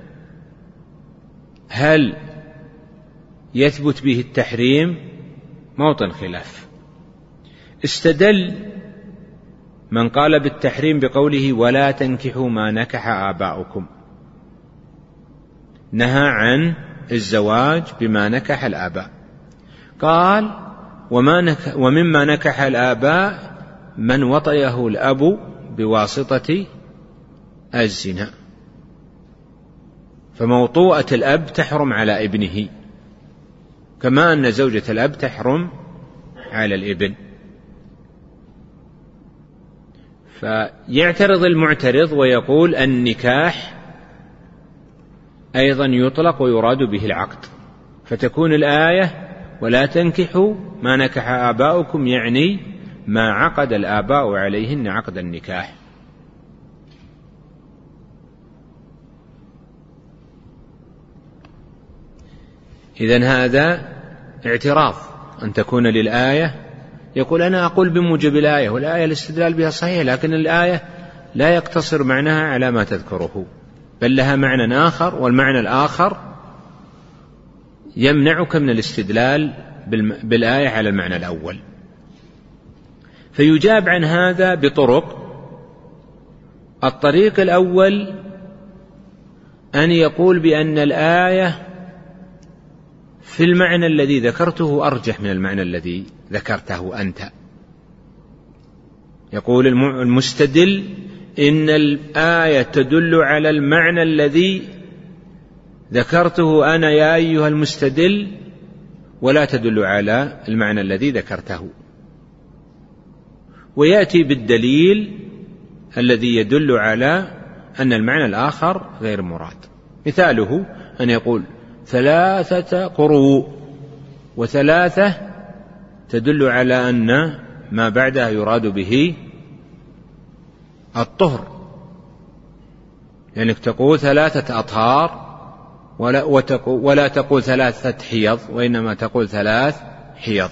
هل يثبت به التحريم؟ موطن خلاف. استدل من قال بالتحريم بقوله ولا تنكحوا ما نكح آباؤكم، نهى عن الزواج بما نكح الآباء. قال وما نكح ومما نكح الآباء من وطئه الأب بواسطة الزنا، فموطوءة الأب تحرم على ابنه كما أن زوجة الأب تحرم على الابن. فيعترض المعترض ويقول النكاح أيضا يطلق ويراد به العقد، فتكون الآية ولا تنكحوا ما نكح آباؤكم يعني ما عقد الآباء عليهن عقد النكاح. إذن هذا اعتراض أن تكون للآية، يقول أنا أقول بموجب الآية، والآية الاستدلال بها صحيح، لكن الآية لا يقتصر معناها على ما تذكره، بل لها معنى آخر، والمعنى الآخر يمنعك من الاستدلال بالآية على المعنى الأول. فيجاب عن هذا بطرق. الطريق الأول أن يقول بأن الآية في المعنى الذي ذكرته أرجح من المعنى الذي ذكرته أنت. يقول المستدل إن الآية تدل على المعنى الذي ذكرته أنا يا أيها المستدل، ولا تدل على المعنى الذي ذكرته، ويأتي بالدليل الذي يدل على أن المعنى الآخر غير مراد. مثاله أن يقول ثلاثة قروء، وثلاثة تدل على أن ما بعدها يراد به الطهر، يعني تقول ثلاثة أطهار ولا, ولا تقول ثلاثة حيض، وإنما تقول ثلاث حيض.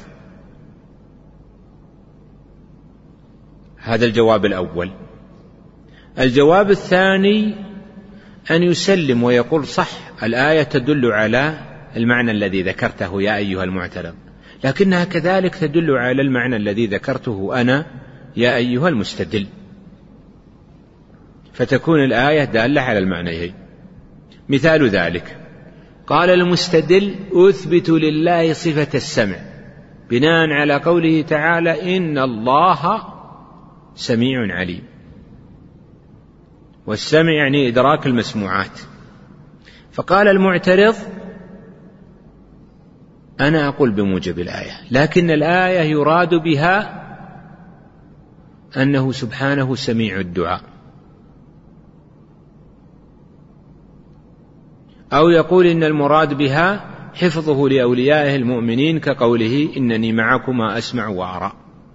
هذا الجواب الأول. الجواب الثاني أن يسلم ويقول صح، الآية تدل على المعنى الذي ذكرته يا أيها المعترض، لكنها كذلك تدل على المعنى الذي ذكرته أنا يا أيها المستدل، فتكون الآية دالة على المعنيين. مثال ذلك قال المستدل أثبت لله صفة السمع بناء على قوله تعالى إن الله سميع عليم، والسمع يعني إدراك المسموعات. فقال المعترض أنا أقول بموجب الآية، لكن الآية يراد بها أنه سبحانه سميع الدعاء، أو يقول إن المراد بها حفظه لأوليائه المؤمنين كقوله إنني معكما أسمع وأرى.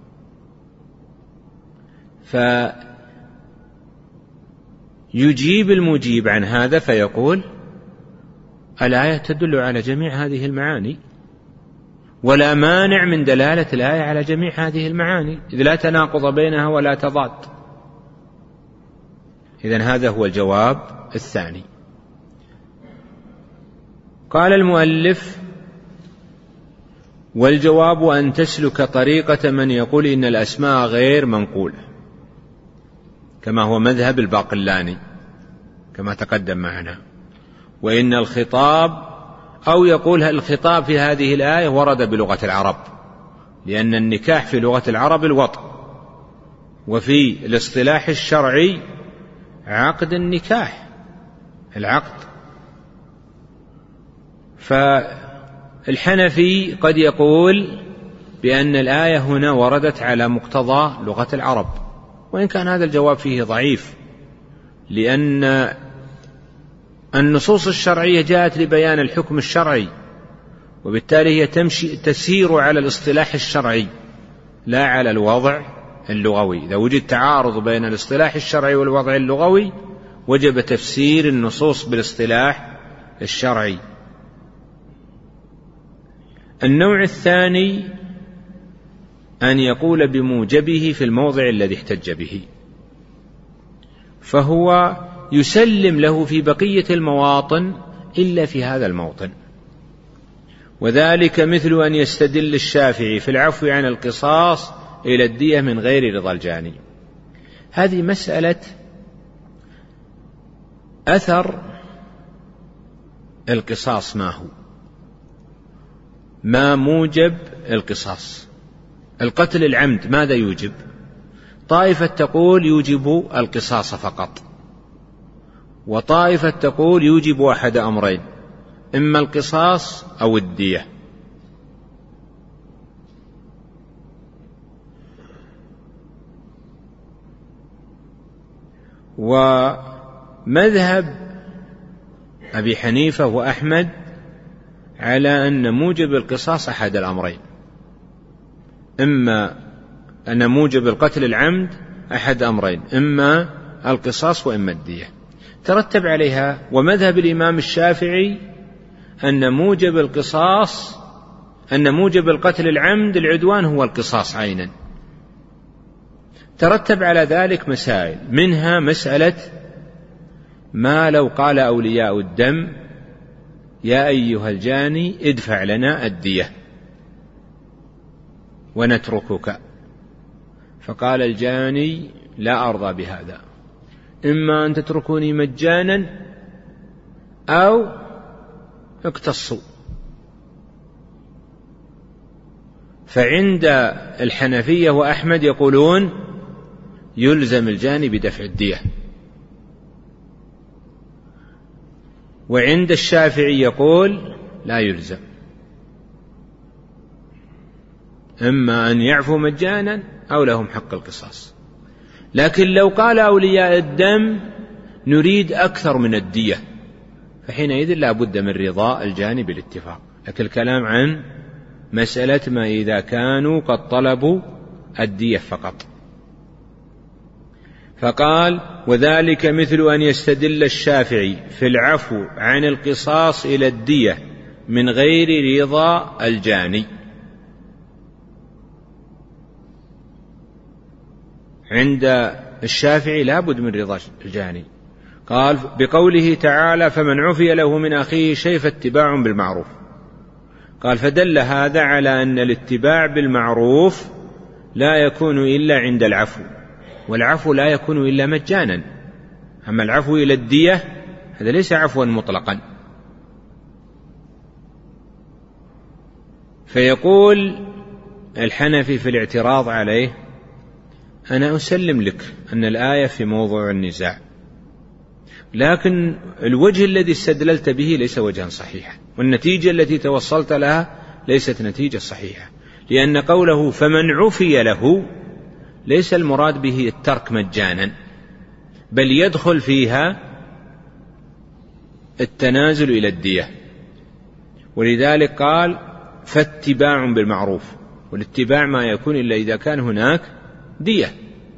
فيجيب المجيب عن هذا فيقول الآية تدل على جميع هذه المعاني، ولا مانع من دلالة الآية على جميع هذه المعاني، إذ لا تناقض بينها ولا تضاد. إذن هذا هو الجواب الثاني. قال المؤلف والجواب أن تسلك طريقة من يقول إن الأسماء غير منقولة، كما هو مذهب الباقلاني كما تقدم معنا، وإن الخطاب، أو يقول الخطاب في هذه الآية ورد بلغة العرب، لأن النكاح في لغة العرب الوطء، وفي الاصطلاح الشرعي عقد النكاح العقد. فالحنفي قد يقول بأن الآية هنا وردت على مقتضى لغة العرب، وإن كان هذا الجواب فيه ضعيف، لأن النصوص الشرعية جاءت لبيان الحكم الشرعي، وبالتالي هي تمشي تسير على الاصطلاح الشرعي لا على الوضع اللغوي. إذا وجد تعارض بين الاصطلاح الشرعي والوضع اللغوي وجب تفسير النصوص بالاصطلاح الشرعي. النوع الثاني أن يقول بموجبه في الموضع الذي احتج به، فهو يسلم له في بقية المواطن إلا في هذا الموطن، وذلك مثل أن يستدل الشافعي في العفو عن القصاص إلى الدية من غير رضا الجاني. هذه مسألة أثر القصاص ما هو، ما موجب القصاص. القتل العمد ماذا يوجب؟ طائفة تقول يوجب القصاص فقط، وطائفة تقول يوجب أحد أمرين، إما القصاص أو الدية. ومذهب أبي حنيفة وأحمد على أن موجب القصاص أحد الأمرين، إما أن موجب القتل العمد أحد أمرين، إما القصاص وإما الدية ترتب عليها. ومذهب الإمام الشافعي أن موجب القصاص أن موجب القتل العمد العدوان هو القصاص عينا. ترتب على ذلك مسائل، منها مسألة ما لو قال أولياء الدم يا أيها الجاني ادفع لنا الدية ونتركك، فقال الجاني لا أرضى بهذا، إما أن تتركوني مجانا أو اقتصوا. فعند الحنفية وأحمد يقولون يلزم الجاني بدفع الدية، وعند الشافعي يقول لا يلزم، إما أن يعفو مجانا أو لهم حق القصاص. لكن لو قال أولياء الدم نريد أكثر من الدية، فحينئذ لا بد من رضا الجاني بالاتفاق. لكن الكلام عن مسألة ما إذا كانوا قد طلبوا الدية فقط. فقال وذلك مثل أن يستدل الشافعي في العفو عن القصاص إلى الدية من غير رضا الجاني. عند الشافعي لا بد من رضا الجاني، قال بقوله تعالى فمن عفي له من أخيه شيء فاتباع بالمعروف. قال فدل هذا على أن الاتباع بالمعروف لا يكون إلا عند العفو، والعفو لا يكون إلا مجانا. أما العفو إلى الدية هذا ليس عفوا مطلقا. فيقول الحنفي في الاعتراض عليه أنا أسلم لك أن الآية في موضوع النزاع، لكن الوجه الذي استدللت به ليس وجها صحيحا، والنتيجة التي توصلت لها ليست نتيجة صحيحة، لأن قوله فمن عفي له ليس المراد به الترك مجانا، بل يدخل فيها التنازل إلى الدية. ولذلك قال فاتباع بالمعروف، والاتباع ما يكون إلا إذا كان هناك دية.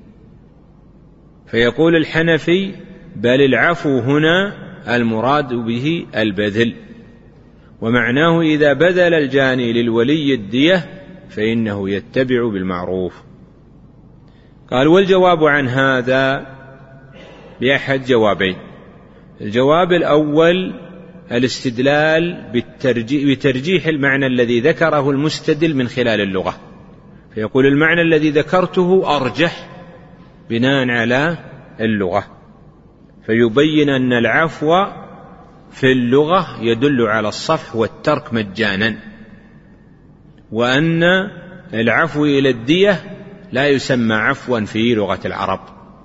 فيقول الحنفي بل العفو هنا المراد به البذل، ومعناه إذا بذل الجاني للولي الدية فإنه يتبع بالمعروف. قال والجواب عن هذا بأحد جوابين. الجواب الأول الاستدلال بترجيح المعنى الذي ذكره المستدل من خلال اللغة، فيقول المعنى الذي ذكرته أرجح بناء على اللغة، فيبين أن العفو في اللغة يدل على الصفح والترك مجانا، وأن العفو إلى الدية لا يسمى عفوا في لغة العرب.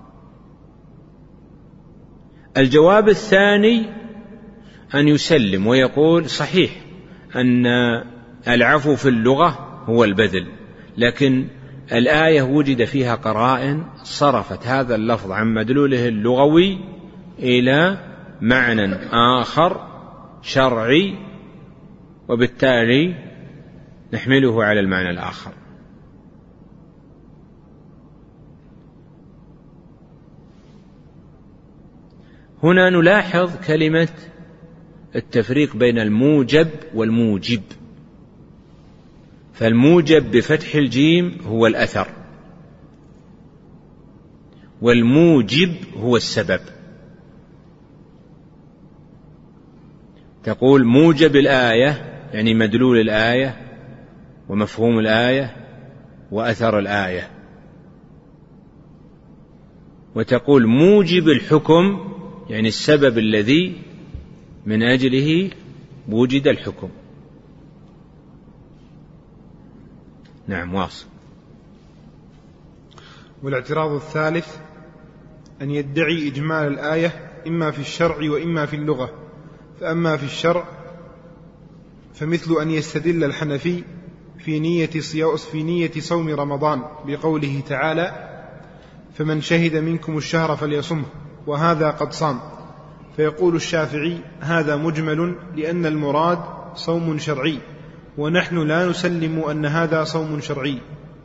الجواب الثاني أن يسلم ويقول صحيح أن العفو في اللغة هو البذل، لكن الآية وجد فيها قرائن صرفت هذا اللفظ عن مدلوله اللغوي إلى معنى آخر شرعي، وبالتالي نحمله على المعنى الآخر. هنا نلاحظ كلمة التفريق بين الموجب والموجب، فالموجب بفتح الجيم هو الأثر، والموجب هو السبب. تقول موجب الآية يعني مدلول الآية ومفهوم الآية وأثر الآية، وتقول موجب الحكم يعني السبب الذي من أجله وجد الحكم. نعم واصل. والاعتراض الثالث أن يدعي إجمال الآية إما في الشرع وإما في اللغة، فأما في الشرع فمثل أن يستدل الحنفي في نية, في نية صوم رمضان بقوله تعالى فمن شهد منكم الشهر فليصمه وهذا قد صام، فيقول الشافعي هذا مجمل لأن المراد صوم شرعي، ونحن لا نسلم أن هذا صوم شرعي.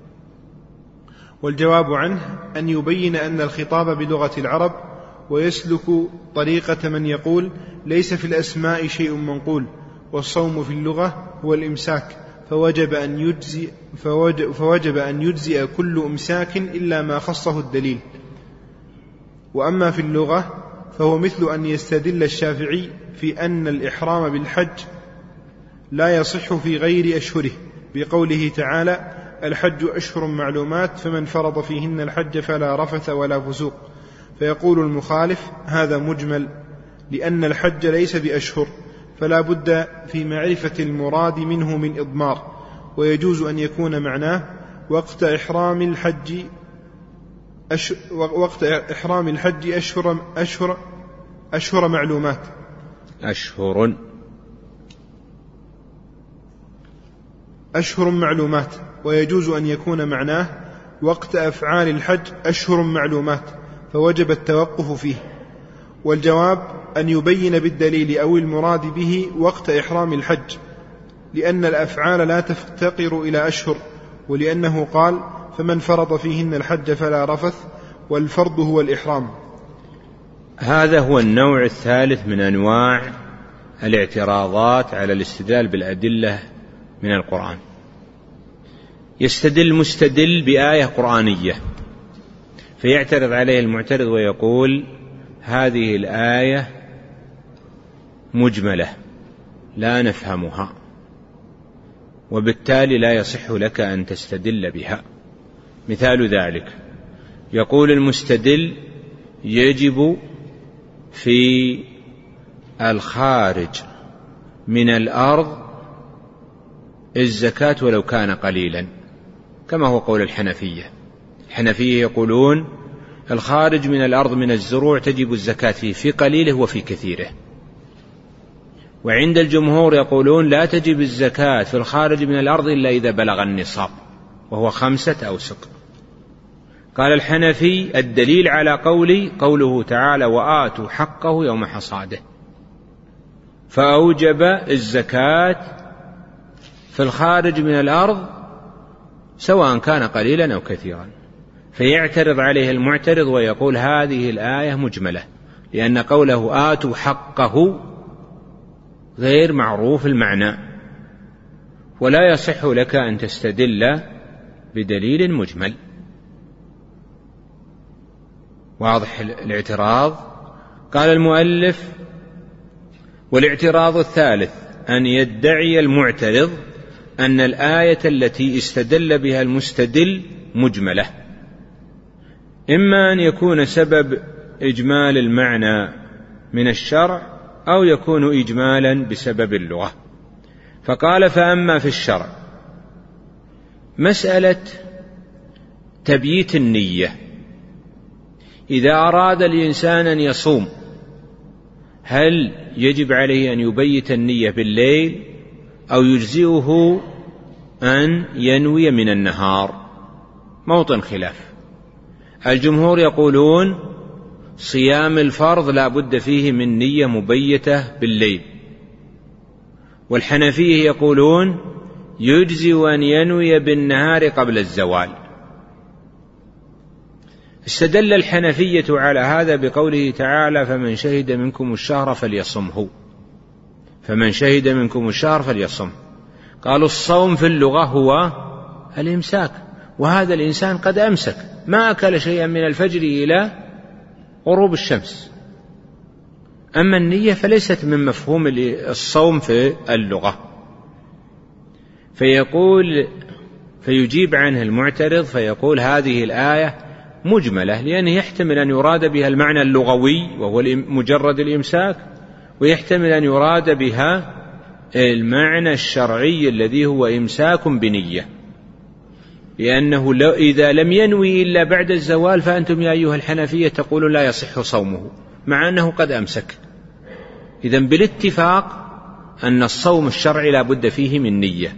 والجواب عنه أن يبين أن الخطاب بلغة العرب، ويسلك طريقة من يقول ليس في الأسماء شيء منقول، والصوم في اللغة هو الإمساك، فوجب أن يجزئ, فوجب, فوجب أن يجزئ كل إمساك إلا ما خصه الدليل. وأما في اللغة فهو مثل أن يستدل الشافعي في أن الإحرام بالحج لا يصح في غير أشهره بقوله تعالى الحج أشهر معلومات فمن فرض فيهن الحج فلا رفث ولا فسوق، فيقول المخالف هذا مجمل لأن الحج ليس بأشهر، فلا بد في معرفة المراد منه من إضمار، ويجوز أن يكون معناه وقت إحرام الحج أش... وقت إحرام الحج أشهر, أشهر, أشهر معلومات أشهر أشهر معلومات، ويجوز أن يكون معناه وقت أفعال الحج أشهر معلومات، فوجب التوقف فيه. والجواب أن يبين بالدليل أو المراد به وقت إحرام الحج، لأن الأفعال لا تفتقر إلى أشهر، ولأنه قال فمن فرض فيهن الحج فلا رفث، والفرض هو الإحرام. هذا هو النوع الثالث من أنواع الاعتراضات على الاستدلال بالأدلة من القرآن. يستدل مستدل بآية قرآنية فيعترض عليه المعترض ويقول هذه الآية مجملة لا نفهمها، وبالتالي لا يصح لك أن تستدل بها. مثال ذلك يقول المستدل يجب في الخارج من الأرض الزكاة ولو كان قليلا، كما هو قول الحنفية. الحنفية يقولون الخارج من الأرض من الزروع تجب الزكاة فيه في قليله وفي كثيره، وعند الجمهور يقولون لا تجب الزكاة في الخارج من الأرض إلا إذا بلغ النصاب وهو خمسة أوسق. قال الحنفي الدليل على قولي قوله تعالى وآتوا حقه يوم حصاده، فأوجب الزكاة في الخارج من الأرض سواء كان قليلا أو كثيرا. فيعترض عليه المعترض ويقول هذه الآية مجملة، لأن قوله آتوا حقه غير معروف المعنى، ولا يصح لك أن تستدل بدليل مجمل. واضح الاعتراض؟ قال المؤلف والاعتراض الثالث أن يدعي المعترض أن الآية التي استدل بها المستدل مجملة، إما أن يكون سبب إجمال المعنى من الشرع أو يكون إجمالا بسبب اللغة. فقال: فأما في الشرع مسألة تبييت النية، إذا أراد الإنسان أن يصوم هل يجب عليه أن يبيت النية بالليل أو يجزئه أن ينوي من النهار؟ موطن خلاف. الجمهور يقولون صيام الفرض لا بد فيه من نية مبيتة بالليل، والحنفية يقولون يجزئ أن ينوي بالنهار قبل الزوال. استدل الحنفية على هذا بقوله تعالى: فمن شهد منكم الشهر فليصمه، فمن شهد منكم الشهر فليصمه. قالوا الصوم في اللغة هو الإمساك، وهذا الإنسان قد أمسك ما أكل شيئا من الفجر إلى غروب الشمس. أما النية فليست من مفهوم الصوم في اللغة. فيقول فيجيب عنه المعترض فيقول هذه الآية مجملة، لأنه يحتمل أن يراد بها المعنى اللغوي وهو مجرد الإمساك، ويحتمل أن يراد بها المعنى الشرعي الذي هو إمساك بنية، لأنه لو إذا لم ينوي إلا بعد الزوال فأنتم يا أيها الحنفية تقولون لا يصح صومه مع أنه قد أمسك. إذن بالاتفاق أن الصوم الشرعي لا بد فيه من نية،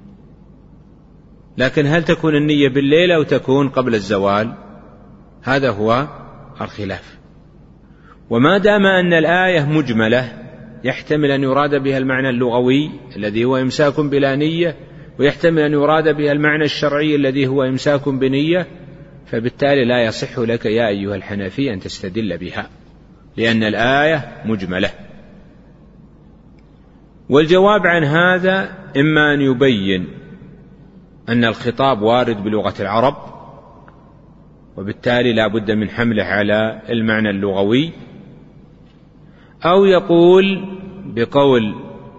لكن هل تكون النية بالليل أو تكون قبل الزوال؟ هذا هو الخلاف. وما دام أن الآية مجملة يحتمل أن يراد بها المعنى اللغوي الذي هو إمساك بلا نية، ويحتمل أن يراد بها المعنى الشرعي الذي هو إمساك بنية، فبالتالي لا يصح لك يا أيها الحنفي أن تستدل بها، لأن الآية مجملة. والجواب عن هذا إما أن يبين أن الخطاب وارد بلغة العرب وبالتالي لا بد من حمله على المعنى اللغوي، أو يقول بقول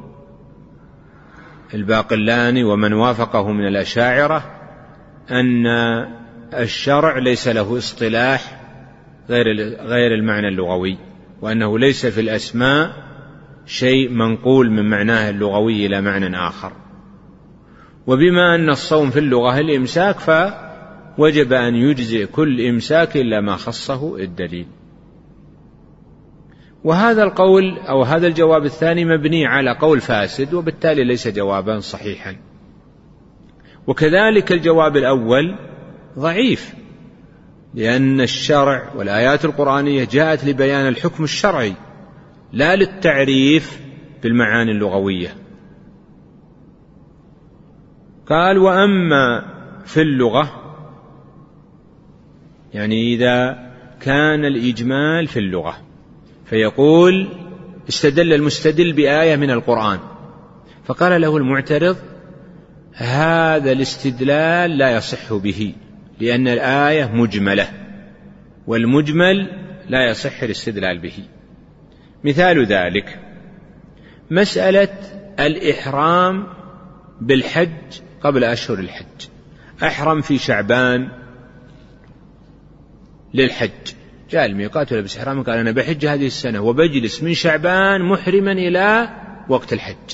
الباقلاني ومن وافقه من الأشاعرة أن الشرع ليس له اصطلاح غير غير المعنى اللغوي، وأنه ليس في الأسماء شيء منقول من معناه اللغوي إلى معنى آخر. وبما أن الصوم في اللغة الإمساك فوجب أن يجزئ كل إمساك إلا ما خصه الدليل. وهذا القول أو هذا الجواب الثاني مبني على قول فاسد، وبالتالي ليس جوابا صحيحا. وكذلك الجواب الأول ضعيف، لأن الشرع والآيات القرآنية جاءت لبيان الحكم الشرعي لا للتعريف بالمعاني اللغوية. قال: وأما في اللغة، يعني إذا كان الإجمال في اللغة، فيقول استدل المستدل بآية من القرآن، فقال له المعترض: هذا الاستدلال لا يصح به، لأن الآية مجملة، والمجمل لا يصح الاستدلال به. مثال ذلك مسألة الإحرام بالحج قبل أشهر الحج. أحرم في شعبان للحج، جاء الميقات ولبس إحرامه قال أنا بحج هذه السنة وبجلس من شعبان محرما إلى وقت الحج.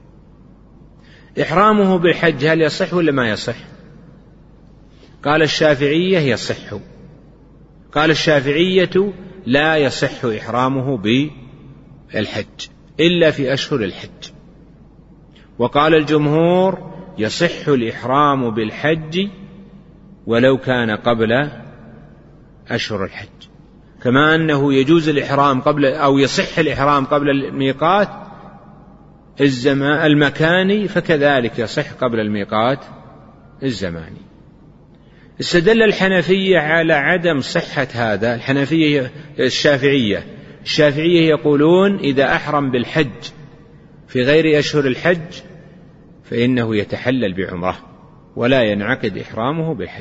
إحرامه بالحج هل يصح ولا ما يصح؟ قال الشافعية يصح. قال الشافعية لا يصح إحرامه بالحج إلا في أشهر الحج. وقال الجمهور يصح الإحرام بالحج ولو كان قبل أشهر الحج، كما أنه يجوز الإحرام قبل أو يصح الإحرام قبل الميقات الزمان المكاني، فكذلك يصح قبل الميقات الزماني. استدل الحنفية على عدم صحة هذا. الحنفية الشافعية الشافعية يقولون إذا أحرم بالحج في غير أشهر الحج فإنه يتحلل بعمره ولا ينعقد إحرامه بالحج.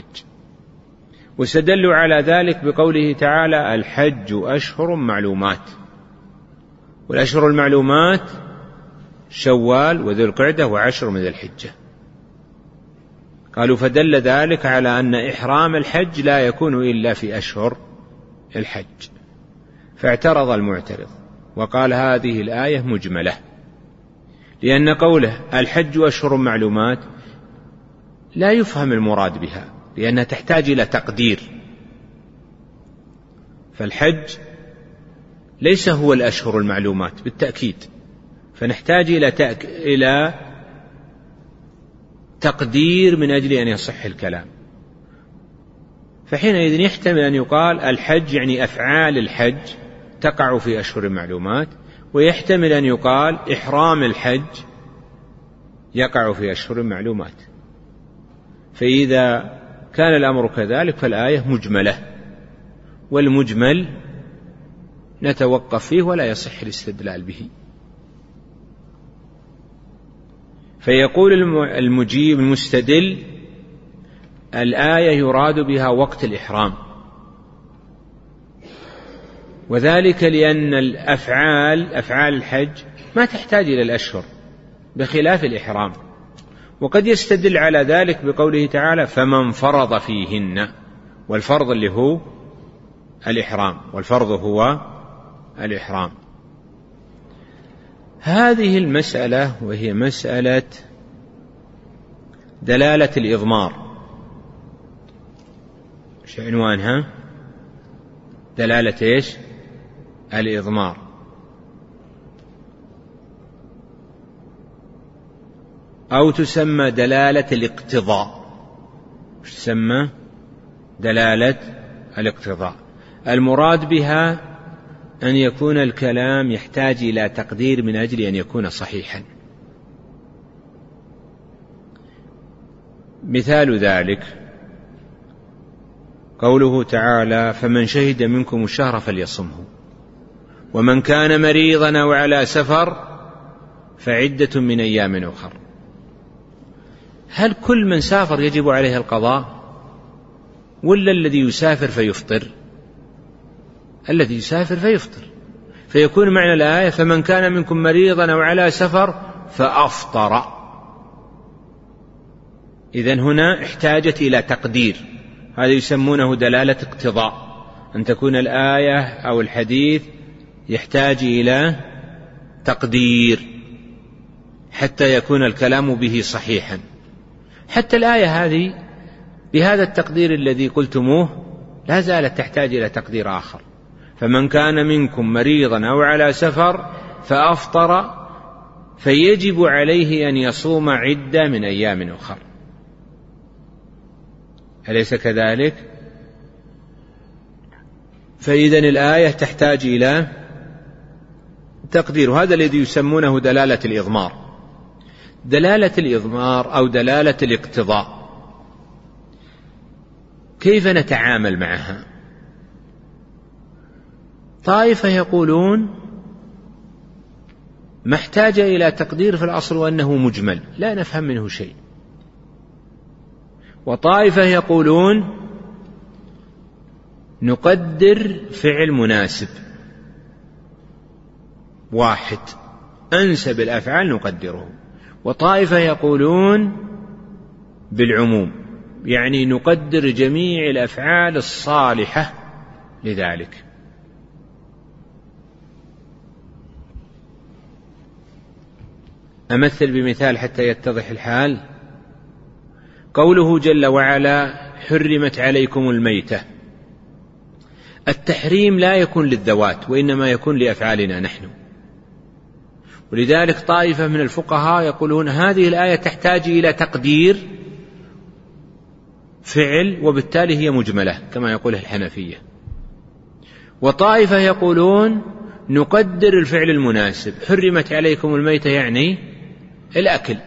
واستدلوا على ذلك بقوله تعالى الحج أشهر معلومات، والأشهر المعلومات شوال وذو القعدة وعشر من ذي الحجة. قالوا فدل ذلك على أن إحرام الحج لا يكون إلا في أشهر الحج. فاعترض المعترض وقال هذه الآية مجملة، لأن قوله الحج أشهر معلومات لا يفهم المراد بها، لأنها تحتاج إلى تقدير. فالحج ليس هو الأشهر المعلومات بالتأكيد، فنحتاج إلى تأك... إلى تقدير من أجل أن يصح الكلام. فحينئذ يحتمل أن يقال الحج يعني أفعال الحج تقع في أشهر المعلومات، ويحتمل أن يقال إحرام الحج يقع في أشهر المعلومات. فإذا كان الأمر كذلك فالآية مجملة، والمجمل نتوقف فيه ولا يصح الاستدلال به. فيقول المجيب المستدل الآية يراد بها وقت الإحرام، وذلك لأن الأفعال أفعال الحج ما تحتاج إلى الأشهر بخلاف الإحرام. وقد يستدل على ذلك بقوله تعالى فمن فرض فيهن، والفرض اللي هو الإحرام، والفرض هو الإحرام. هذه المسألة وهي مسألة دلالة الإضمار، ايش عنوانها؟ دلالة ايش؟ الإضمار. أو تسمى دلالة الاقتضاء. ايش تسمى؟ دلالة الاقتضاء. المراد بها أن يكون الكلام يحتاج إلى تقدير من أجل أن يكون صحيحا. مثال ذلك قوله تعالى فمن شهد منكم الشهر فليصمه، ومن كان مريضا أو على سفر فعدة من أيام أخر. هل كل من سافر يجب عليه القضاء، ولا الذي يسافر فيفطر؟ الذي يسافر فيفطر. فيكون معنى الآية فمن كان منكم مريضا أو على سفر فأفطر. إذن هنا احتاجت إلى تقدير، هذا يسمونه دلالة اقتضاء، أن تكون الآية أو الحديث يحتاج إلى تقدير حتى يكون الكلام به صحيحا. حتى الآية هذه بهذا التقدير الذي قلتموه لا زالت تحتاج إلى تقدير آخر. فمن كان منكم مريضا أو على سفر فأفطر فيجب عليه أن يصوم عدة من أيام أخر. أليس كذلك؟ فإذن الآية تحتاج إلى تقدير، هذا الذي يسمونه دلالة الإضمار. دلالة الإضمار أو دلالة الاقتضاء كيف نتعامل معها؟ طائفة يقولون ما احتاج إلى تقدير في الأصل وأنه مجمل لا نفهم منه شيء. وطائفة يقولون نقدر فعل مناسب واحد أنسب الأفعال نقدره. وطائفة يقولون بالعموم، يعني نقدر جميع الأفعال الصالحة لذلك. أمثل بمثال حتى يتضح الحال. قوله جل وعلا حرمت عليكم الميتة، التحريم لا يكون للذوات وإنما يكون لأفعالنا نحن. ولذلك طائفة من الفقهاء يقولون هذه الآية تحتاج إلى تقدير فعل وبالتالي هي مجملة كما يقول الحنفية. وطائفة يقولون نقدر الفعل المناسب، حرمت عليكم الميتة يعني الأكل.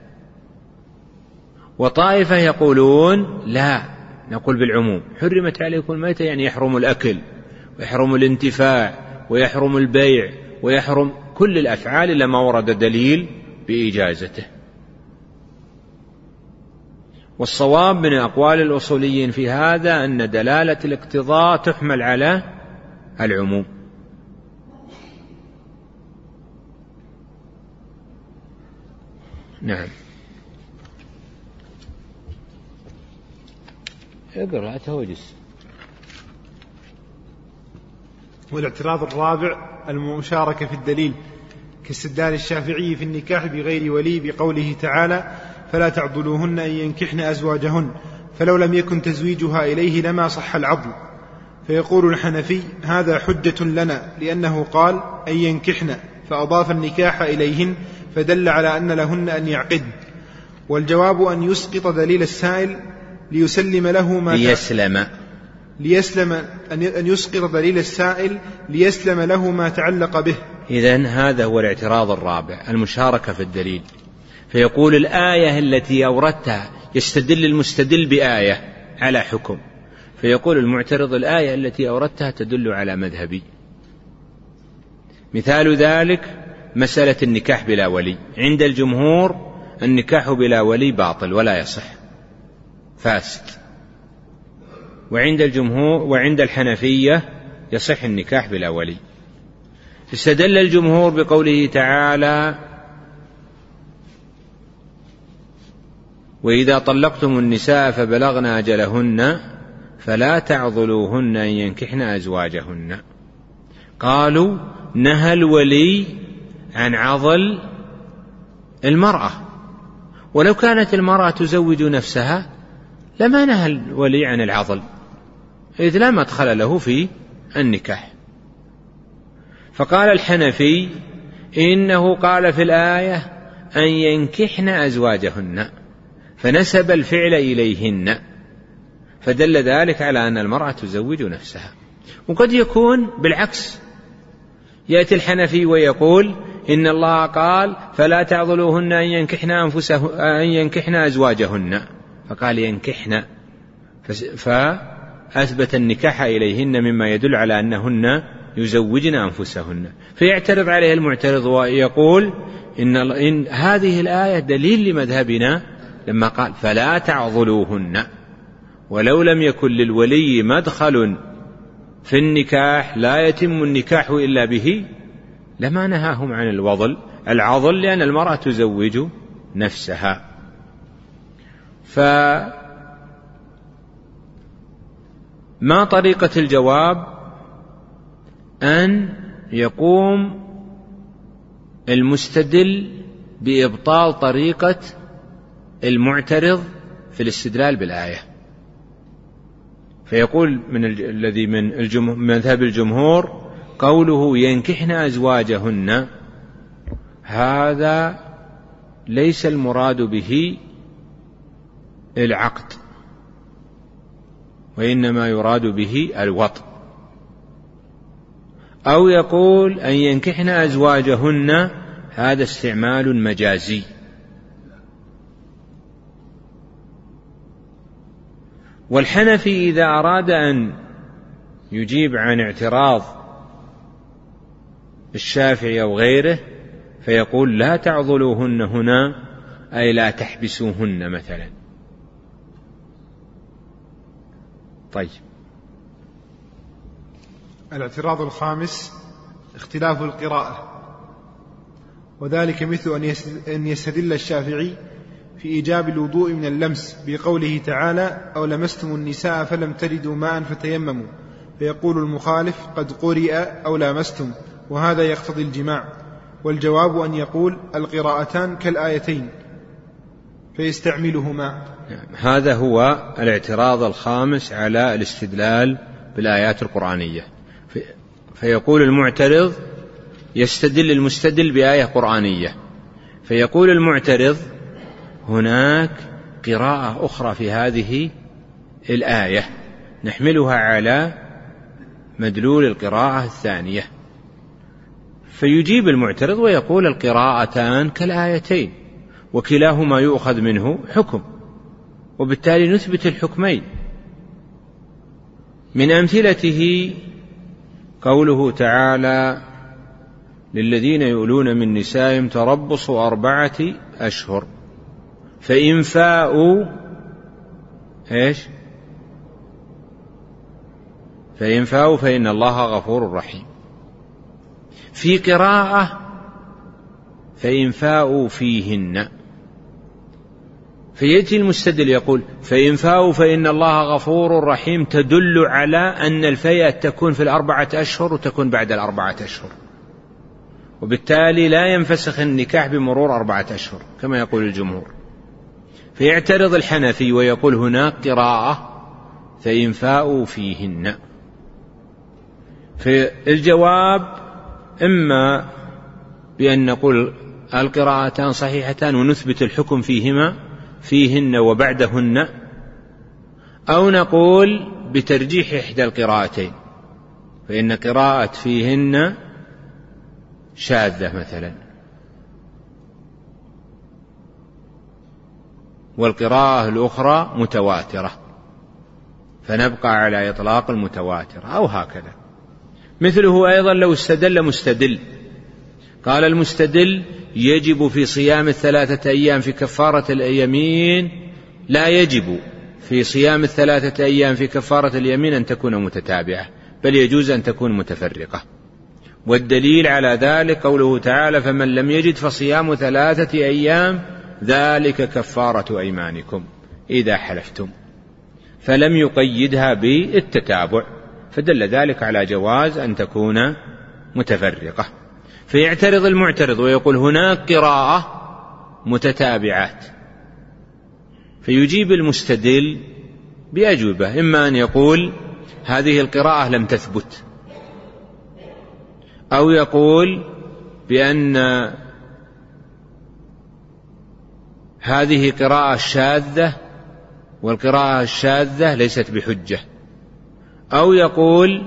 وطائفة يقولون لا، نقول بالعموم، حرمت عليكم الميتة يعني يحرم الأكل ويحرم الانتفاع ويحرم البيع ويحرم كل الأفعال إلا ما ورد دليل بإجازته. والصواب من أقوال الأصوليين في هذا أن دلالة الاقتضاء تحمل على العموم. نعم. اقرأ توجس. والاعتراض الرابع المشاركة في الدليل كاستدلال الشافعي في النكاح بغير ولي بقوله تعالى فلا تعضلوهن أن ينكحن أزواجهن فلو لم يكن تزويجها إليه لما صح العضل. فيقول الحنفي هذا حجة لنا لأنه قال أن ينكحن فأضاف النكاح إليهن فدل على أن لهن أن يعقدن. والجواب أن يسقط دليل السائل ليسلم له ما ليسلم ليسلم أن يسقط دليل السائل ليسلم له ما تعلق به. إذن هذا هو الاعتراض الرابع المشاركة في الدليل. فيقول الآية التي أوردتها يستدل المستدل بآية على حكم، فيقول المعترض الآية التي أوردتها تدل على مذهبي. مثال ذلك مسألة النكاح بلا ولي. عند الجمهور النكاح بلا ولي باطل ولا يصح فاسد، وعند الجمهور وعند الحنفية يصح النكاح بلا ولي. استدل الجمهور بقوله تعالى وإذا طلقتم النساء فبلغن أجلهن فلا تعضلوهن أن ينكحن أزواجهن. قالوا نهى الولي عن عضل المرأة، ولو كانت المرأة تزوج نفسها لما نهى الولي عن العضل إذ لا مدخل له في النكاح. فقال الحنفي إنه قال في الآية أن ينكحن أزواجهن فنسب الفعل إليهن، فدل ذلك على أن المرأة تزوج نفسها. وقد يكون بالعكس، يأتي الحنفي ويقول إن الله قال فلا تعضلوهن أن ينكحن أنفسه أن ينكحن أزواجهن، فقال ينكحن فأثبت النكاح إليهن مما يدل على أنهن يزوجن أنفسهن. فيعترض عليه المعترض ويقول إن, إن هذه الآية دليل لمذهبنا لما قال فلا تعضلوهن، ولو لم يكن للولي مدخل في النكاح لا يتم النكاح إلا به لما نهاهم عن الوضل العضل، لأن المرأة تزوج نفسها. فما طريقة الجواب؟ أن يقوم المستدل بإبطال طريقة المعترض في الاستدلال بالآية، فيقول من الذي من مذهب الجمهور قوله ينكحن أزواجهن هذا ليس المراد به العقد، وإنما يراد به الوطء. أو يقول أن ينكحن أزواجهن هذا استعمال مجازي. والحنفي إذا أراد أن يجيب عن اعتراض الشافعي أو غيره فيقول لا تعضلوهن هنا أي لا تحبسوهن مثلا. طيب، الاعتراض الخامس اختلاف القراءة، وذلك مثل أن يستدل الشافعي في إيجاب الوضوء من اللمس بقوله تعالى أو لمستم النساء فلم تجدوا ماء فتيمموا، فيقول المخالف قد قرئ أو لامستم وهذا يقتضي الجماع. والجواب أن يقول القراءتان كالآيتين فيستعملهما. هذا هو الاعتراض الخامس على الاستدلال بالآيات القرآنية. فيقول المعترض يستدل المستدل بآية قرآنية، فيقول المعترض هناك قراءة أخرى في هذه الآية نحملها على مدلول القراءة الثانية، فيجيب المعترض ويقول القراءتان كالآيتين وكلاهما يؤخذ منه حكم، وبالتالي نثبت الحكمين. من أمثلته قوله تعالى للذين يؤلون من نسائهم تربص أربعة أشهر فإن فاءوا إيش فإن فاءوا فإن الله غفور رحيم. في قراءة فإن فاءوا فيهن فيأتي المستدل يقول فإن فاءوا فإن الله غفور رحيم، تدل على أن الفيئة تكون في الأربعة أشهر وتكون بعد الأربعة أشهر، وبالتالي لا ينفسخ النكاح بمرور أربعة أشهر كما يقول الجمهور. فيعترض الحنفي ويقول هناك قراءة فإن فاءوا فيهن. فالجواب إما بأن نقول القراءتان صحيحتان ونثبت الحكم فيهما فيهن وبعدهن، أو نقول بترجيح إحدى القراءتين، فإن قراءة فيهن شاذة مثلا والقراءة الأخرى متواترة، فنبقى على إطلاق المتواتر أو هكذا. مثله أيضا لو استدل مستدل قال المستدل يجب في صيام الثلاثة أيام في كفارة اليمين، لا يجب في صيام الثلاثة أيام في كفارة اليمين أن تكون متتابعة، بل يجوز أن تكون متفرقة. والدليل على ذلك قوله تعالى فمن لم يجد فصيام ثلاثة أيام ذلك كفارة أيمانكم إذا حلفتم، فلم يقيدها بالتتابع، فدل ذلك على جواز أن تكون متفرقة. فيعترض المعترض ويقول هناك قراءة متتابعات، فيجيب المستدل بأجوبة، إما أن يقول هذه القراءة لم تثبت، أو يقول بأن هذه قراءة شاذة والقراءة الشاذة ليست بحجة، أو يقول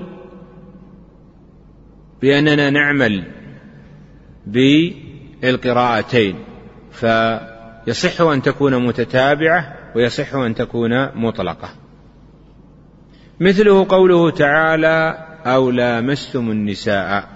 بأننا نعمل بالقراءتين فيصح أن تكون متتابعة ويصح أن تكون مطلقة. مثله قوله تعالى أو لامستم النساء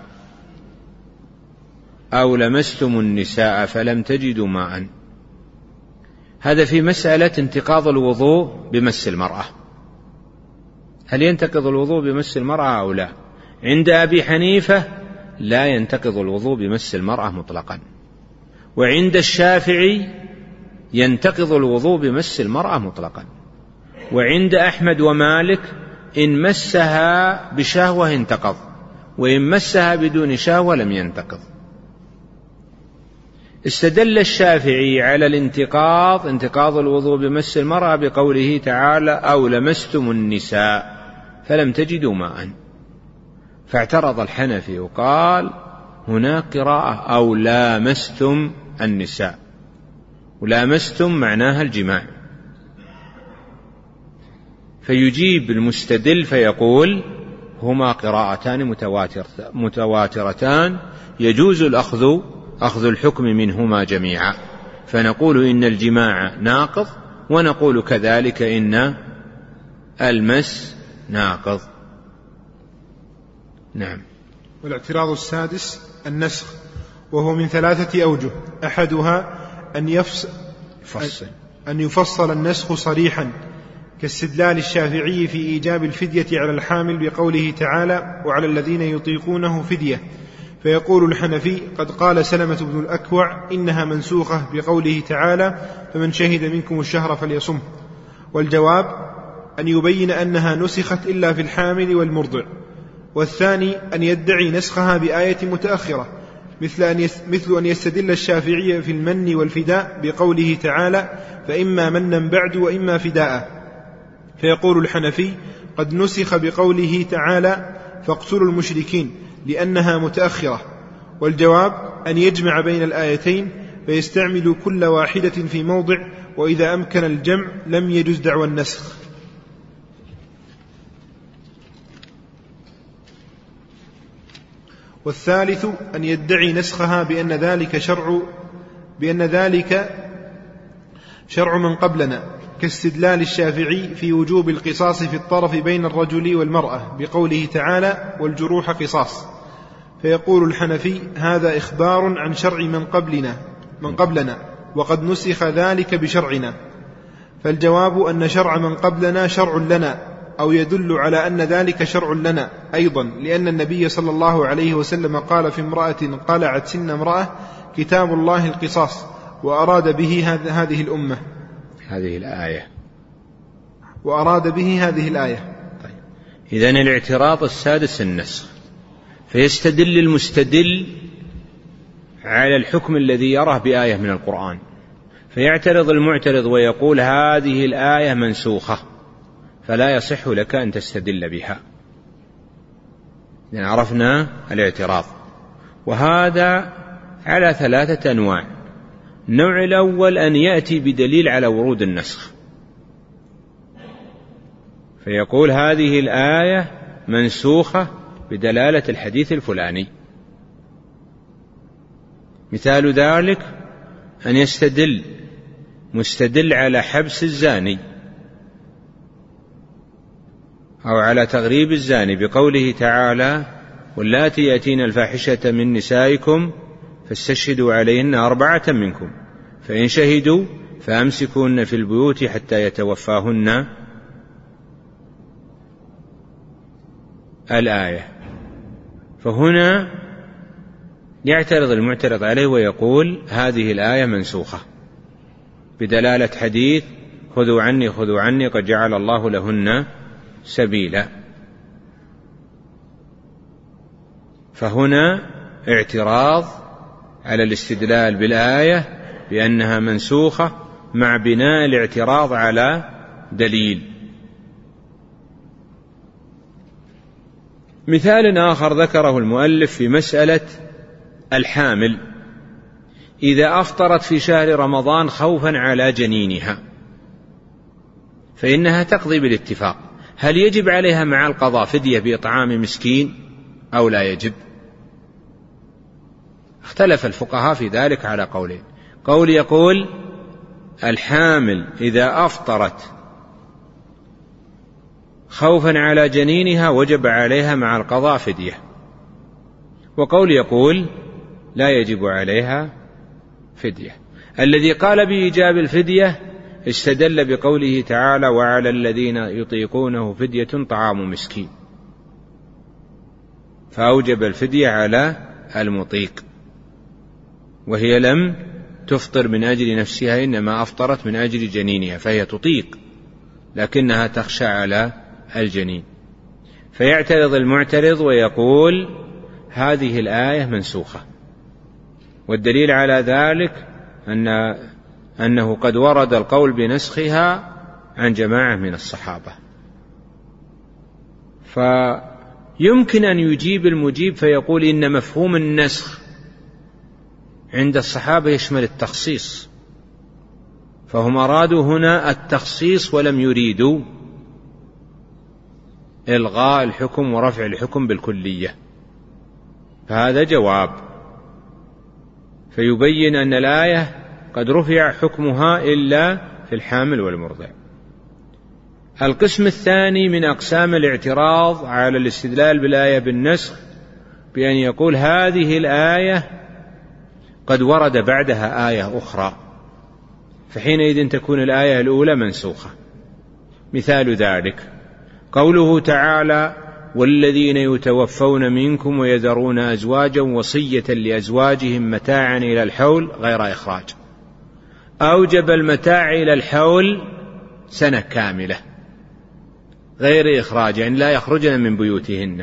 أو لمستم النساء فلم تجدوا ماء، هذا في مسألة انتقاض الوضوء بمس المرأة، هل ينتقض الوضوء بمس المرأة أو لا؟ عند أبي حنيفة لا ينتقض الوضوء بمس المرأة مطلقا، وعند الشافعي ينتقض الوضوء بمس المرأة مطلقا، وعند أحمد ومالك إن مسها بشهوة انتقض، وإن مسها بدون شهوة لم ينتقض. استدل الشافعي على الانتقاض انتقاض الوضوء بمس المرأة بقوله تعالى أو لمستم النساء فلم تجدوا ماء، فاعترض الحنفي وقال هناك قراءة أو لامستم النساء، ولامستم معناها الجماع، فيجيب المستدل فيقول هما قراءتان متواترتان يجوز الأخذ أخذ الحكم منهما جميعا، فنقول إن الجماع ناقض، ونقول كذلك إن المس ناقض. نعم. والاعتراض السادس النسخ، وهو من ثلاثة أوجه، أحدها أن يفصل, يفصل. أن يفصل النسخ صريحا كاستدلال الشافعي في إيجاب الفدية على الحامل بقوله تعالى وعلى الذين يطيقونه فدية، فيقول الحنفي قد قال سلمة بن الأكوع إنها منسوخة بقوله تعالى فمن شهد منكم الشهر فليصم. والجواب أن يبين أنها نسخت إلا في الحامل والمرضع. والثاني أن يدعي نسخها بآية متأخرة، مثل أن مثل أن يستدل الشافعي في المن والفداء بقوله تعالى فإما منا بعد وإما فداء، فيقول الحنفي قد نسخ بقوله تعالى فاقتلوا المشركين لأنها متأخرة. والجواب أن يجمع بين الآيتين فيستعمل كل واحدة في موضع، وإذا أمكن الجمع لم يجز دعوى النسخ. والثالث أن يدعي نسخها بأن ذلك شرع بأن ذلك شرع من قبلنا، كاستدلال الشافعي في وجوب القصاص في الطرف بين الرجل والمرأة بقوله تعالى والجروح قصاص، فيقول الحنفي هذا إخبار عن شرع من قبلنا من قبلنا وقد نسخ ذلك بشرعنا. فالجواب أن شرع من قبلنا شرع لنا، أو يدل على أن ذلك شرع لنا أيضا، لأن النبي صلى الله عليه وسلم قال في امرأة قلعت سن امرأة كتاب الله القصاص، وأراد به هذه الأمة. هذه الآية، وأراد به هذه الآية. طيب. إذن الاعتراض السادس النسخ، فيستدل المستدل على الحكم الذي يراه بآية من القرآن، فيعترض المعترض ويقول هذه الآية منسوخة فلا يصح لك أن تستدل بها. يعني عرفنا الاعتراض، وهذا على ثلاثة أنواع. النوع الأول أن يأتي بدليل على ورود النسخ، فيقول هذه الآية منسوخة بدلالة الحديث الفلاني. مثال ذلك أن يستدل مستدل على حبس الزاني أو على تغريب الزاني بقوله تعالى واللاتي يأتين الفاحشة من نسائكم فاستشهدوا عليهن أربعة منكم فإن شهدوا فأمسكوهن في البيوت حتى يتوفاهن الآية. فهنا يعترض المعترض عليه ويقول هذه الآية منسوخة بدلالة حديث خذوا عني خذوا عني قد جعل الله لهن سبيلا. فهنا اعتراض على الاستدلال بالآية بأنها منسوخة مع بناء الاعتراض على دليل. مثال آخر ذكره المؤلف في مسألة الحامل إذا أفطرت في شهر رمضان خوفا على جنينها فإنها تقضي بالاتفاق، هل يجب عليها مع القضاء فدية بإطعام مسكين أو لا يجب؟ اختلف الفقهاء في ذلك على قولين. قول يقول الحامل إذا أفطرت خوفا على جنينها وجب عليها مع القضاء فدية، وقول يقول لا يجب عليها فدية. الذي قال بإيجاب الفدية استدل بقوله تعالى وعلى الذين يطيقونه فدية طعام مسكين، فأوجب الفدية على المطيق، وهي لم تفطر من أجل نفسها إنما أفطرت من أجل جنينها، فهي تطيق لكنها تخشى على الجنين. فيعترض المعترض ويقول هذه الآية منسوخة، والدليل على ذلك أن أنه قد ورد القول بنسخها عن جماعة من الصحابة. فيمكن أن يجيب المجيب فيقول إن مفهوم النسخ عند الصحابة يشمل التخصيص، فهم أرادوا هنا التخصيص ولم يريدوا إلغاء الحكم ورفع الحكم بالكلية، فهذا جواب فيبين أن الآية قد رفع حكمها إلا في الحامل والمرضع. القسم الثاني من أقسام الاعتراض على الاستدلال بالآية بالنسخ بأن يقول هذه الآية قد ورد بعدها آية أخرى، فحينئذ تكون الآية الأولى منسوخة. مثال ذلك قوله تعالى والذين يتوفون منكم ويذرون أزواجا وصية لأزواجهم متاعا إلى الحول غير إخراج، أوجب المتاع إلى الحول سنة كاملة غير إخراج، يعني لا يخرجن من بيوتهن.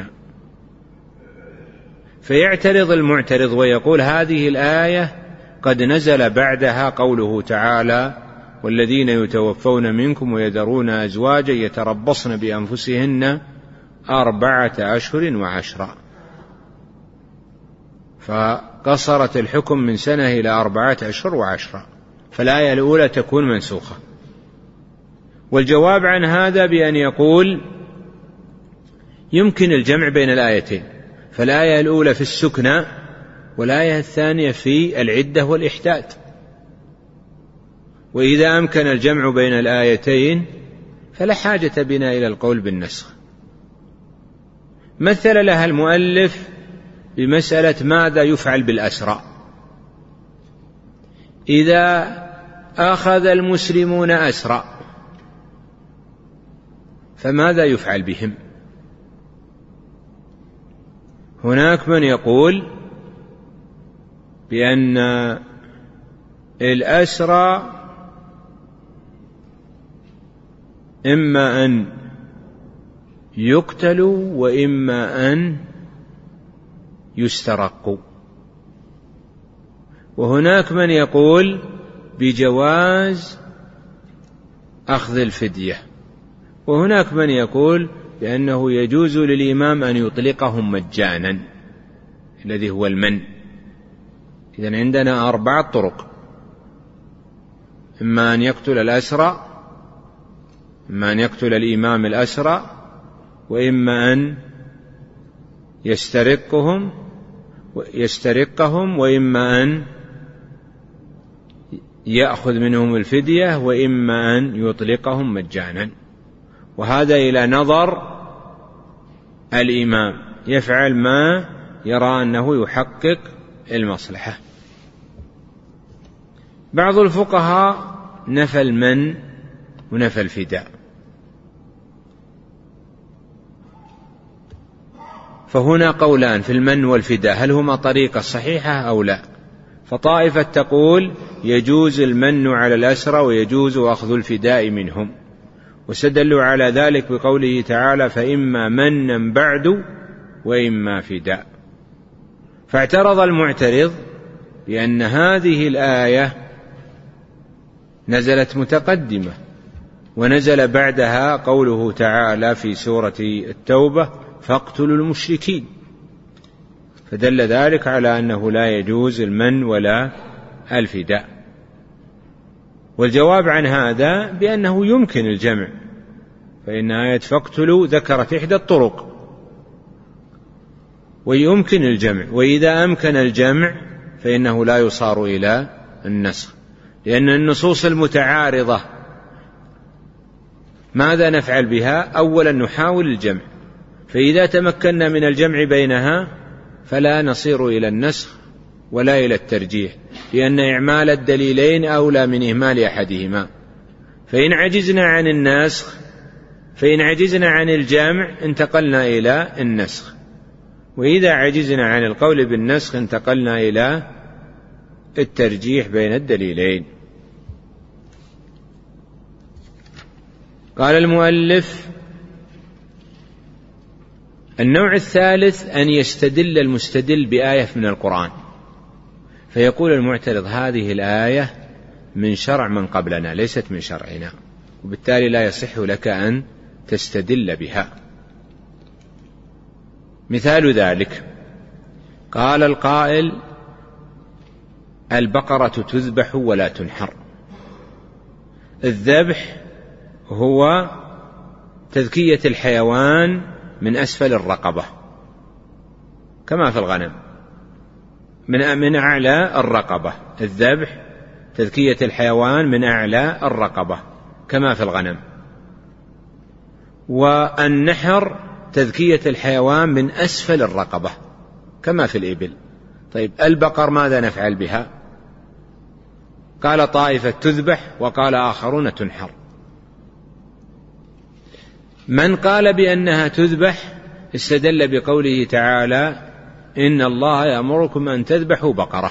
فيعترض المعترض ويقول هذه الآية قد نزل بعدها قوله تعالى والذين يتوفون منكم ويذرون أزواجا يتربصن بأنفسهن أربعة أشهر وعشرة، فقصرت الحكم من سنة إلى أربعة أشهر وعشرة، فالآية الأولى تكون منسوخة. والجواب عن هذا بأن يقول يمكن الجمع بين الآيتين، فالآية الأولى في السكنى والآية الثانية في العدة والإحداد، وإذا أمكن الجمع بين الآيتين فلا حاجة بنا إلى القول بالنسخ. مثل لها المؤلف بمسألة ماذا يفعل بالأسرى إذا أخذ المسلمون أسرى، فماذا يفعل بهم؟ هناك من يقول بأن الأسرى إما أن يقتلوا وإما أن يسترقوا. وهناك من يقول بجواز أخذ الفدية، وهناك من يقول بأنه يجوز للإمام أن يطلقهم مجانا الذي هو المن. إذن عندنا أربعة طرق: إما أن يقتل الأسرى، إما أن يقتل الإمام الأسرى، وإما أن يسترقهم يسترقهم وإما أن يأخذ منهم الفدية، وإما أن يطلقهم مجانا. وهذا إلى نظر الإمام، يفعل ما يرى أنه يحقق المصلحة. بعض الفقهاء نفى المن ونفى الفداء، فهنا قولان في المن والفداء، هل هما طريقة صحيحة أو لا؟ فطائفة تقول يجوز المن على الأسرى ويجوز أخذ الفداء منهم، واستدلوا على ذلك بقوله تعالى: فإما منا بعد وإما فداء. فاعترض المعترض بأن هذه الآية نزلت متقدمة، ونزل بعدها قوله تعالى في سورة التوبة: فاقتلوا المشركين، فدل ذلك على أنه لا يجوز المن ولا الفداء. والجواب عن هذا بأنه يمكن الجمع، فإن آية فاقتلوا ذكرت إحدى الطرق، ويمكن الجمع، وإذا أمكن الجمع فإنه لا يصار إلى النسخ، لأن النصوص المتعارضة ماذا نفعل بها؟ أولا نحاول الجمع، فإذا تمكنا من الجمع بينها فلا نصير إلى النسخ ولا إلى الترجيح، لأن إعمال الدليلين أولى من إهمال أحدهما. فإن عجزنا عن النسخ فإن عجزنا عن الجمع انتقلنا إلى النسخ، وإذا عجزنا عن القول بالنسخ انتقلنا إلى الترجيح بين الدليلين. قال المؤلف: النوع الثالث أن يستدل المستدل بآية من القرآن، فيقول المعترض: هذه الآية من شرع من قبلنا ليست من شرعنا، وبالتالي لا يصح لك أن تستدل بها. مثال ذلك: قال القائل: البقرة تذبح ولا تنحر. الذبح هو تذكية الحيوان من أسفل الرقبة كما في الغنم، من من أعلى الرقبة. الذبح تذكية الحيوان من أعلى الرقبة كما في الغنم، والنحر تذكية الحيوان من أسفل الرقبة كما في الإبل. طيب البقر ماذا نفعل بها؟ قال طائفة تذبح وقال آخرون تنحر. من قال بأنها تذبح استدل بقوله تعالى: إن الله يأمركم أن تذبحوا بقرة.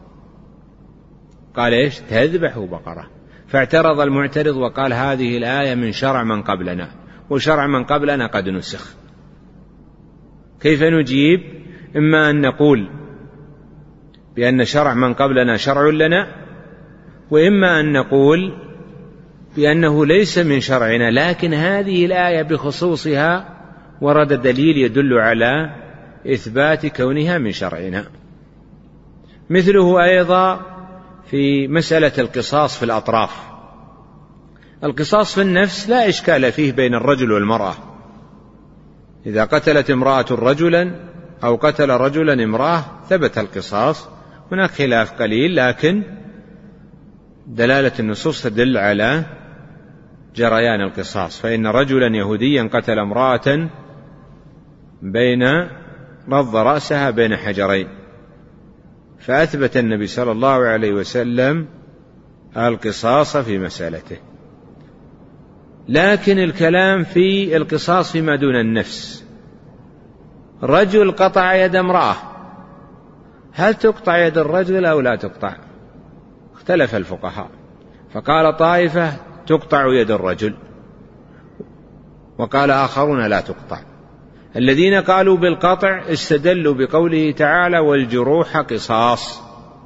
قال إيش؟ تذبحوا بقرة. فاعترض المعترض وقال: هذه الآية من شرع من قبلنا، وشرع من قبلنا قد نسخ. كيف نجيب؟ إما أن نقول بأن شرع من قبلنا شرع لنا، وإما أن نقول بأنه ليس من شرعنا، لكن هذه الآية بخصوصها ورد دليل يدل على إثبات كونها من شرعنا. مثله أيضا في مسألة القصاص في الأطراف. القصاص في النفس لا إشكال فيه بين الرجل والمرأة، إذا قتلت امرأة رجلا أو قتل رجلا امرأة ثبت القصاص. هناك خلاف قليل، لكن دلالة النصوص تدل على جريان القصاص. فإن رجلا يهوديا قتل امرأة بين رض رأسها بين حجرين، فأثبت النبي صلى الله عليه وسلم القصاص في مسألته. لكن الكلام في القصاص فيما دون النفس. رجل قطع يد امرأة، هل تقطع يد الرجل أو لا تقطع؟ اختلف الفقهاء، فقال طائفة تقطع يد الرجل، وقال آخرون لا تقطع. الذين قالوا بالقطع استدلوا بقوله تعالى والجروح قصاص،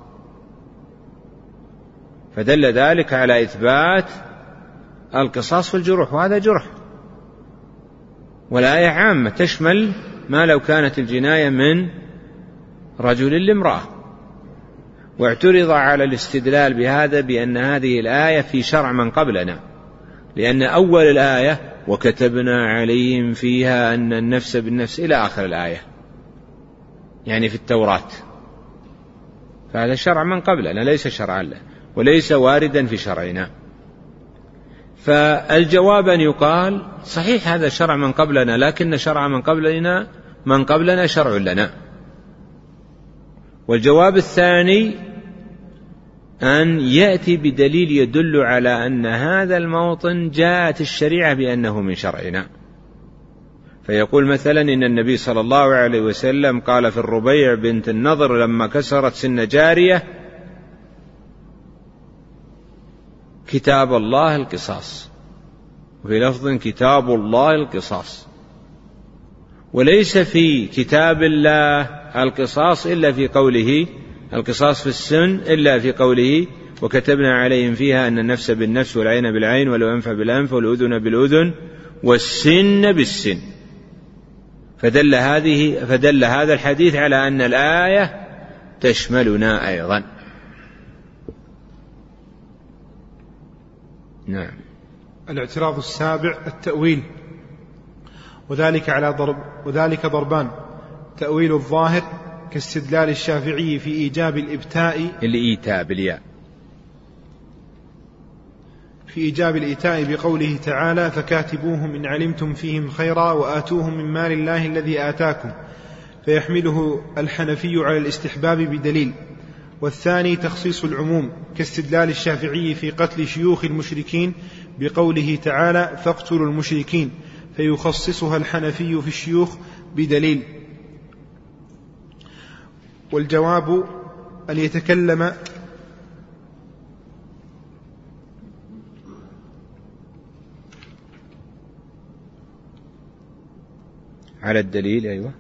فدل ذلك على إثبات القصاص في الجروح، وهذا جرح، والآية عامة تشمل ما لو كانت الجناية من رجل لامرأة. واعترض على الاستدلال بهذا بأن هذه الآية في شرع من قبلنا، لأن أول الآية وكتبنا عليهم فيها أن النفس بالنفس إلى آخر الآية، يعني في التوراة، فهذا شرع من قبلنا ليس شرعا له وليس واردا في شرعنا. فالجواب أن يقال صحيح هذا شرع من قبلنا، لكن شرع من قبلنا من قبلنا شرع لنا. والجواب الثاني أن يأتي بدليل يدل على أن هذا الموطن جاءت الشريعة بأنه من شرعنا، فيقول مثلا إن النبي صلى الله عليه وسلم قال في الربيع بنت النضر لما كسرت سن جارية كتاب الله القصاص، وفي لفظ كتاب الله القصاص، وليس في كتاب الله القصاص إلا في قوله القصاص في السن إلا في قوله وكتبنا عليهم فيها أن النفس بالنفس والعين بالعين والأنف بالأنف والأذن بالأذن والسن بالسن. فدل هذه فدل هذا الحديث على أن الآية تشملنا أيضا. نعم. الاعتراض السابع التأويل، وذلك على ضرب وذلك ضربان: تأويل الظاهر كاستدلال الشافعي في إيجاب الإبتاء الإيتاء بالياء في إيجاب الإيتاء بقوله تعالى فكاتبوهم إن علمتم فيهم خيرا وآتوهم من مال الله الذي آتاكم، فيحمله الحنفي على الاستحباب بدليل. والثاني تخصيص العموم كاستدلال الشافعي في قتل شيوخ المشركين بقوله تعالى فاقتلوا المشركين، فيخصصها الحنفي في الشيوخ بدليل. والجواب أن يتكلم على الدليل. أيوة.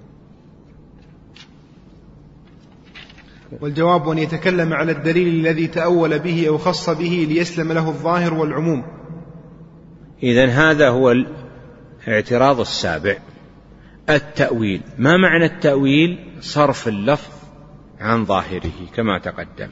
والجواب أن يتكلم على الدليل الذي تأول به أو خص به ليسلم له الظاهر والعموم. إذن هذا هو الاعتراض السابع، التأويل. ما معنى التأويل؟ صرف اللفظ عن ظاهره كما تقدم.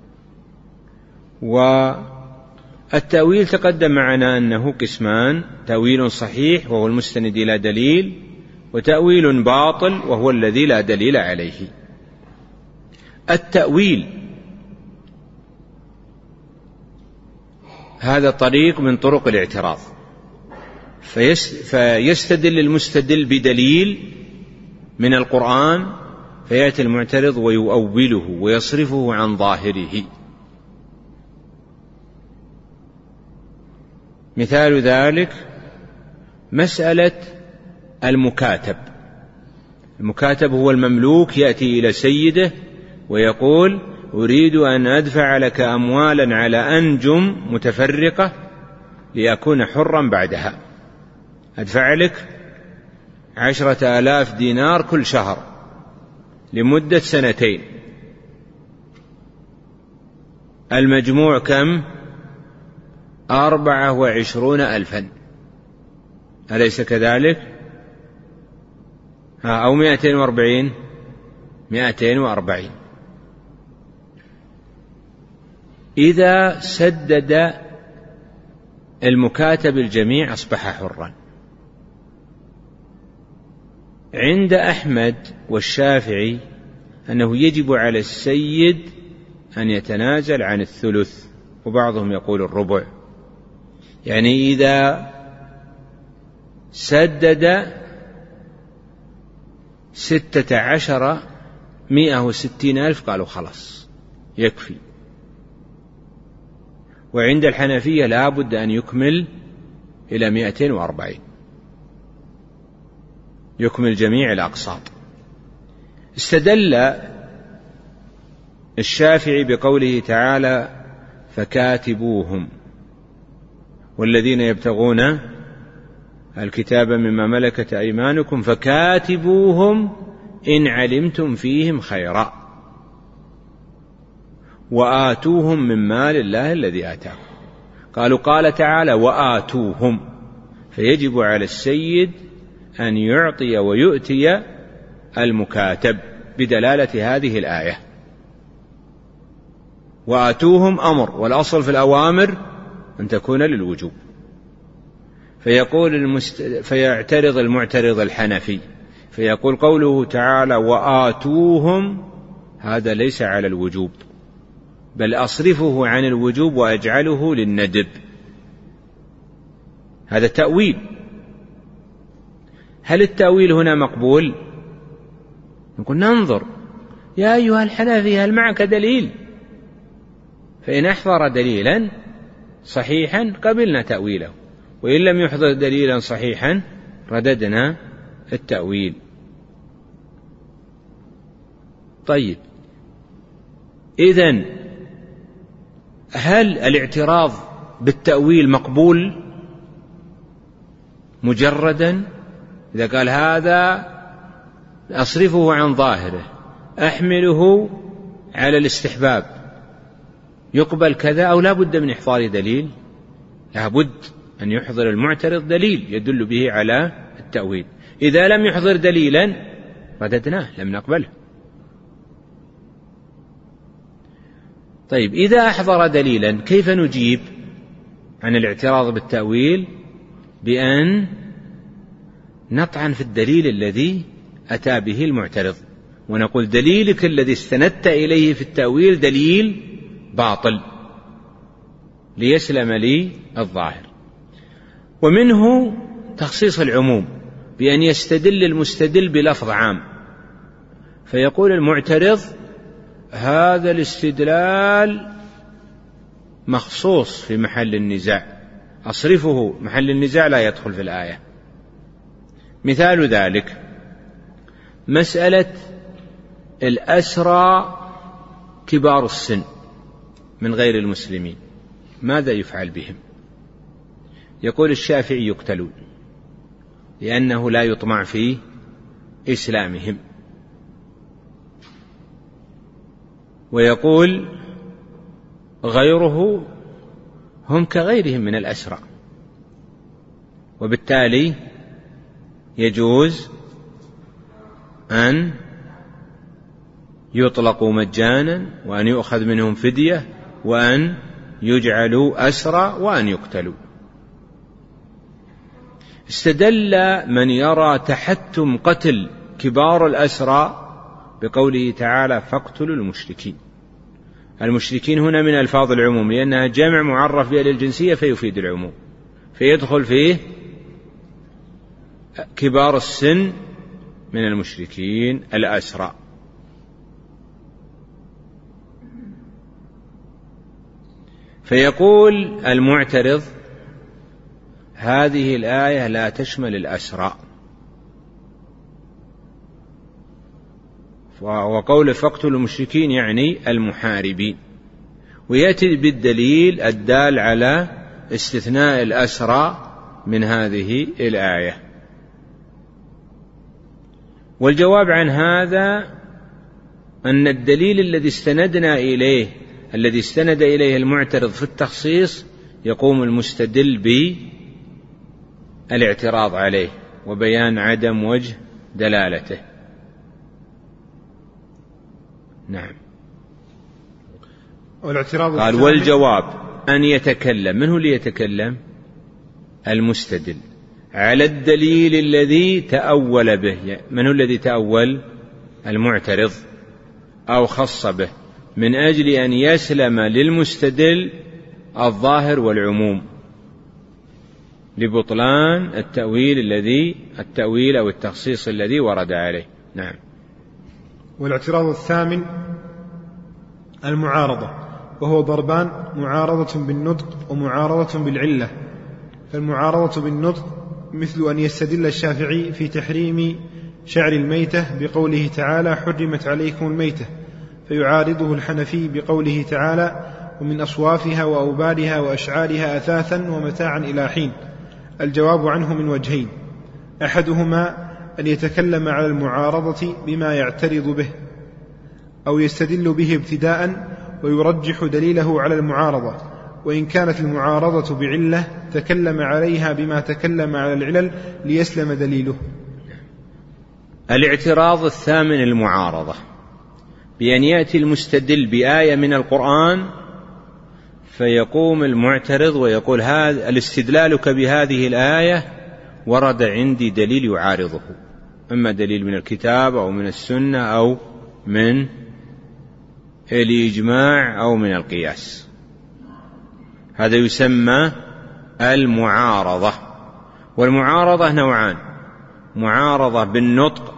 والتأويل تقدم معنا أنه قسمان: تأويل صحيح وهو المستند إلى دليل، وتأويل باطل وهو الذي لا دليل عليه. التأويل هذا طريق من طرق الاعتراض، فيستدل المستدل بدليل من القرآن فيأتي المعترض ويؤوله ويصرفه عن ظاهره. مثال ذلك مسألة المكاتب. المكاتب هو المملوك يأتي إلى سيده ويقول أريد أن أدفع لك أموالا على أنجم متفرقة لأكون حرا بعدها، أدفع لك عشرة آلاف دينار كل شهر لمدة سنتين، المجموع كم؟ أربعة وعشرون ألفا، أليس كذلك؟ أو مائتين وأربعين مائتين وأربعين. إذا سدد المكاتب الجميع أصبح حرا. عند أحمد والشافعي أنه يجب على السيد أن يتنازل عن الثلث، وبعضهم يقول الربع. يعني إذا سدد ستة عشر مئة وستين ألف قالوا خلاص يكفي. وعند الحنفية لا بد أن يكمل إلى مئتين وأربعين، يكمل جميع الأقساط. استدل الشافعي بقوله تعالى فكاتبوهم والذين يبتغون الكتاب مما ملكت أيمانكم فكاتبوهم إن علمتم فيهم خيرا وآتوهم من مال الله الذي آتاكم. قالوا قال تعالى وآتوهم، فيجب على السيد أن يعطي ويؤتي المكاتب بدلالة هذه الآية. وآتوهم أمر، والأصل في الأوامر أن تكون للوجوب. فيقول المست... فيعترض المعترض الحنفي فيقول قوله تعالى وآتوهم هذا ليس على الوجوب، بل أصرفه عن الوجوب وأجعله للندب. هذا تأويل. هل التأويل هنا مقبول؟ نقول ننظر يا أيها الحنفي هل معك دليل؟ فإن أحضر دليلا صحيحا قبلنا تأويله، وإن لم يحضر دليلا صحيحا رددنا التأويل. طيب، إذن هل الاعتراض بالتأويل مقبول مجردا؟ إذا قال هذا أصرفه عن ظاهره أحمله على الاستحباب يقبل كذا، أو لا بد من إحضار دليل؟ لا بد أن يحضر المعترض دليل يدل به على التأويل. إذا لم يحضر دليلا رددناه، لم نقبله. طيب، إذا أحضر دليلا كيف نجيب عن الاعتراض بالتأويل؟ بأن نطعن في الدليل الذي أتى به المعترض ونقول دليلك الذي استندت إليه في التأويل دليل باطل ليسلم لي الظاهر. ومنه تخصيص العموم بأن يستدل المستدل بلفظ عام، فيقول المعترض هذا الاستدلال مخصوص في محل النزاع، أصرفه، محل النزاع لا يدخل في الآية. مثال ذلك مسألة الأسرى كبار السن من غير المسلمين، ماذا يفعل بهم؟ يقول الشافعي يقتلون لأنه لا يطمع في إسلامهم، ويقول غيره هم كغيرهم من الأسرى، وبالتالي يجوز أن يطلقوا مجانا وأن يؤخذ منهم فدية وأن يجعلوا أسرى وأن يقتلوا. استدل من يرى تحتم قتل كبار الأسرى بقوله تعالى فاقتلوا المشركين. المشركين هنا من ألفاظ العموم لأنها جمع معرف بها للجنسية فيفيد العموم، فيدخل فيه كبار السن من المشركين الأسرى. فيقول المعترض هذه الآية لا تشمل الأسرى، وقول فاقتلوا المشركين يعني المحاربين، ويأتي بالدليل الدال على استثناء الأسرى من هذه الآية. والجواب عن هذا أن الدليل الذي استندنا إليه الذي استند إليه المعترض في التخصيص يقوم المستدل بالاعتراض عليه وبيان عدم وجه دلالته. نعم. قال والجواب أن يتكلم، من هو اللي يتكلم؟ المستدل على الدليل الذي تأول به. من هو الذي تأول؟ المعترض، أو خص به من أجل أن يسلم للمستدل الظاهر والعموم لبطلان التأويل الذي التأويل أو التخصيص الذي ورد عليه. نعم. والاعتراض الثامن المعارضة، وهو ضربان: معارضة بالنطق ومعارضة بالعلة. فالمعارضة بالنطق مثل أن يستدل الشافعي في تحريم شعر الميتة بقوله تعالى حرمت عليكم الميتة، فيعارضه الحنفي بقوله تعالى ومن أصوافها وأوبارها وأشعارها أثاثا ومتاعا إلى حين، الجواب عنه من وجهين: أحدهما أن يتكلم على المعارضة بما يعترض به أو يستدل به ابتداء ويرجح دليله على المعارضة، وإن كانت المعارضة بعلة تكلم عليها بما تكلم على العلل ليسلم دليله. الاعتراض الثامن المعارضة، بأن يأتي المستدل بآية من القرآن فيقوم المعترض ويقول: هذا الاستدلالك بهذه الآية ورد عندي دليل يعارضه، إما دليل من الكتاب أو من السنة أو من الإجماع أو من القياس. هذا يسمى المعارضة. والمعارضة نوعان: معارضة بالنطق،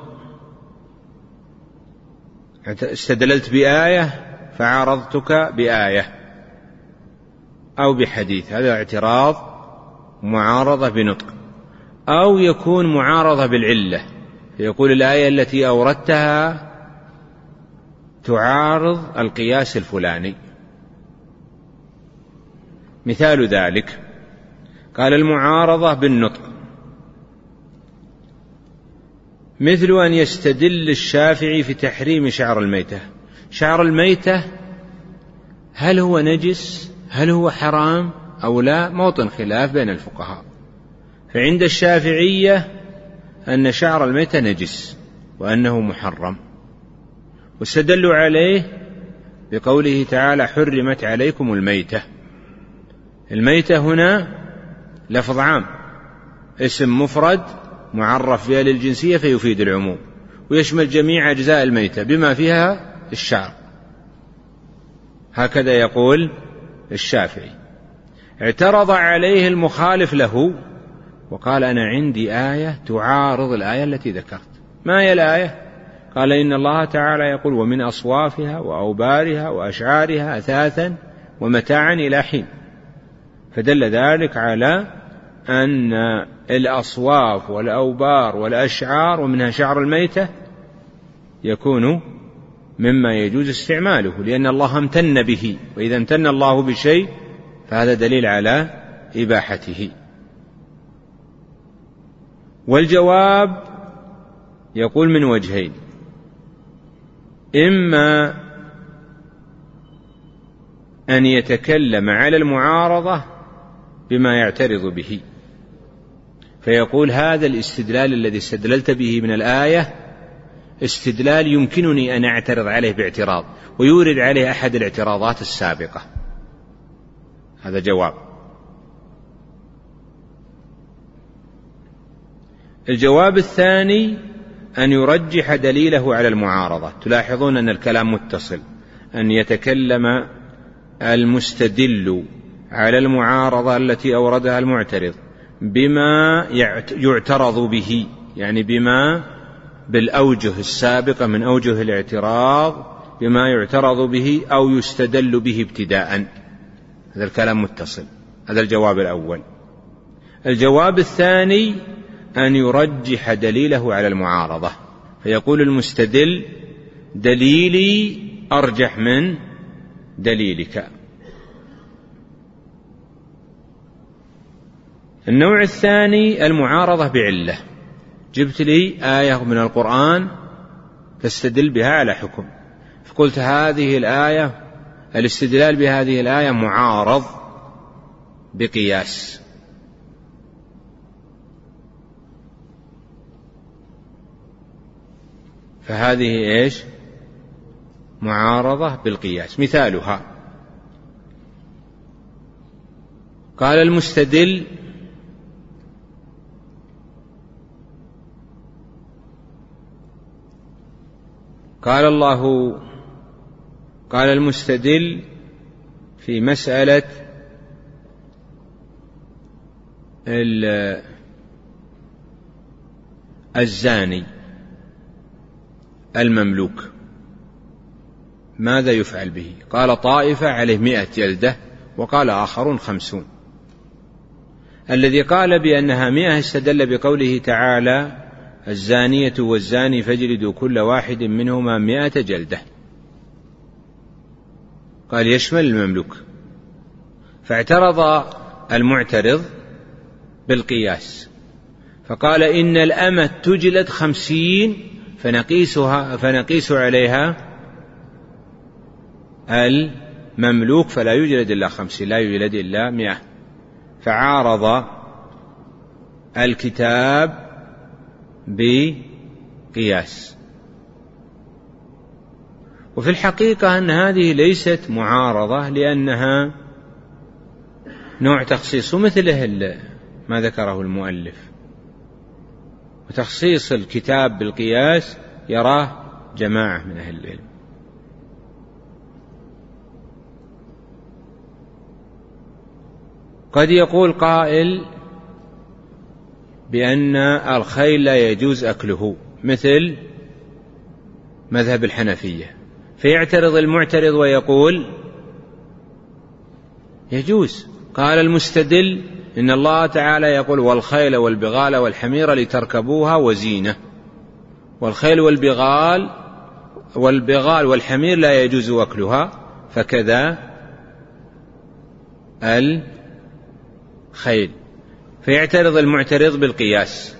استدللت بآية فعارضتك بآية أو بحديث، هذا اعتراض معارضة بنطق. أو يكون معارضة بالعلة، فيقول الآية التي أوردتها تعارض القياس الفلاني. مثال ذلك قال: المعارضة بالنطق مثل أن يستدل الشافعي في تحريم شعر الميتة. شعر الميتة هل هو نجس، هل هو حرام أو لا، موطن خلاف بين الفقهاء. فعند الشافعية أن شعر الميتة نجس وأنه محرم، واستدلوا عليه بقوله تعالى: حرمت عليكم الميتة. الميتة هنا لفظ عام، اسم مفرد معرف بها للجنسية فيفيد العموم، ويشمل جميع أجزاء الميتة بما فيها الشعر. هكذا يقول الشافعي. اعترض عليه المخالف له وقال: أنا عندي آية تعارض الآية التي ذكرت. ما هي الآية؟ قال: إن الله تعالى يقول: ومن أصوافها وأوبارها وأشعارها أثاثا ومتاعا إلى حين. فدل ذلك على أن الأصواف والأوبار والأشعار ومنها شعر الميتة يكون مما يجوز استعماله، لأن الله امتن به، وإذا امتن الله بشيء فهذا دليل على إباحته. والجواب يقول من وجهين: إما أن يتكلم على المعارضة بما يعترض به، فيقول: هذا الاستدلال الذي استدللت به من الآية استدلال يمكنني أن أعترض عليه باعتراض، ويورد عليه أحد الاعتراضات السابقة. هذا جواب. الجواب الثاني أن يرجح دليله على المعارضة. تلاحظون أن الكلام متصل، أن يتكلم المستدل على المعارضة التي أوردها المعترض بما يعترض به، يعني بما بالأوجه السابقة من أوجه الاعتراض، بما يعترض به أو يستدل به ابتداء. هذا الكلام متصل. هذا الجواب الأول. الجواب الثاني أن يرجح دليله على المعارضة، فيقول المستدل: دليلي أرجح من دليلك. النوع الثاني المعارضة بعلة. جبت لي آية من القرآن تستدل بها على حكم، فقلت هذه الآية، الاستدلال بهذه الآية معارض بقياس، فهذه إيش؟ معارضة بالقياس. مثالها: قال المستدل: قال الله قال المستدل في مسألة الزاني المملوك ماذا يفعل به؟ قال طائفة عليه مئة جلدة، وقال آخرون خمسون. الذي قال بأنها مئة استدل بقوله تعالى: الزانية والزاني فاجلدوا كل واحد منهما مئة جلدة، قال يشمل المملوك. فاعترض المعترض بالقياس، فقال إن الأمة تجلد خمسين فنقيسها فنقيس عليها المملوك فلا يجلد إلا خمسين، لا يجلد إلا مئة، فعارض الكتاب بقياس. وفي الحقيقة أن هذه ليست معارضة، لأنها نوع تخصيص مثله ما ذكره المؤلف، وتخصيص الكتاب بالقياس يراه جماعة من أهل العلم. قد يقول قائل بأن الخيل لا يجوز أكله مثل مذهب الحنفية، فيعترض المعترض ويقول يجوز. قال المستدل إن الله تعالى يقول والخيل والبغال والحمير لتركبوها وزينة، والخيل والبغال والبغال والحمير لا يجوز أكلها، فكذا الخيل. فيعترض المعترض بالقياس،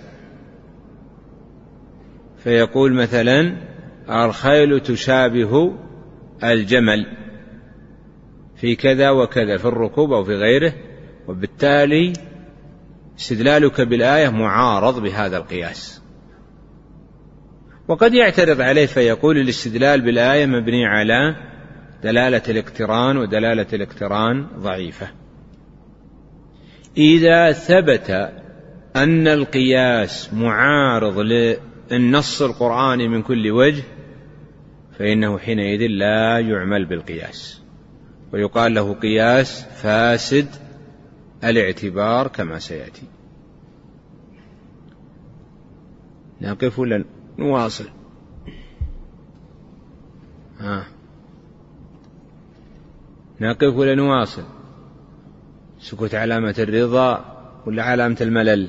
فيقول مثلا الخيل تشابه الجمل في كذا وكذا في الركوب أو في غيره، وبالتالي استدلالك بالآية معارض بهذا القياس. وقد يعترض عليه فيقول الاستدلال بالآية مبني على دلالة الاقتران، ودلالة الاقتران ضعيفة. إذا ثبت أن القياس معارض للنص القرآني من كل وجه فإنه حينئذ لا يعمل بالقياس، ويقال له قياس فاسد الاعتبار كما سيأتي. نقف ولا نواصل؟ ها نقف ولا نواصل؟ سكوت علامة الرضا ولا علامة الملل؟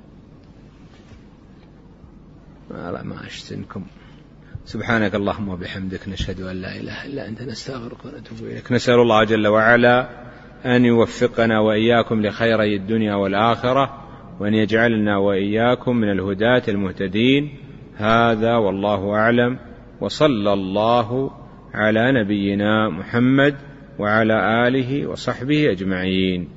ما أشتنكم. سبحانك اللهم وبحمدك، نشهد أن لا إله إلا أنت، نستغفرك ونتوب إليك. نسأل الله جل وعلا أن يوفقنا وإياكم لخيري الدنيا والآخرة، وأن يجعلنا وإياكم من الهداة المهتدين. هذا والله أعلم، وصلى الله على نبينا محمد وعلى آله وصحبه أجمعين.